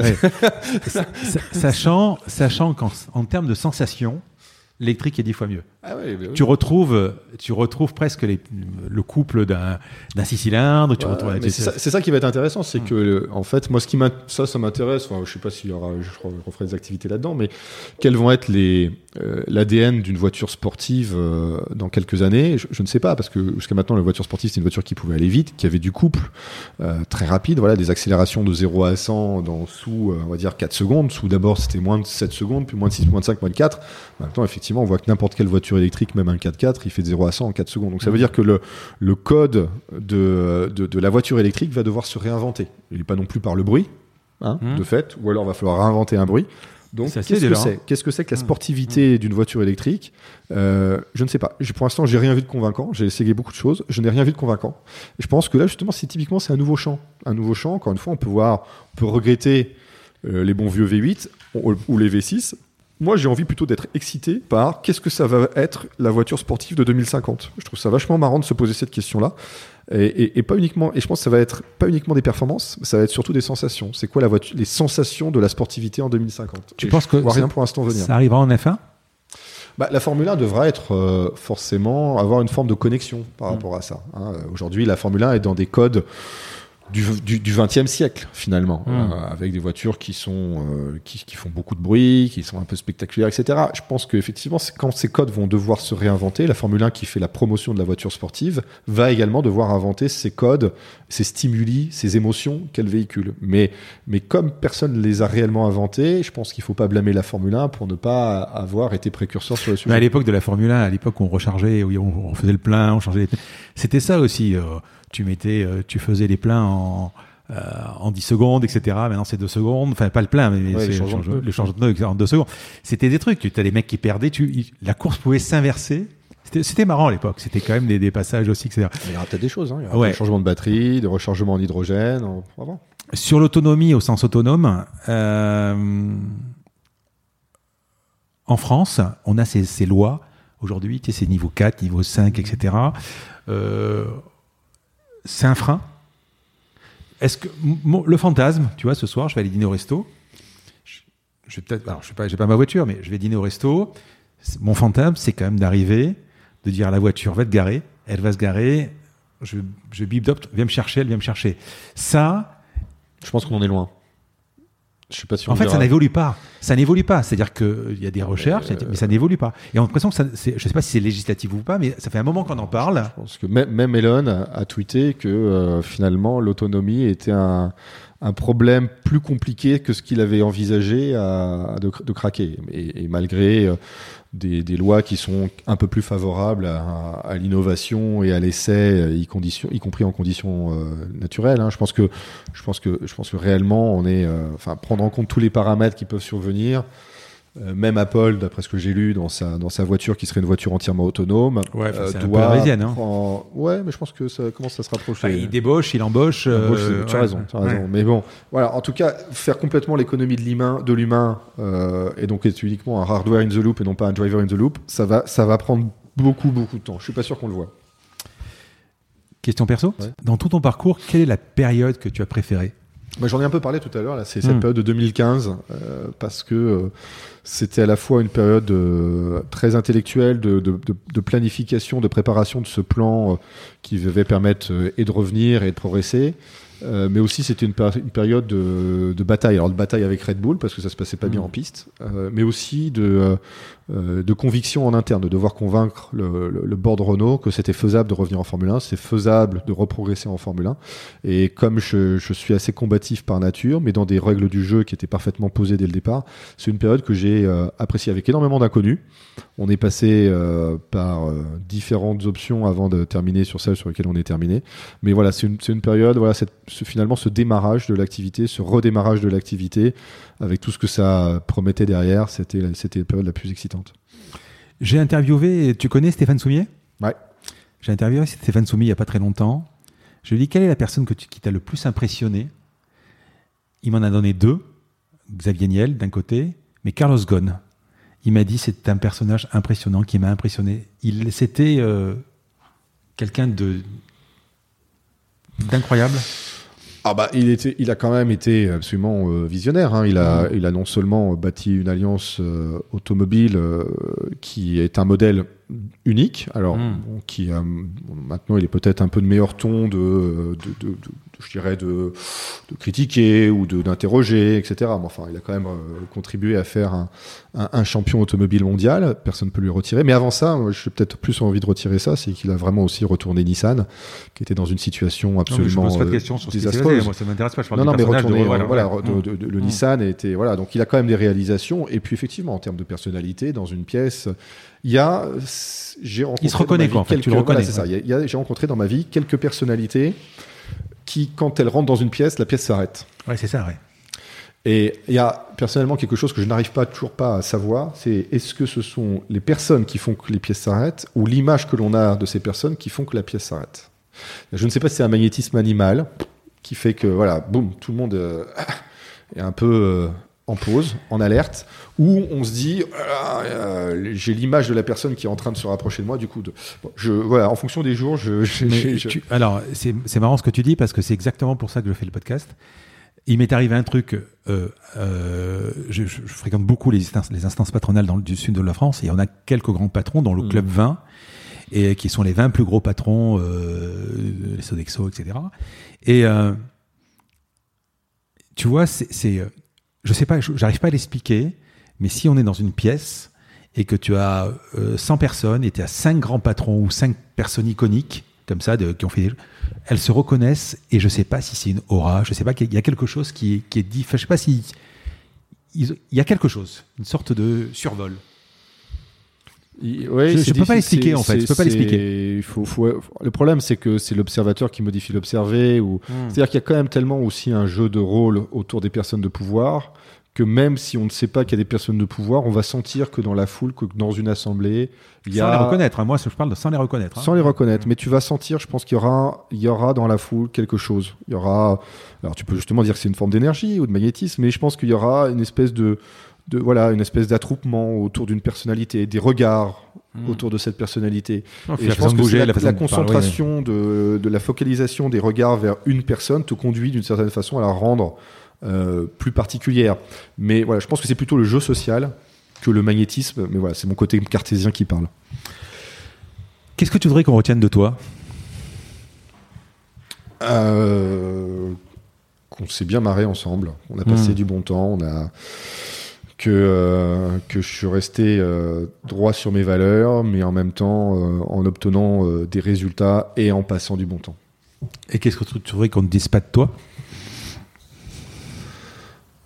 sachant qu'en termes de sensation, l'électrique est 10 fois mieux. Ah ouais, oui. Tu retrouves presque le couple d'un 6 cylindres. C'est ça qui va être intéressant, c'est que en fait, moi, ça m'intéresse. Enfin, je sais pas s'il y aura, je referai des activités là-dedans, mais quels vont être l'ADN d'une voiture sportive dans quelques années, je ne sais pas, parce que jusqu'à maintenant, la voiture sportive, c'est une voiture qui pouvait aller vite, qui avait du couple très rapide, voilà, des accélérations de 0 à 100 sous, on va dire 4 secondes. Sous d'abord, c'était moins de 7 secondes, puis moins de 6, moins de 5, moins de 4. Maintenant, effectivement, on voit que n'importe quelle voiture électrique, même un 4x4, il fait de 0 à 100 en 4 secondes. Donc ça veut dire que le code de la voiture électrique va devoir se réinventer. Il n'est pas non plus par le bruit, de fait, ou alors il va falloir réinventer un bruit. Donc qu'est-ce que c'est que la sportivité d'une voiture électrique ? Je ne sais pas. Pour l'instant, j'ai rien vu de convaincant. J'ai essayé beaucoup de choses. Je n'ai rien vu de convaincant. Et je pense que là, justement, c'est un nouveau champ. Un nouveau champ. Encore une fois, on peut regretter les bons vieux V8 ou les V6. Moi, j'ai envie plutôt d'être excité par qu'est-ce que ça va être la voiture sportive de 2050. Je trouve ça vachement marrant de se poser cette question-là. Et pas uniquement, et je pense que ça va être pas uniquement des performances, ça va être surtout des sensations. C'est quoi les sensations de la sportivité en 2050 ? Tu penses que rien pour l'instant venir. Ça arrivera en F1 ? La Formule 1 devra être forcément avoir une forme de connexion par rapport à ça. Aujourd'hui, la Formule 1 est dans des codes du XXe siècle, finalement, avec des voitures qui font beaucoup de bruit, qui sont un peu spectaculaires, etc. Je pense qu'effectivement, quand ces codes vont devoir se réinventer, la Formule 1 qui fait la promotion de la voiture sportive va également devoir inventer ces codes, ces stimuli, ces émotions qu'elle véhicule. Mais comme personne ne les a réellement inventés, je pense qu'il ne faut pas blâmer la Formule 1 pour ne pas avoir été précurseur sur le sujet. Mais à l'époque de la Formule 1, à l'époque où on rechargeait, où on faisait le plein, on changeait les pneus, c'était ça aussi. Tu faisais les pleins en 10 secondes, etc. Maintenant, c'est 2 secondes. Enfin, pas le plein, mais c'est le changement de pneu en 2 secondes. C'était des trucs. Tu as des mecs qui perdaient. La course pouvait s'inverser. C'était marrant à l'époque. C'était quand même des passages aussi, etc. Il y aura peut-être des choses. Il y aura des changements de batterie, des rechargements en hydrogène. Sur l'autonomie, au sens autonome, en France, on a ces lois. Aujourd'hui, c'est niveau 4, niveau 5, etc. C'est un frein. Est-ce que le fantasme, tu vois, ce soir, je vais aller dîner au resto. Je j'ai pas ma voiture, mais je vais dîner au resto. Mon fantasme, c'est quand même d'arriver, de dire à la voiture, va te garer. Elle va se garer. Je bip dop, viens me chercher, elle vient me chercher. Ça, je pense qu'on en est loin. Je sais pas si en fait, ça n'évolue pas. Ça n'évolue pas. C'est-à-dire qu'il y a des recherches, mais ça n'évolue pas. Et on a l'impression que je ne sais pas si c'est législatif ou pas, mais ça fait un moment qu'on en parle. Je pense que même Elon a tweeté que finalement l'autonomie était un un problème plus compliqué que ce qu'il avait envisagé de craquer. Et malgré des lois qui sont un peu plus favorables à l'innovation et à l'essai, y compris en conditions naturelles. Hein. Je pense que réellement, on est, prendre en compte tous les paramètres qui peuvent survenir. Même Apple, d'après ce que j'ai lu, dans sa voiture qui serait une voiture entièrement autonome, c'est un peu parisienne. Hein. Ouais, mais je pense que ça commence à se rapprocher. Il débauche, il embauche. Tu as raison. Mais bon, voilà. En tout cas, faire complètement l'économie de l'humain, et donc être uniquement un hardware in the loop et non pas un driver in the loop, ça va prendre beaucoup de temps. Je suis pas sûr qu'on le voit. Question perso. Ouais. Dans tout ton parcours, quelle est la période que tu as préférée ? Moi, j'en ai un peu parlé tout à l'heure. Là, c'est cette période de 2015 parce que c'était à la fois une période très intellectuelle de planification, de préparation de ce plan qui devait permettre et de revenir et de progresser. Mais aussi, c'était une période de bataille. Alors, de bataille avec Red Bull, parce que ça se passait pas bien en piste, mais aussi de conviction en interne, de devoir convaincre le board Renault que c'était faisable de revenir en Formule 1, c'est faisable de reprogresser en Formule 1. Et comme je suis assez combatif par nature, mais dans des règles du jeu qui étaient parfaitement posées dès le départ, c'est une période que j'ai appréciée avec énormément d'inconnus. On est passé par différentes options avant de terminer sur celles sur lesquelles on est terminé. Mais voilà, c'est une période, voilà, finalement ce démarrage de l'activité, ce redémarrage de l'activité, avec tout ce que ça promettait derrière, c'était la période la plus excitante. J'ai interviewé, tu connais Stéphane Soumier ? Ouais. J'ai interviewé Stéphane Soumier il n'y a pas très longtemps. Je lui ai dit, quelle est la personne qui t'a le plus impressionné ? Il m'en a donné 2, Xavier Niel d'un côté, mais Carlos Ghosn. Il m'a dit, c'est un personnage impressionnant qui m'a impressionné. C'était quelqu'un d'incroyable. Il a quand même été absolument visionnaire. Hein. Il a non seulement bâti une alliance automobile qui est un modèle unique. Alors, maintenant, il est peut-être un peu de meilleur ton je dirais de critiquer ou d'interroger, etc. Mais enfin, il a quand même contribué à faire un champion automobile mondial. Personne ne peut lui retirer. Mais avant ça, moi, j'ai peut-être plus envie de retirer ça, c'est qu'il a vraiment aussi retourné Nissan, qui était dans une situation absolument désastreuse. Je ne pose pas de questions sur ce qui s'est passé. Moi, ça ne m'intéresse pas. Je parle du personnage le Nissan était voilà. Donc, il a quand même des réalisations. Et puis, effectivement, en termes de personnalité, dans une pièce, j'ai rencontré. Il se reconnaît quoi. En fait, tu le reconnais. Voilà, c'est ça. J'ai rencontré dans ma vie quelques personnalités qui, quand elles rentrent dans une pièce, la pièce s'arrête. Ouais, c'est ça, ouais. Et il y a personnellement quelque chose que je n'arrive toujours pas à savoir, c'est est-ce que ce sont les personnes qui font que les pièces s'arrêtent ou l'image que l'on a de ces personnes qui font que la pièce s'arrête. Je ne sais pas si c'est un magnétisme animal qui fait que, voilà, boum, tout le monde est un peu en pause, en alerte, où on se dit j'ai l'image de la personne qui est en train de se rapprocher de moi, du coup voilà, en fonction des jours alors c'est marrant ce que tu dis parce que c'est exactement pour ça que je fais le podcast. Il m'est arrivé un truc, je fréquente beaucoup les instances patronales du sud de la France et on a quelques grands patrons dans le club 20 et qui sont les 20 plus gros patrons, les Sodexo, etc. Et tu vois, je sais pas, j'arrive pas à l'expliquer, mais si on est dans une pièce et que tu as 100 personnes et tu as 5 grands patrons ou 5 personnes iconiques comme ça qui ont fait elles se reconnaissent et je sais pas si c'est une aura, je sais pas, qu'il y a quelque chose qui est dit, je sais pas si il y a quelque chose, une sorte de survol. Ouais, je peux pas l'expliquer en fait. Je peux pas l'expliquer. Le problème, c'est que c'est l'observateur qui modifie l'observé. C'est-à-dire qu'il y a quand même tellement aussi un jeu de rôle autour des personnes de pouvoir que même si on ne sait pas qu'il y a des personnes de pouvoir, on va sentir que dans la foule, que dans une assemblée, il y a... Sans les reconnaître. Hein. Moi, je parle de sans les reconnaître. Hein. Sans les reconnaître. Mais tu vas sentir, je pense qu'il y aura dans la foule quelque chose. Il y aura... Alors, tu peux justement dire que c'est une forme d'énergie ou de magnétisme, mais je pense qu'il y aura une espèce une espèce d'attroupement autour d'une personnalité, des regards autour de cette personnalité. Et je pense que la concentration de la focalisation des regards vers une personne te conduit d'une certaine façon à la rendre plus particulière. Mais voilà, je pense que c'est plutôt le jeu social que le magnétisme. Mais voilà, c'est mon côté cartésien qui parle. Qu'est-ce que tu voudrais qu'on retienne de toi ? Qu'on s'est bien marré ensemble. On a passé du bon temps. Que je suis resté droit sur mes valeurs, mais en même temps en obtenant des résultats et en passant du bon temps. Et qu'est-ce que tu voudrais qu'on ne dise pas de toi ?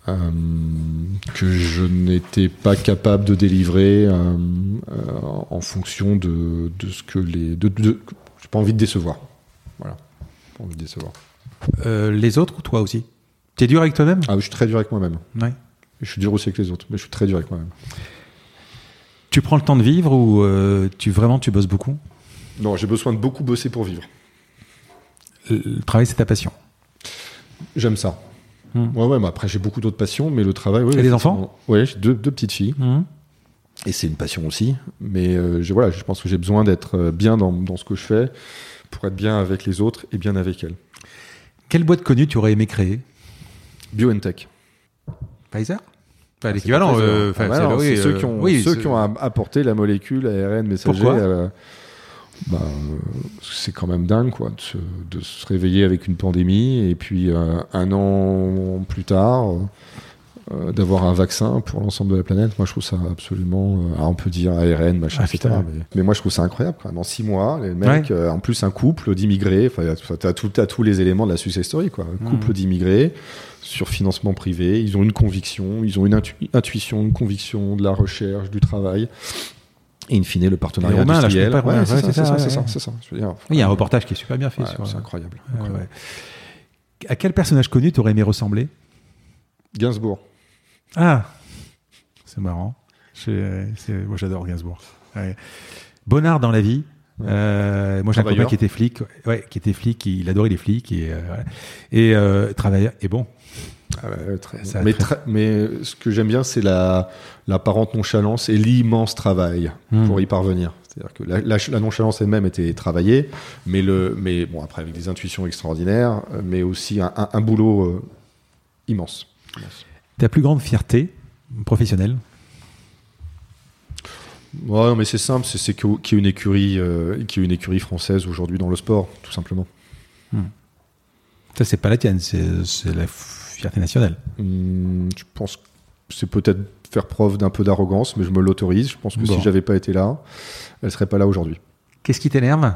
que je n'étais pas capable de délivrer en fonction de ce que j'ai pas envie de décevoir. Voilà, pas envie de décevoir. Les autres ou toi aussi? T'es dur avec toi-même? Ah oui, je suis très dur avec moi-même. Ouais. Je suis dur aussi avec les autres, mais je suis très dur avec moi-même. Tu prends le temps de vivre ou tu bosses beaucoup? Non, j'ai besoin de beaucoup bosser pour vivre. Le travail, c'est ta passion? J'aime ça. Ouais, mais après j'ai beaucoup d'autres passions, mais le travail. Et les enfants? Ouais, j'ai deux petites filles. Et c'est une passion aussi. Mais je pense que j'ai besoin d'être bien dans ce que je fais pour être bien avec les autres et bien avec elles. Quelle boîte connue tu aurais aimé créer? BioNTech. Pfizer? Enfin, l'équivalent. C'est ceux qui ont apporté la molécule ARN messager. Pourquoi? C'est quand même dingue, quoi, de se réveiller avec une pandémie et puis un an plus tard d'avoir un vaccin pour l'ensemble de la planète. Moi, je trouve ça absolument. On peut dire ARN, machin, etc. Mais moi, je trouve ça incroyable, quand même. En 6 mois, les mecs, en plus, un couple d'immigrés. T'as tous les éléments de la success story, quoi. Un couple d'immigrés sur financement privé. Ils ont une conviction, ils ont une intuition, une conviction de la recherche, du travail. Et in fine, le partenariat industriel. C'est ça. Je veux dire, il y a un reportage qui est super bien fait. C'est incroyable. À quel personnage connu t'aurais aimé ressembler? Gainsbourg. Ah, c'est marrant. Moi, j'adore Gainsbourg. Ouais. Bonnard dans la vie. Moi, j'ai un copain qui était flic. Il adorait les flics et travailleur. Et bon. Mais ce que j'aime bien, c'est l'apparente nonchalance et l'immense travail pour y parvenir. C'est-à-dire que la nonchalance elle-même était travaillée, mais bon, après avec des intuitions extraordinaires, mais aussi un boulot immense. Ta plus grande fierté professionnelle? Ouais, non, mais c'est simple, c'est qu'il y ait une écurie française aujourd'hui dans le sport, tout simplement. Ça, c'est pas la tienne, c'est la fierté nationale. Je pense que c'est peut-être faire preuve d'un peu d'arrogance, mais je me l'autorise. Je pense que si j'avais pas été là, elle serait pas là aujourd'hui. Qu'est-ce qui t'énerve?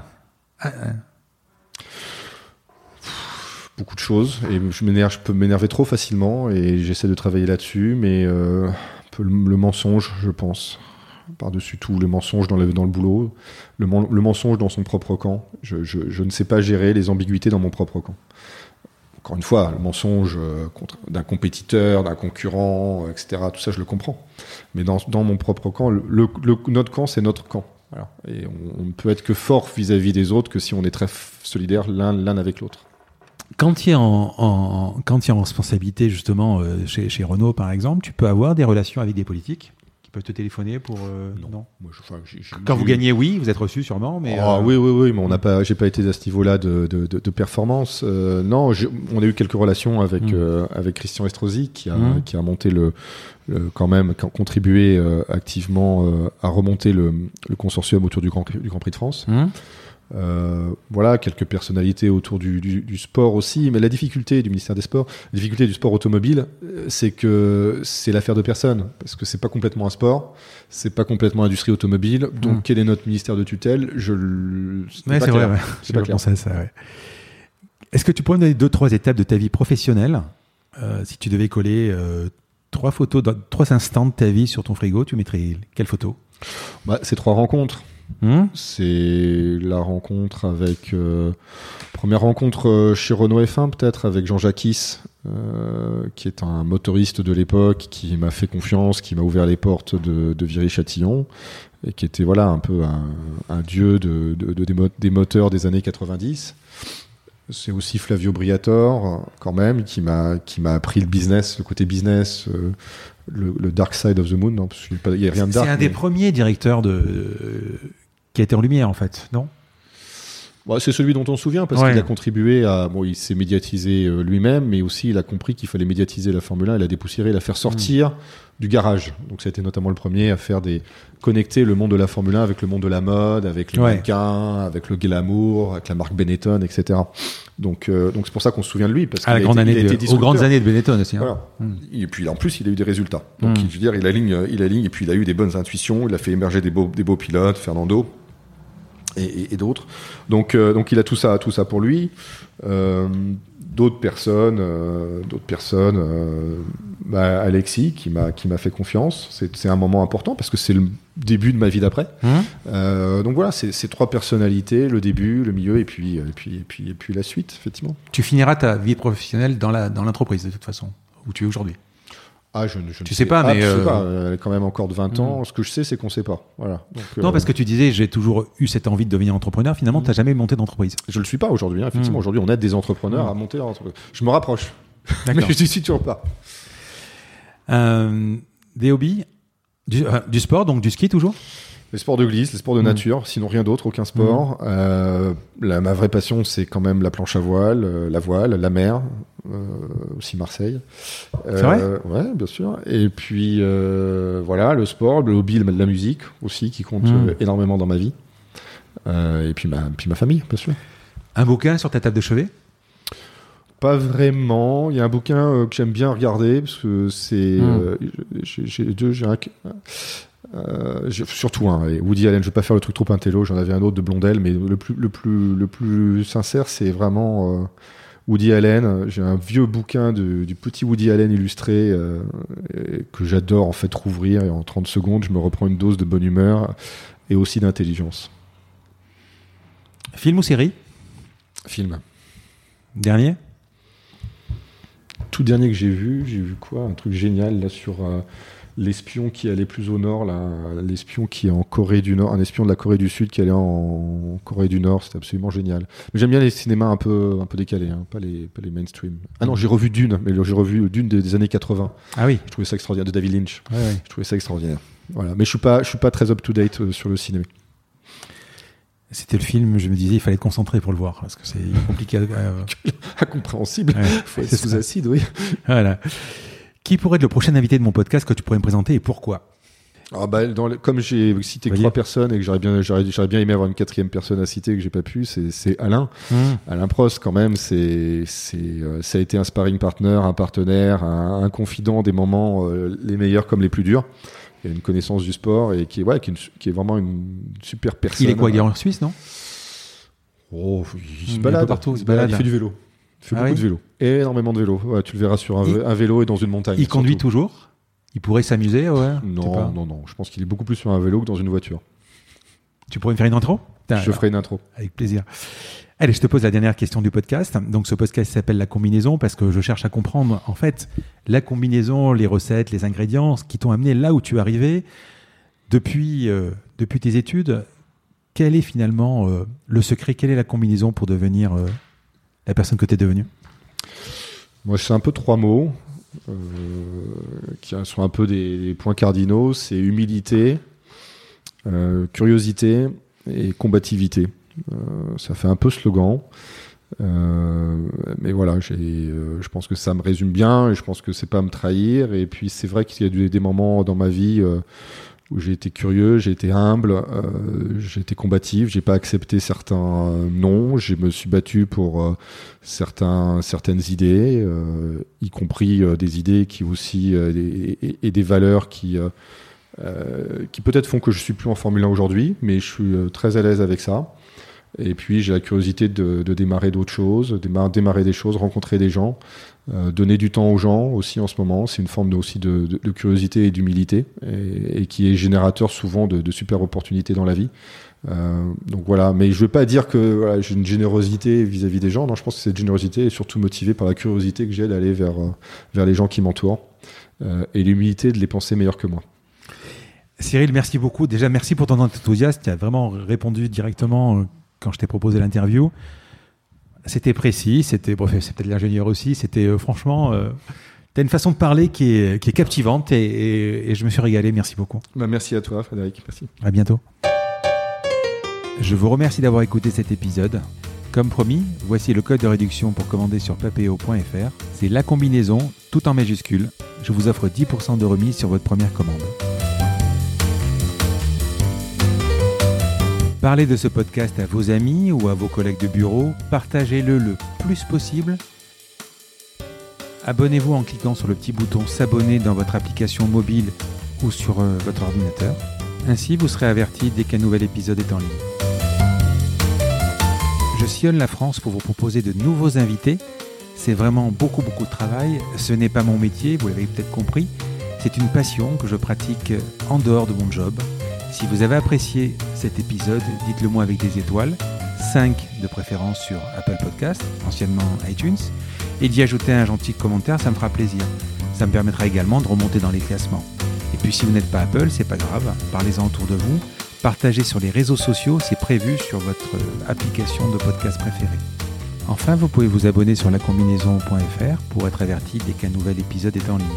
Beaucoup de choses, et je peux m'énerver trop facilement, et j'essaie de travailler là-dessus, mais un peu le mensonge, je pense. Par-dessus tout, le mensonge dans le boulot, le mensonge dans son propre camp. Je ne sais pas gérer les ambiguïtés dans mon propre camp. Encore une fois, le mensonge d'un compétiteur, d'un concurrent, etc., tout ça, je le comprends. Mais dans mon propre camp, notre camp, c'est notre camp. Voilà. Et on ne peut être que fort vis-à-vis des autres que si on est très solidaires l'un avec l'autre. Quand tu es en responsabilité, justement, chez Renault, par exemple, tu peux avoir des relations avec des politiques qui peuvent te téléphoner pour... Non. Moi, quand vous gagnez, oui, vous êtes reçu sûrement, mais... Oui, mais j'ai pas été à ce niveau-là de performance. Non, on a eu quelques relations avec Christian Estrosi, qui a monté quand même contribué activement à remonter le consortium autour du Grand Prix de France. Voilà, quelques personnalités autour du sport aussi, mais la difficulté du ministère des Sports, la difficulté du sport automobile, c'est que c'est l'affaire de personne, parce que c'est pas complètement un sport, c'est pas complètement industrie automobile, donc quel est notre ministère de tutelle? C'est vrai, j'ai pas pensé à ça. Ouais. Est-ce que tu pourrais me donner 2-3 étapes de ta vie professionnelle, si tu devais coller 3 photos, 3 instants de ta vie sur ton frigo, tu mettrais quelle photo? C'est 3 rencontres. C'est la rencontre avec première rencontre chez Renault F1 peut-être avec Jean Jacquis, qui est un motoriste de l'époque qui m'a fait confiance, qui m'a ouvert les portes de Viry-Châtillon et qui était un peu un dieu des moteurs des années 90. C'est aussi Flavio Briatore quand même qui m'a appris le business, le côté business, le dark side of the moon. Non, parce qu'il y a rien de dark. C'est un des premiers directeurs qui a été en lumière, en fait, non? C'est celui dont on se souvient, parce qu'il a contribué il s'est médiatisé lui-même, mais aussi il a compris qu'il fallait médiatiser la Formule 1 et la dépoussiérer, la faire sortir du garage. Donc ça a été notamment le premier à connecter le monde de la Formule 1 avec le monde de la mode, avec les mannequins, avec le glamour, avec la marque Benetton, etc. Donc c'est pour ça qu'on se souvient de lui, parce aux grandes années de Benetton aussi. Voilà. Et puis en plus, il a eu des résultats. Donc je veux dire, il aligne, et puis il a eu des bonnes intuitions, il a fait émerger des beaux pilotes, Fernando et d'autres. Donc il a tout ça pour lui. d'autres personnes, Alexis qui m'a fait confiance. C'est un moment important parce que c'est le début de ma vie d'après. Donc voilà, c'est 3 personnalités, le début, le milieu et puis la suite, effectivement. Tu finiras ta vie professionnelle dans l'entreprise de toute façon, où tu es aujourd'hui. Je ne sais pas, mais je sais pas. Elle est quand même encore de 20 ans. Ce que je sais, c'est qu'on ne sait pas. Voilà. Donc, non, parce que tu disais, j'ai toujours eu cette envie de devenir entrepreneur. Finalement, tu n'as jamais monté d'entreprise. Je ne le suis pas aujourd'hui. Effectivement, aujourd'hui, on aide des entrepreneurs à monter leur entreprise. Je me rapproche. D'accord. Mais je n'y suis toujours pas. Des hobbies, du sport, donc du ski toujours? Les sports de glisse, les sports de nature, sinon rien d'autre, aucun sport. Ma vraie passion, c'est quand même la planche à voile, la mer, aussi Marseille. C'est vrai ? Ouais, bien sûr. Et puis voilà, le sport, le hobby, la musique aussi, qui compte énormément dans ma vie. Et puis ma famille, bien sûr. Un bouquin sur ta table de chevet ? Pas vraiment. Il y a un bouquin que j'aime bien regarder parce que c'est surtout Woody Allen. Je vais pas faire le truc trop intello. J'en avais un autre de Blondel, mais le plus sincère, c'est vraiment Woody Allen. J'ai un vieux bouquin du petit Woody Allen illustré que j'adore en fait rouvrir et en 30 secondes, je me reprends une dose de bonne humeur et aussi d'intelligence. Film ou série ? Film. Dernier ? Tout dernier que j'ai vu quoi ? Un truc génial là sur l'espion qui allait plus au nord, là, l'espion qui est en Corée du Nord, un espion de la Corée du Sud qui allait en Corée du Nord, c'était absolument génial. Mais j'aime bien les cinémas un peu décalés, pas les mainstream. Ah non, j'ai revu Dune, mais j'ai revu Dune des années 80. Ah oui. Je trouvais ça extraordinaire, de David Lynch. Ouais. Je trouvais ça extraordinaire. Voilà, mais je suis pas très up to date sur le cinéma. C'était le film, je me disais, il fallait être concentré pour le voir, parce que c'est compliqué. Incompréhensible. Ouais, faut être sous acide, oui. Voilà. Qui pourrait être le prochain invité de mon podcast que tu pourrais me présenter et pourquoi ? Comme j'ai cité 3 personnes et que j'aurais bien aimé avoir une 4e personne à citer que j'ai pas pu, c'est Alain. Alain Prost, quand même, ça a été un sparring partner, un partenaire, un confident des moments les meilleurs comme les plus durs. Il a une connaissance du sport et qui est vraiment une super personne. Il est quoi ? Il est en Suisse, non ? Oh, il se balade partout. Il fait du vélo. Il fait beaucoup de vélo. Énormément de vélo. Ouais, tu le verras sur un vélo et dans une montagne. Il conduit toujours ? Il pourrait s'amuser, ouais ? Non. Je pense qu'il est beaucoup plus sur un vélo que dans une voiture. Tu pourrais me faire une intro ? Je ferai une intro. Avec plaisir. Allez, je te pose la dernière question du podcast. Donc, ce podcast s'appelle La Combinaison parce que je cherche à comprendre, en fait, la combinaison, les recettes, les ingrédients, ce qui t'ont amené là où tu es arrivé. Depuis tes études, quel est finalement le secret ? Quelle est la combinaison pour devenir la personne que tu es devenue ? Moi, c'est un peu 3 mots qui sont un peu des points cardinaux. C'est humilité, curiosité et combativité. Ça fait un peu slogan, mais voilà, je pense que ça me résume bien et je pense que c'est pas me trahir. Et puis c'est vrai qu'il y a eu des moments dans ma vie où j'ai été curieux, j'ai été humble, j'ai été combatif, j'ai pas accepté certains non, je me suis battu pour certaines idées, y compris des idées qui aussi et des valeurs qui peut-être font que je suis plus en Formule 1 aujourd'hui, mais je suis très à l'aise avec ça. Et puis j'ai la curiosité de démarrer d'autres choses, démarrer des choses, rencontrer des gens, donner du temps aux gens aussi en ce moment. C'est une forme aussi de curiosité et d'humilité et qui est générateur souvent de super opportunités dans la vie. Donc voilà, mais je ne veux pas dire que j'ai une générosité vis-à-vis des gens. Non, je pense que cette générosité est surtout motivée par la curiosité que j'ai d'aller vers les gens qui m'entourent et l'humilité de les penser meilleurs que moi. Cyril, merci beaucoup. Déjà, merci pour ton enthousiasme. Tu as vraiment répondu directement quand je t'ai proposé l'interview. C'était précis, c'est peut-être l'ingénieur aussi. C'était franchement, tu as une façon de parler qui est captivante et je me suis régalé. Merci beaucoup. Merci à toi, Frédéric. Merci. À bientôt. Je vous remercie d'avoir écouté cet épisode. Comme promis, voici le code de réduction pour commander sur papéo.fr. C'est la combinaison, tout en majuscule. Je vous offre 10% de remise sur votre première commande. Parlez de ce podcast à vos amis ou à vos collègues de bureau. Partagez-le le plus possible. Abonnez-vous en cliquant sur le petit bouton s'abonner dans votre application mobile ou sur votre ordinateur. Ainsi, vous serez averti dès qu'un nouvel épisode est en ligne. Je sillonne la France pour vous proposer de nouveaux invités. C'est vraiment beaucoup de travail. Ce n'est pas mon métier, vous l'avez peut-être compris. C'est une passion que je pratique en dehors de mon job. Si vous avez apprécié cet épisode, dites-le moi avec des étoiles, 5 de préférence sur Apple Podcast, anciennement iTunes, et d'y ajouter un gentil commentaire, ça me fera plaisir. Ça me permettra également de remonter dans les classements. Et puis si vous n'êtes pas Apple, c'est pas grave, parlez-en autour de vous, partagez sur les réseaux sociaux, c'est prévu sur votre application de podcast préférée. Enfin, vous pouvez vous abonner sur lacombinaison.fr pour être averti dès qu'un nouvel épisode est en ligne.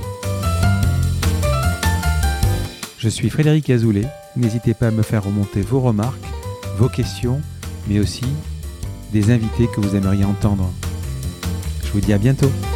Je suis Frédéric Azoulay, n'hésitez pas à me faire remonter vos remarques, vos questions, mais aussi des invités que vous aimeriez entendre. Je vous dis à bientôt.